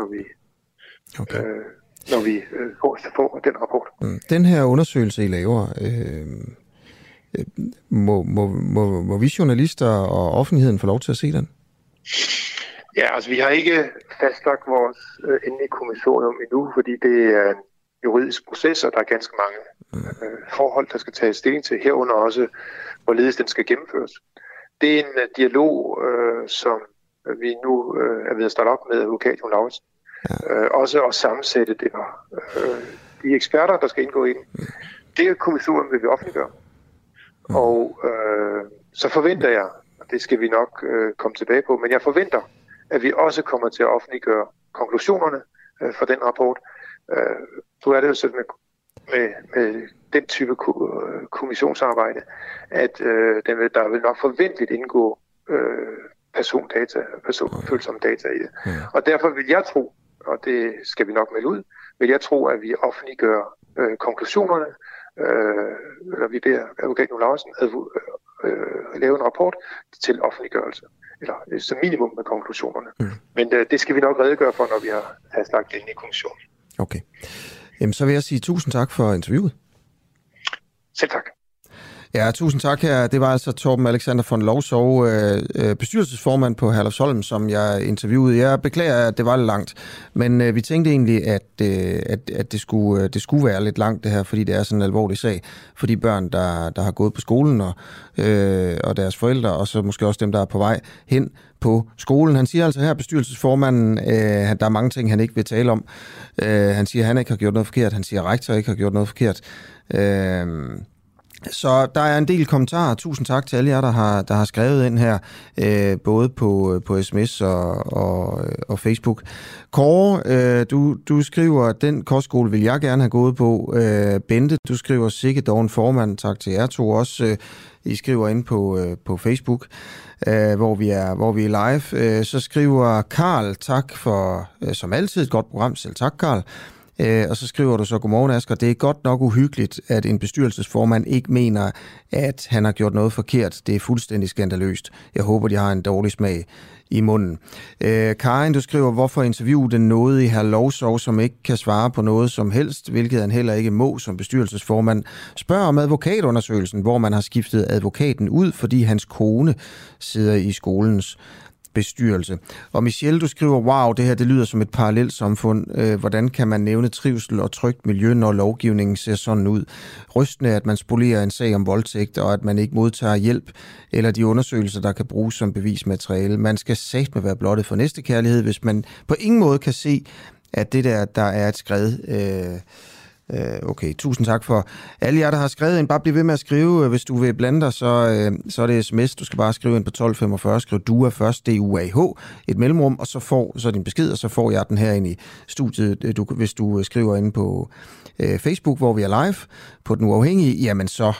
når vi får den rapport. Den her undersøgelse, I laver, må vi journalister og offentligheden få lov til at se den? Ja, altså vi har ikke fastlagt vores endelige kommissorium endnu, fordi det er en juridisk proces, og der er ganske mange forhold, der skal tages stilling til, herunder også, hvorledes den skal gennemføres. Det er en dialog, som vi nu er ved at starte op med advokat Jon Laursen. Også at sammensætte det de eksperter, der skal indgå i den. Det kommissorium vil vi offentliggøre. Og så forventer jeg, og det skal vi nok komme tilbage på, men jeg forventer, at vi også kommer til at offentliggøre konklusionerne for den rapport. Så er det jo sådan med den type kommissionsarbejde, at der vil nok forventeligt indgå personfølsomme data i det. Og derfor vil jeg tro, og det skal vi nok melde ud, vil jeg tro, at vi offentliggør konklusionerne, eller vi beder advokat Jon Laursen lave en rapport til offentliggørelse, eller som minimum med konklusionerne. Men det skal vi nok redegøre for, når vi har fastlagt den i kommissionen. Okay. Jamen, så vil jeg sige tusind tak for interviewet. Selv tak. Ja, tusind tak her. Det var altså Torben Alexander von Lovsov, bestyrelsesformand på Herlufsholm, som jeg interviewede. Jeg beklager, at det var lidt langt, men vi tænkte egentlig, at det skulle være lidt langt det her, fordi det er sådan en alvorlig sag for de børn, der har gået på skolen og deres forældre, og så måske også dem, der er på vej hen på skolen. Han siger altså her, bestyrelsesformanden, der er mange ting, han ikke vil tale om. Han siger, at han ikke har gjort noget forkert. Han siger, at rektor ikke har gjort noget forkert. Så der er en del kommentarer. Tusind tak til alle jer, der har skrevet ind her, både på sms og Facebook. Kåre, du skriver, at den kostskole vil jeg gerne have gået på. Bente, du skriver, sikke dog en formand. Tak til jer to også. I skriver ind på Facebook, hvor vi er live. Så skriver Karl, tak for, som altid, et godt program. Selv tak, Karl. Og så skriver du så, godmorgen Asger, det er godt nok uhyggeligt, at en bestyrelsesformand ikke mener, at han har gjort noget forkert. Det er fuldstændig skandaløst. Jeg håber, de har en dårlig smag i munden. Karin, du skriver, hvorfor interviewe den nådige hr. Lovsov, som ikke kan svare på noget som helst, hvilket han heller ikke må som bestyrelsesformand. Spørg om advokatundersøgelsen, hvor man har skiftet advokaten ud, fordi hans kone sidder i skolens bestyrelse. Og Michelle, du skriver, wow, det her det lyder som et parallelt samfund. Hvordan kan man nævne trivsel og trygt miljø, når lovgivningen ser sådan ud? Rystende, at man spolerer en sag om voldtægt, og at man ikke modtager hjælp, eller de undersøgelser, der kan bruges som bevismateriale. Man skal satme være blottet for næstekærlighed, hvis man på ingen måde kan se, at det der er et skred. Okay, tusind tak for alle jer, der har skrevet ind. Bare bliv ved med at skrive. Hvis du vil blande dig, så er det sms. Du skal bare skrive ind på 1245. Skriv DUA først, DUAH, et mellemrum, og så din besked, og så får jeg den her ind i studiet. Hvis du skriver ind på Facebook, hvor vi er live på Den Uafhængige, jamen så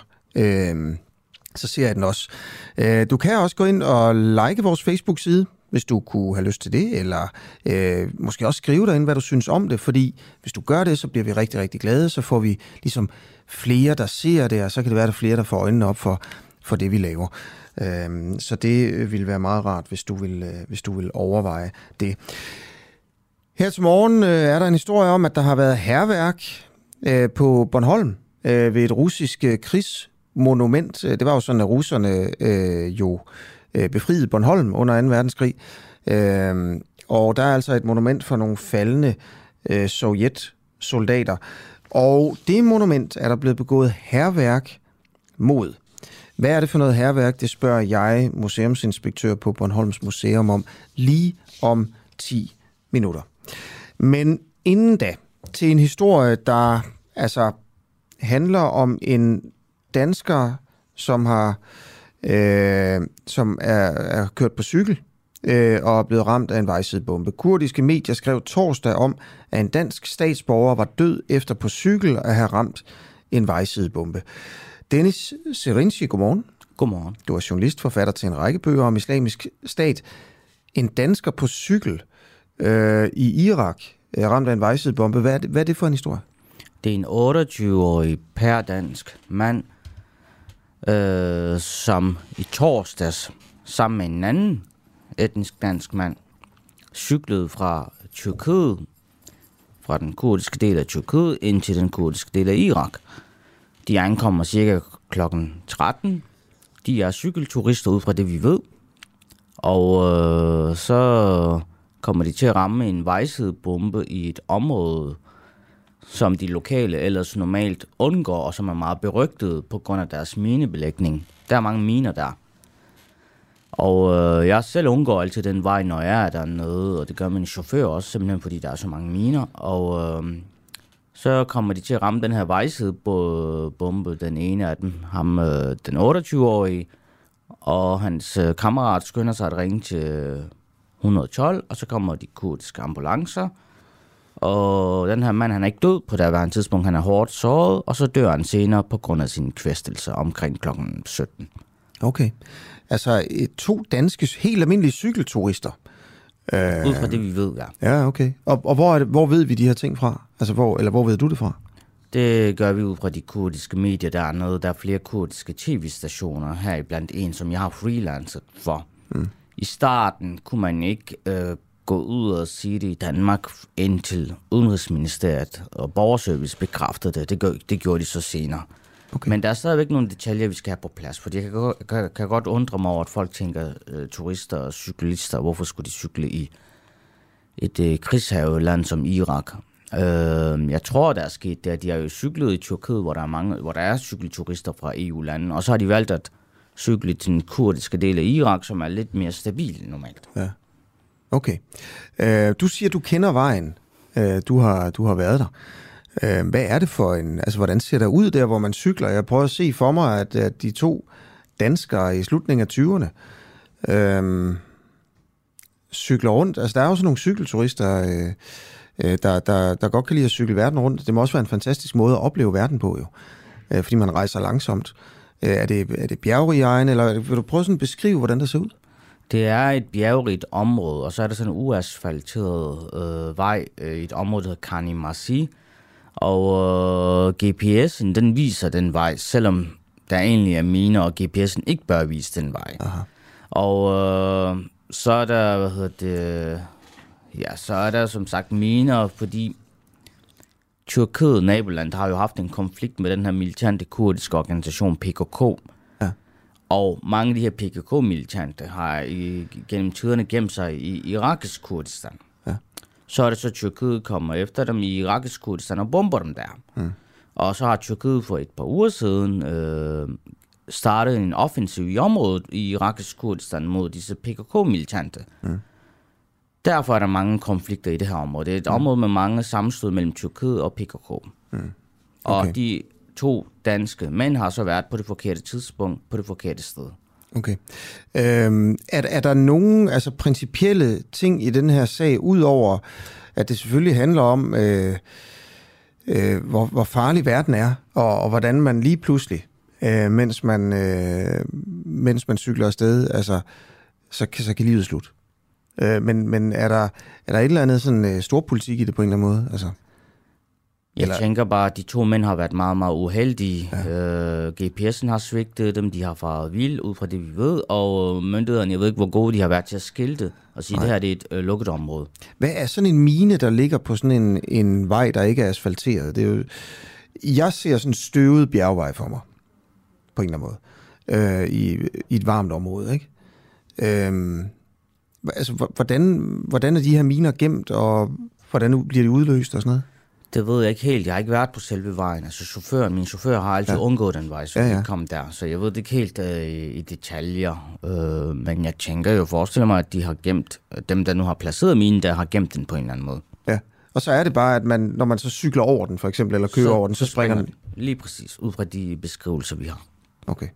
ser jeg den også. Du kan også gå ind og like vores Facebook-side, hvis du kunne have lyst til det, eller måske også skrive derinde, hvad du synes om det, fordi hvis du gør det, så bliver vi rigtig, rigtig glade, så får vi ligesom flere, der ser det, og så kan det være, der er flere, der får øjnene op for det, vi laver. Så det vil være meget rart, hvis du vil overveje det. Her til morgen er der en historie om, at der har været hærværk på Bornholm ved et russisk krigsmonument. Det var jo sådan, at russerne befriede Bornholm under 2. verdenskrig. Og der er altså et monument for nogle faldne sovjetsoldater. Og det monument er der blevet begået hærværk mod. Hvad er det for noget hærværk? Det spørger jeg museumsinspektør på Bornholms Museum om lige om 10 minutter. Men inden da, til en historie, der altså handler om en dansker, som er kørt på cykel og er blevet ramt af en vejsidebombe. Kurdiske medier skrev torsdag om, at en dansk statsborger var død efter på cykel at have ramt en vejsidebombe. Dennis Serinci, godmorgen. Godmorgen. Du er journalist, forfatter til en række bøger om islamisk stat. En dansker på cykel i Irak ramt af en vejsidebombe. Hvad er det for en historie? Det er en 28-årig pærdansk mand, som i torsdags sammen med en anden etnisk dansk mand cyklede fra Tyrkiet, fra den kurdiske del af Tyrkiet, ind til den kurdiske del af Irak. De ankommer cirka kl. 13. De er cykelturister ud fra det, vi ved. Og så kommer de til at ramme en vejsidebombe i et område, som de lokale ellers normalt undgår, og som er meget berygtet på grund af deres minebelægning. Der er mange miner der. Og jeg selv undgår altid den vej, når jeg er dernede, og det gør min chauffør også, simpelthen fordi der er så mange miner. Og så kommer de til at ramme den her vejsidebombe, den ene af dem, ham den 28-årige, og hans kammerat skynder sig at ringe til 112, og så kommer de kurdiske ambulancer. Og den her mand, han er ikke død på det tidspunkt, han er hårdt såret, og så dør han senere på grund af sine kvæstelser omkring kl. 17. Okay. Altså 2 danske, helt almindelige cykelturister. Ud fra det, vi ved, ja. Ja, okay. Og hvor ved vi de her ting fra? Altså, hvor ved du det fra? Det gør vi ud fra de kurdiske medier. Der er flere kurdiske tv-stationer her, blandt en, som jeg har freelancet for. I starten kunne man ikke gå ud og sige det i Danmark, indtil Udenrigsministeriet og Borgerservice bekræftede det. Det gjorde de så senere. Okay. Men der er stadigvæk nogle detaljer, vi skal have på plads, for jeg kan godt undre mig over, at folk tænker, turister og cyklister, hvorfor skulle de cykle i et krigshaveland som Irak? Jeg tror, der er sket det, at de har jo cyklet i Tyrkiet, hvor der er cykelturister fra EU-lande, og så har de valgt at cykle til den kurdiske del af Irak, som er lidt mere stabil normalt. Ja. Okay. Du siger, du kender vejen. Du har været der. Hvad er det for en... Altså, hvordan ser det ud der, hvor man cykler? Jeg prøver at se for mig, at de 2 danskere i slutningen af 20'erne cykler rundt. Altså, der er jo sådan nogle cykelturister, der godt kan lide at cykle verden rundt. Det må også være en fantastisk måde at opleve verden på, jo. Fordi man rejser langsomt. Er det bjergrige egen, eller vil du prøve sådan at beskrive, hvordan det ser ud? Det er et bjergrigt område, og så er der sådan en uasfalteret vej i et område, der hedder Kani Marsi. Og GPS'en, den viser den vej, selvom der egentlig er miner, og GPS'en ikke bør vise den vej. Aha. Og så er der, så er der som sagt miner, fordi Tyrkiet, naboland, har jo haft en konflikt med den her militante kurdiske organisation PKK. Ja. Og mange af de her PKK-militante har gennem tiderne gemt sig i irakisk Kurdistan. Ja. Så er det så, Tyrkiet kommer efter dem i irakisk Kurdistan og bomber dem der. Og så har Tyrkiet for et par uger siden startet en offensiv i området i irakisk Kurdistan mod disse PKK-militante. Derfor er der mange konflikter i det her område. Det er et område med mange sammenstød mellem Tyrkiet og PKK. Okay. Og de 2 danske mænd har så været på det forkerte tidspunkt, på det forkerte sted. Okay. Er der nogen principielle ting i den her sag, udover at det selvfølgelig handler om, hvor farlig verden er, og hvordan man lige pludselig, mens man cykler afsted, så kan livet slutte? Men er der et eller andet sådan stor politik i det på en eller anden måde? Jeg tænker bare, at de 2 mænd har været meget, meget uheldige. Ja. GPS'en har svigtet dem, de har faret vild ud fra det, vi ved, og myndighederne, jeg ved ikke, hvor gode de har været til at skilte og sige, at det her det er et lukket område. Hvad er sådan en mine, der ligger på sådan en vej, der ikke er asfalteret? Det er jo, jeg ser sådan en støvet bjergvej for mig, på en eller anden måde, i et varmt område, ikke? altså, hvordan er de her miner gemt, og hvordan bliver de udløst og sådan noget? Det ved jeg ikke helt. Jeg har ikke været på selve vejen. Altså min chauffør har altid undgået den vej, så jeg kom der. Så jeg ved det ikke helt i detaljer. Men jeg tænker jo, forestiller mig, at de har gemt, dem der nu har placeret minen, der har gemt den på en eller anden måde. Ja, og så er det bare, at når man så cykler over den, for eksempel, eller kører over den, så springer den. Lige præcis, ud fra de beskrivelser, vi har. Okay.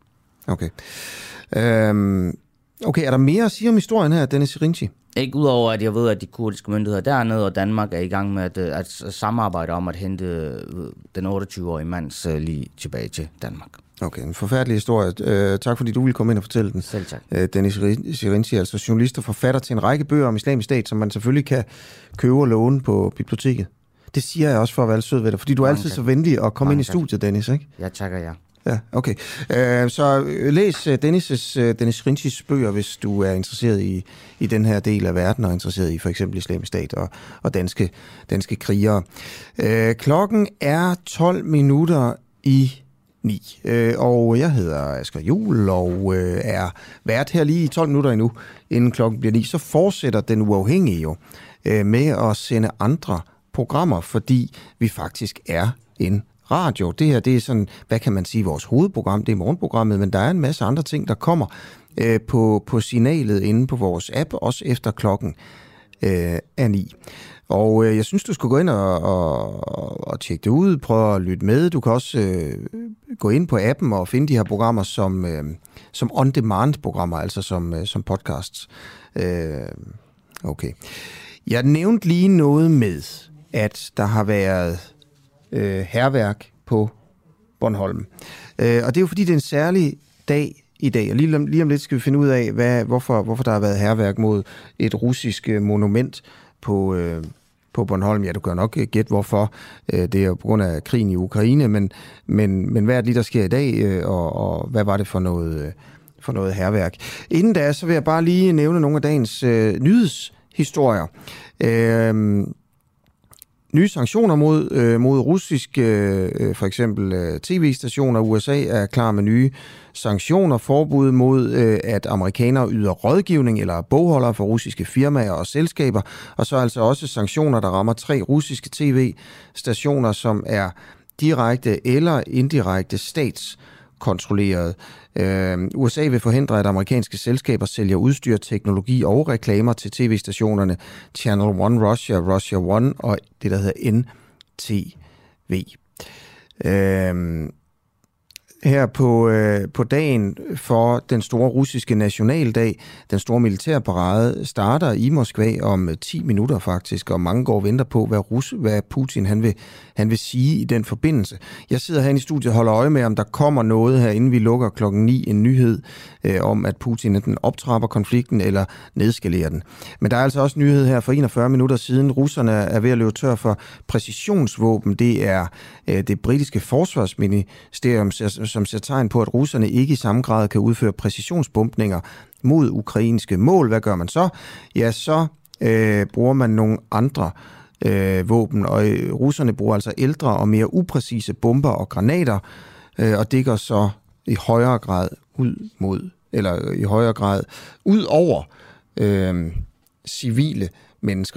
Okay, er der mere at sige om historien her, Dennis Serinci? Ikke udover, at jeg ved, at de kurdiske myndigheder dernede og Danmark er i gang med at samarbejde om at hente den 28-årige mands lige tilbage til Danmark. Okay, en forfærdelig historie. Tak fordi du ville komme ind og fortælle den. Selv tak. Dennis Serinci, altså journalist og forfatter til en række bøger om Islamisk Stat, som man selvfølgelig kan købe og låne på biblioteket. Det siger jeg også for at være sød ved dig, fordi du er altid så venlig at komme ind i studiet, Dennis, ikke? Ja, takker jeg. Ja, okay. Så læs Dennis Serincis bøger, hvis du er interesseret i den her del af verden, og interesseret i for eksempel Islamisk Stat og danske krigere. Klokken er 12 minutter i 9, og jeg hedder Asger Juhl, og er vært her lige i 12 minutter endnu, inden klokken bliver 9. Så fortsætter Den Uafhængige jo med at sende andre programmer, fordi vi faktisk er en radio. Det her, det er sådan, hvad kan man sige, vores hovedprogram, det er morgenprogrammet, men der er en masse andre ting, der kommer på signalet inde på vores app, også efter klokken er 9. Og jeg synes, du skulle gå ind og tjekke det ud, prøve at lytte med. Du kan også gå ind på appen og finde de her programmer som on-demand-programmer, altså som podcasts. Okay. Jeg nævnte lige noget med, at der har været hærværk på Bornholm. Og det er jo fordi, det er en særlig dag i dag. Og lige om lidt skal vi finde ud af, hvorfor der har været hærværk mod et russisk monument på Bornholm. Ja, du kan nok gætte hvorfor. Det er jo på grund af krigen i Ukraine, men hvad er det lige, der sker i dag, og hvad var det for noget hærværk? Inden da, så vil jeg bare lige nævne nogle af dagens nyhedshistorier. Nye sanktioner mod russiske, for eksempel tv-stationer. USA er klar med nye sanktioner, forbud mod, at amerikanere yder rådgivning eller bogholdere for russiske firmaer og selskaber, og så altså også sanktioner, der rammer 3 russiske tv-stationer, som er direkte eller indirekte statskontrolleret. USA vil forhindre, at amerikanske selskaber sælger udstyr, teknologi og reklamer til tv-stationerne Channel One Russia, Russia One og det, der hedder NTV. Her på dagen for den store russiske nationaldag, den store militærparade, starter i Moskva om 10 minutter faktisk, og mange går og venter på, hvad Putin han vil sige i den forbindelse. Jeg sidder herinde i studiet og holder øje med, om der kommer noget her, inden vi lukker klokken 9, en nyhed om, at Putin enten optrapper konflikten eller nedskalerer den. Men der er altså også nyhed her for 41 minutter siden. Russerne er ved at løbe tør for præcisionsvåben. Det er det britiske forsvarsministerium, som ser tegn på, at russerne ikke i samme grad kan udføre præcisionsbombninger mod ukrainske mål. Hvad gør man så? Ja, så bruger man nogle andre våben, og russerne bruger altså ældre og mere upræcise bomber og granater, og det går så i højere grad ud over civile mennesker.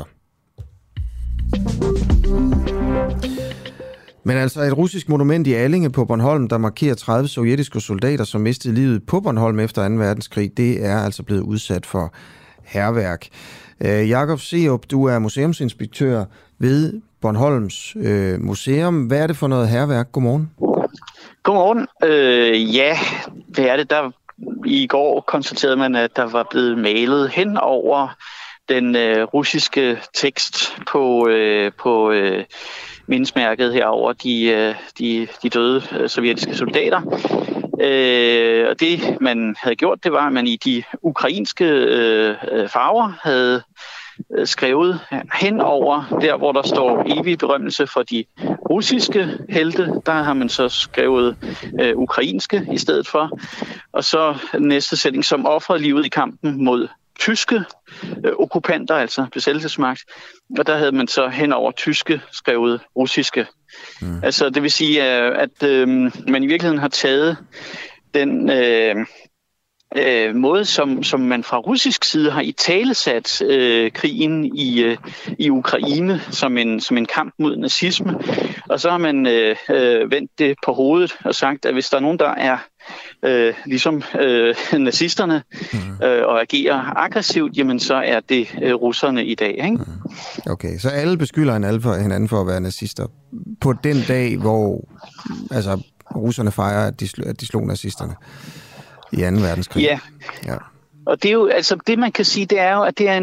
Men altså et russisk monument i Allinge på Bornholm, der markerer 30 sovjetiske soldater, som mistede livet på Bornholm efter 2. verdenskrig, det er altså blevet udsat for hærværk. Jakob Seop, du er museumsinspektør ved Bornholms Museum. Hvad er det for noget hærværk? Godmorgen. Godmorgen. Ja, det er det. I går konstaterede man, at der var blevet malet hen over den russiske tekst på mindesmærket herover de døde sovjetiske soldater. Og det, man havde gjort, det var, at man i de ukrainske farver havde skrevet hen over der, hvor der står evig berømmelse for de russiske helte. Der har man så skrevet ukrainske i stedet for. Og så næste sætning, som offrede livet i kampen mod tyske okkupanter, altså besættelsesmagt. Og der havde man så hen over tyske skrevet russiske. Altså det vil sige, at man i virkeligheden har taget den måde, som man fra russisk side har italesat krigen i Ukraine som en kamp mod nazisme. Og så har man vendt det på hovedet og sagt, at hvis der er nogen, der er ligesom nazisterne og agerer aggressivt, jamen så er det russerne i dag. Ikke? Okay, så alle beskylder hinanden for at være nazister på den dag, hvor altså, russerne fejrer, at de slog nazisterne i 2. verdenskrig. Ja. Og det er jo, altså det man kan sige, det er jo, at det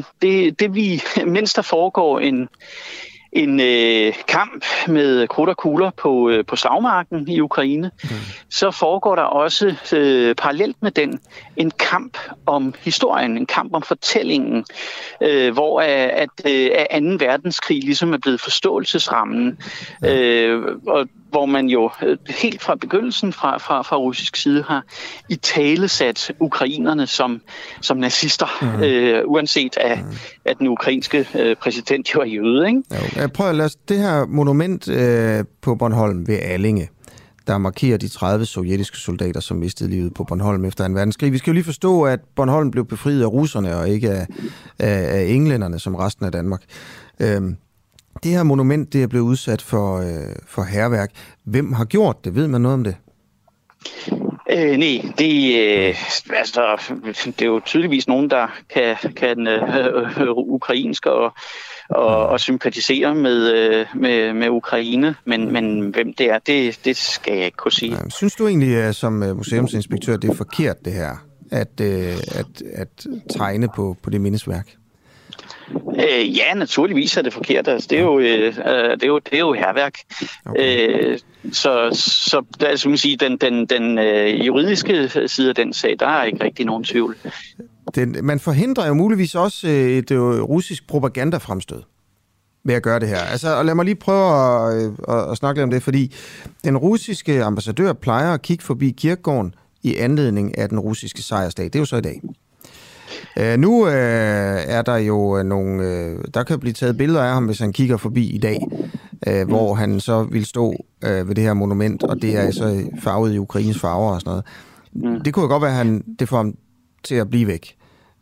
er mens der foregår en kamp med krudt og kugler på slagmarken i Ukraine, så foregår der også parallelt med den en kamp om historien, en kamp om fortællingen, hvor at 2. verdenskrig ligesom er blevet forståelsesrammen, og hvor man jo helt fra begyndelsen fra russisk side har italesat ukrainerne som nazister, uanset at den ukrainske præsident jo er jøde, ikke? Jo, prøv at lade det her monument på Bornholm ved Allinge, der markerer de 30 sovjetiske soldater, som mistede livet på Bornholm efter 2. verdenskrig. Vi skal jo lige forstå, at Bornholm blev befriet af russerne og ikke af englænderne, som resten af Danmark. Det her monument, det er blevet udsat for hærværk. Hvem har gjort det? Ved man noget om det? Nej, det er jo tydeligvis nogen, der kan ukrainsk og sympatisere med Ukraine, men hvem det er, det skal jeg ikke kunne sige. Synes du egentlig som museumsinspektør, det er forkert det her, at tegne på det mindesværk? Ja, naturligvis er det forkert. Altså, det er jo hærværk. Okay. Så altså, man sige, den juridiske side af den sag, der er ikke rigtig nogen tvivl. Man forhindrer jo muligvis også et russisk propagandafremstød ved at gøre det her. Altså, og lad mig lige prøve at snakke lidt om det, fordi den russiske ambassadør plejer at kigge forbi kirkegården i anledning af den russiske sejrsdag. Det er jo så i dag. Nu er der jo der kan blive taget billeder af ham, hvis han kigger forbi i dag, hvor han så vil stå ved det her monument, og det er så farvet i Ukraines farver og sådan noget. Det kunne jo godt være, at det får ham til at blive væk.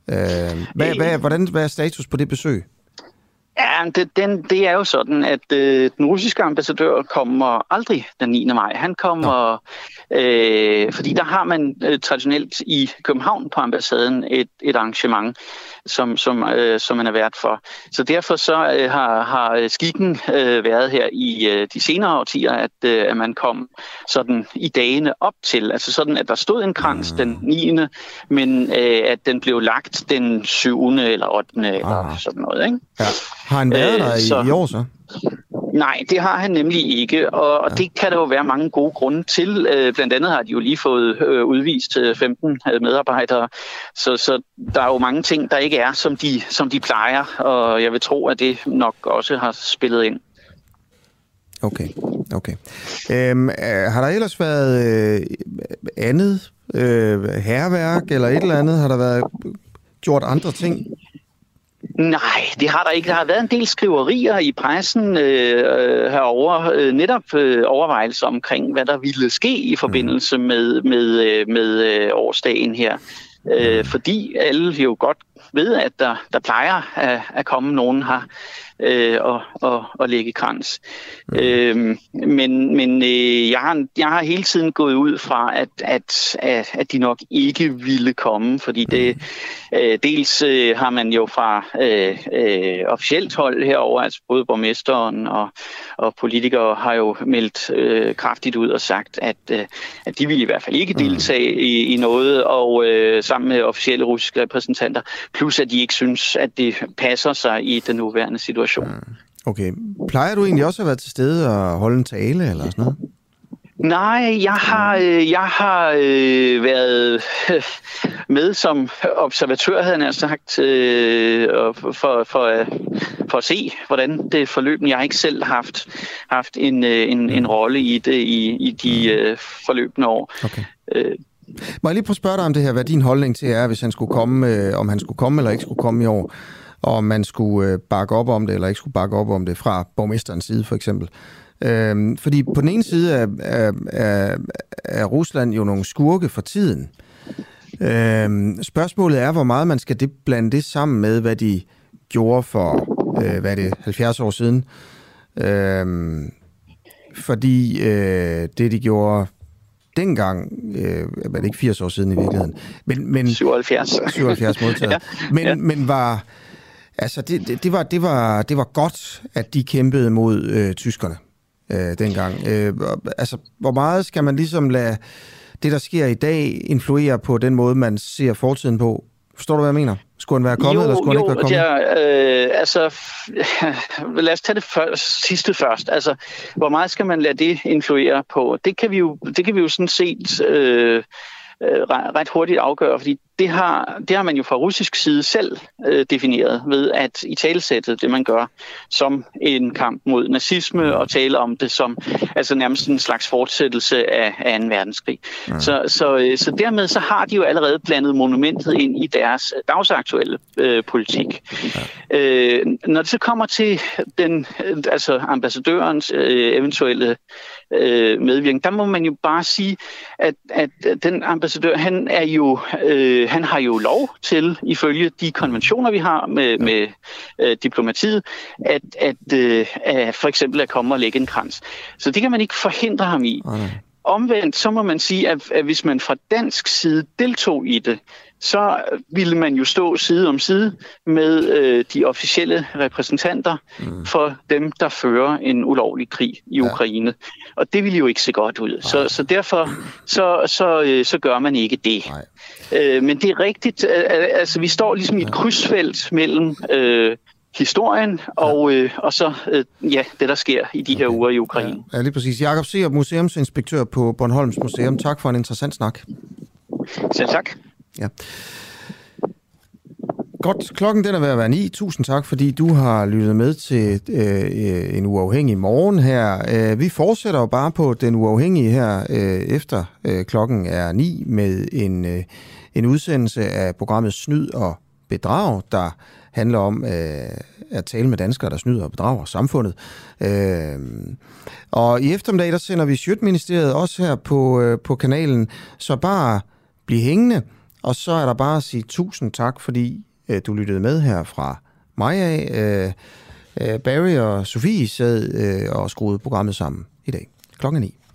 Hvad er status på det besøg? Ja, det er jo sådan, at den russiske ambassadør kommer aldrig den 9. maj. Han kommer, fordi der har man traditionelt i København på ambassaden et arrangement, som man er vært for. Så derfor så har skikken været her i de senere årtier, at man kom sådan i dagene op til. Altså sådan, at der stod en krans den 9., men at den blev lagt den 7. eller 8. eller sådan noget, ikke? Ja. Har han været der i år så? Nej, det har han nemlig ikke, og det kan der jo være mange gode grunde til. Blandt andet har de jo lige fået udvist 15 medarbejdere, så der er jo mange ting, der ikke er, som de plejer, og jeg vil tro, at det nok også har spillet ind. Okay. Har der ellers været andet hærværk eller et eller andet? Har der været gjort andre ting? Nej, det har der ikke. Der har været en del skriverier i pressen herover, netop overvejelser omkring, hvad der ville ske i forbindelse med årsdagen her. Fordi alle jo godt ved, at der plejer at komme nogen her og lægge krans. Men jeg har hele tiden gået ud fra, at de nok ikke ville komme, fordi det dels har man jo fra officielt hold herover, altså både borgmesteren og politikere har jo meldt kraftigt ud og sagt, at de ville i hvert fald ikke deltage i noget, og sammen med officielle russiske repræsentanter, plus at de ikke synes, at det passer sig i den nuværende situation. Okay. Plejer du egentlig også at være til stede og holde en tale eller sådan noget? Nej, jeg har været med som observatør, havde jeg sagt, for at se, hvordan det forløb. Jeg har ikke selv haft en rolle i det i de forløbende år. Okay. Må jeg lige prøve at spørge dig om det her, hvad din holdning til er, hvis han skulle komme, om han skulle komme eller ikke skulle komme i år, og om man skulle bakke op om det eller ikke skulle bakke op om det fra borgmesterens side for eksempel. Fordi på den ene side er Rusland jo nogle skurke for tiden, Spørgsmålet er, hvor meget man skal blande det sammen med, hvad de gjorde for 70 år siden. Fordi det, de gjorde dengang, var det ikke 80 år siden i virkeligheden, men 77 modtaget. Men var, altså det var godt, at de kæmpede mod tyskerne dengang. Altså, hvor meget skal man ligesom lade det, der sker i dag, influere på den måde, man ser fortiden på? Forstår du, hvad jeg mener? Skulle han være kommet, eller skulle han ikke være kommet? Lad os tage det sidste først. Altså, hvor meget skal man lade det influere på? Det kan vi jo sådan set ret hurtigt afgøre, fordi det har man jo fra russisk side selv defineret ved at italesætte det, man gør, som en kamp mod nazisme og tale om det som altså nærmest en slags fortsættelse af 2. verdenskrig. Ja. Så dermed så har de jo allerede blandet monumentet ind i deres dagsaktuelle politik. Ja. Når det så kommer til ambassadørens eventuelle medvirkning, der må man jo bare sige, at den ambassadør, han har jo lov til, ifølge de konventioner, vi har med diplomatiet, at for eksempel at komme og lægge en krans. Så det kan man ikke forhindre ham i. Omvendt, så må man sige, at hvis man fra dansk side deltog i det, så ville man jo stå side om side med de officielle repræsentanter for dem, der fører en ulovlig krig i Ukraine. Og det ville jo ikke se godt ud. Så derfor så gør man ikke det. Men det er rigtigt. Altså, vi står ligesom i et krydsfelt mellem historien og så det, der sker i de her uger i Ukraine. Ja, lige præcis. Jakob Seerup, museumsinspektør på Bornholms Museum. Tak for en interessant snak. Selv tak. Ja. Godt, klokken den er ved at være 9. Tusind tak, fordi du har lyttet med til en uafhængig morgen her. Vi fortsætter jo bare på den uafhængige her efter klokken er 9 med en udsendelse af programmet Snyd og Bedrag, der handler om at tale med danskere, der snyder og bedrager samfundet. Og i eftermiddag, der sender vi Sjøtministeriet også her på kanalen, så bare bliv hængende, og så er der bare at sige tusind tak, fordi du lyttede med her fra mig af. Barry og Sofie sad og skruede programmet sammen i dag. Klokken 9.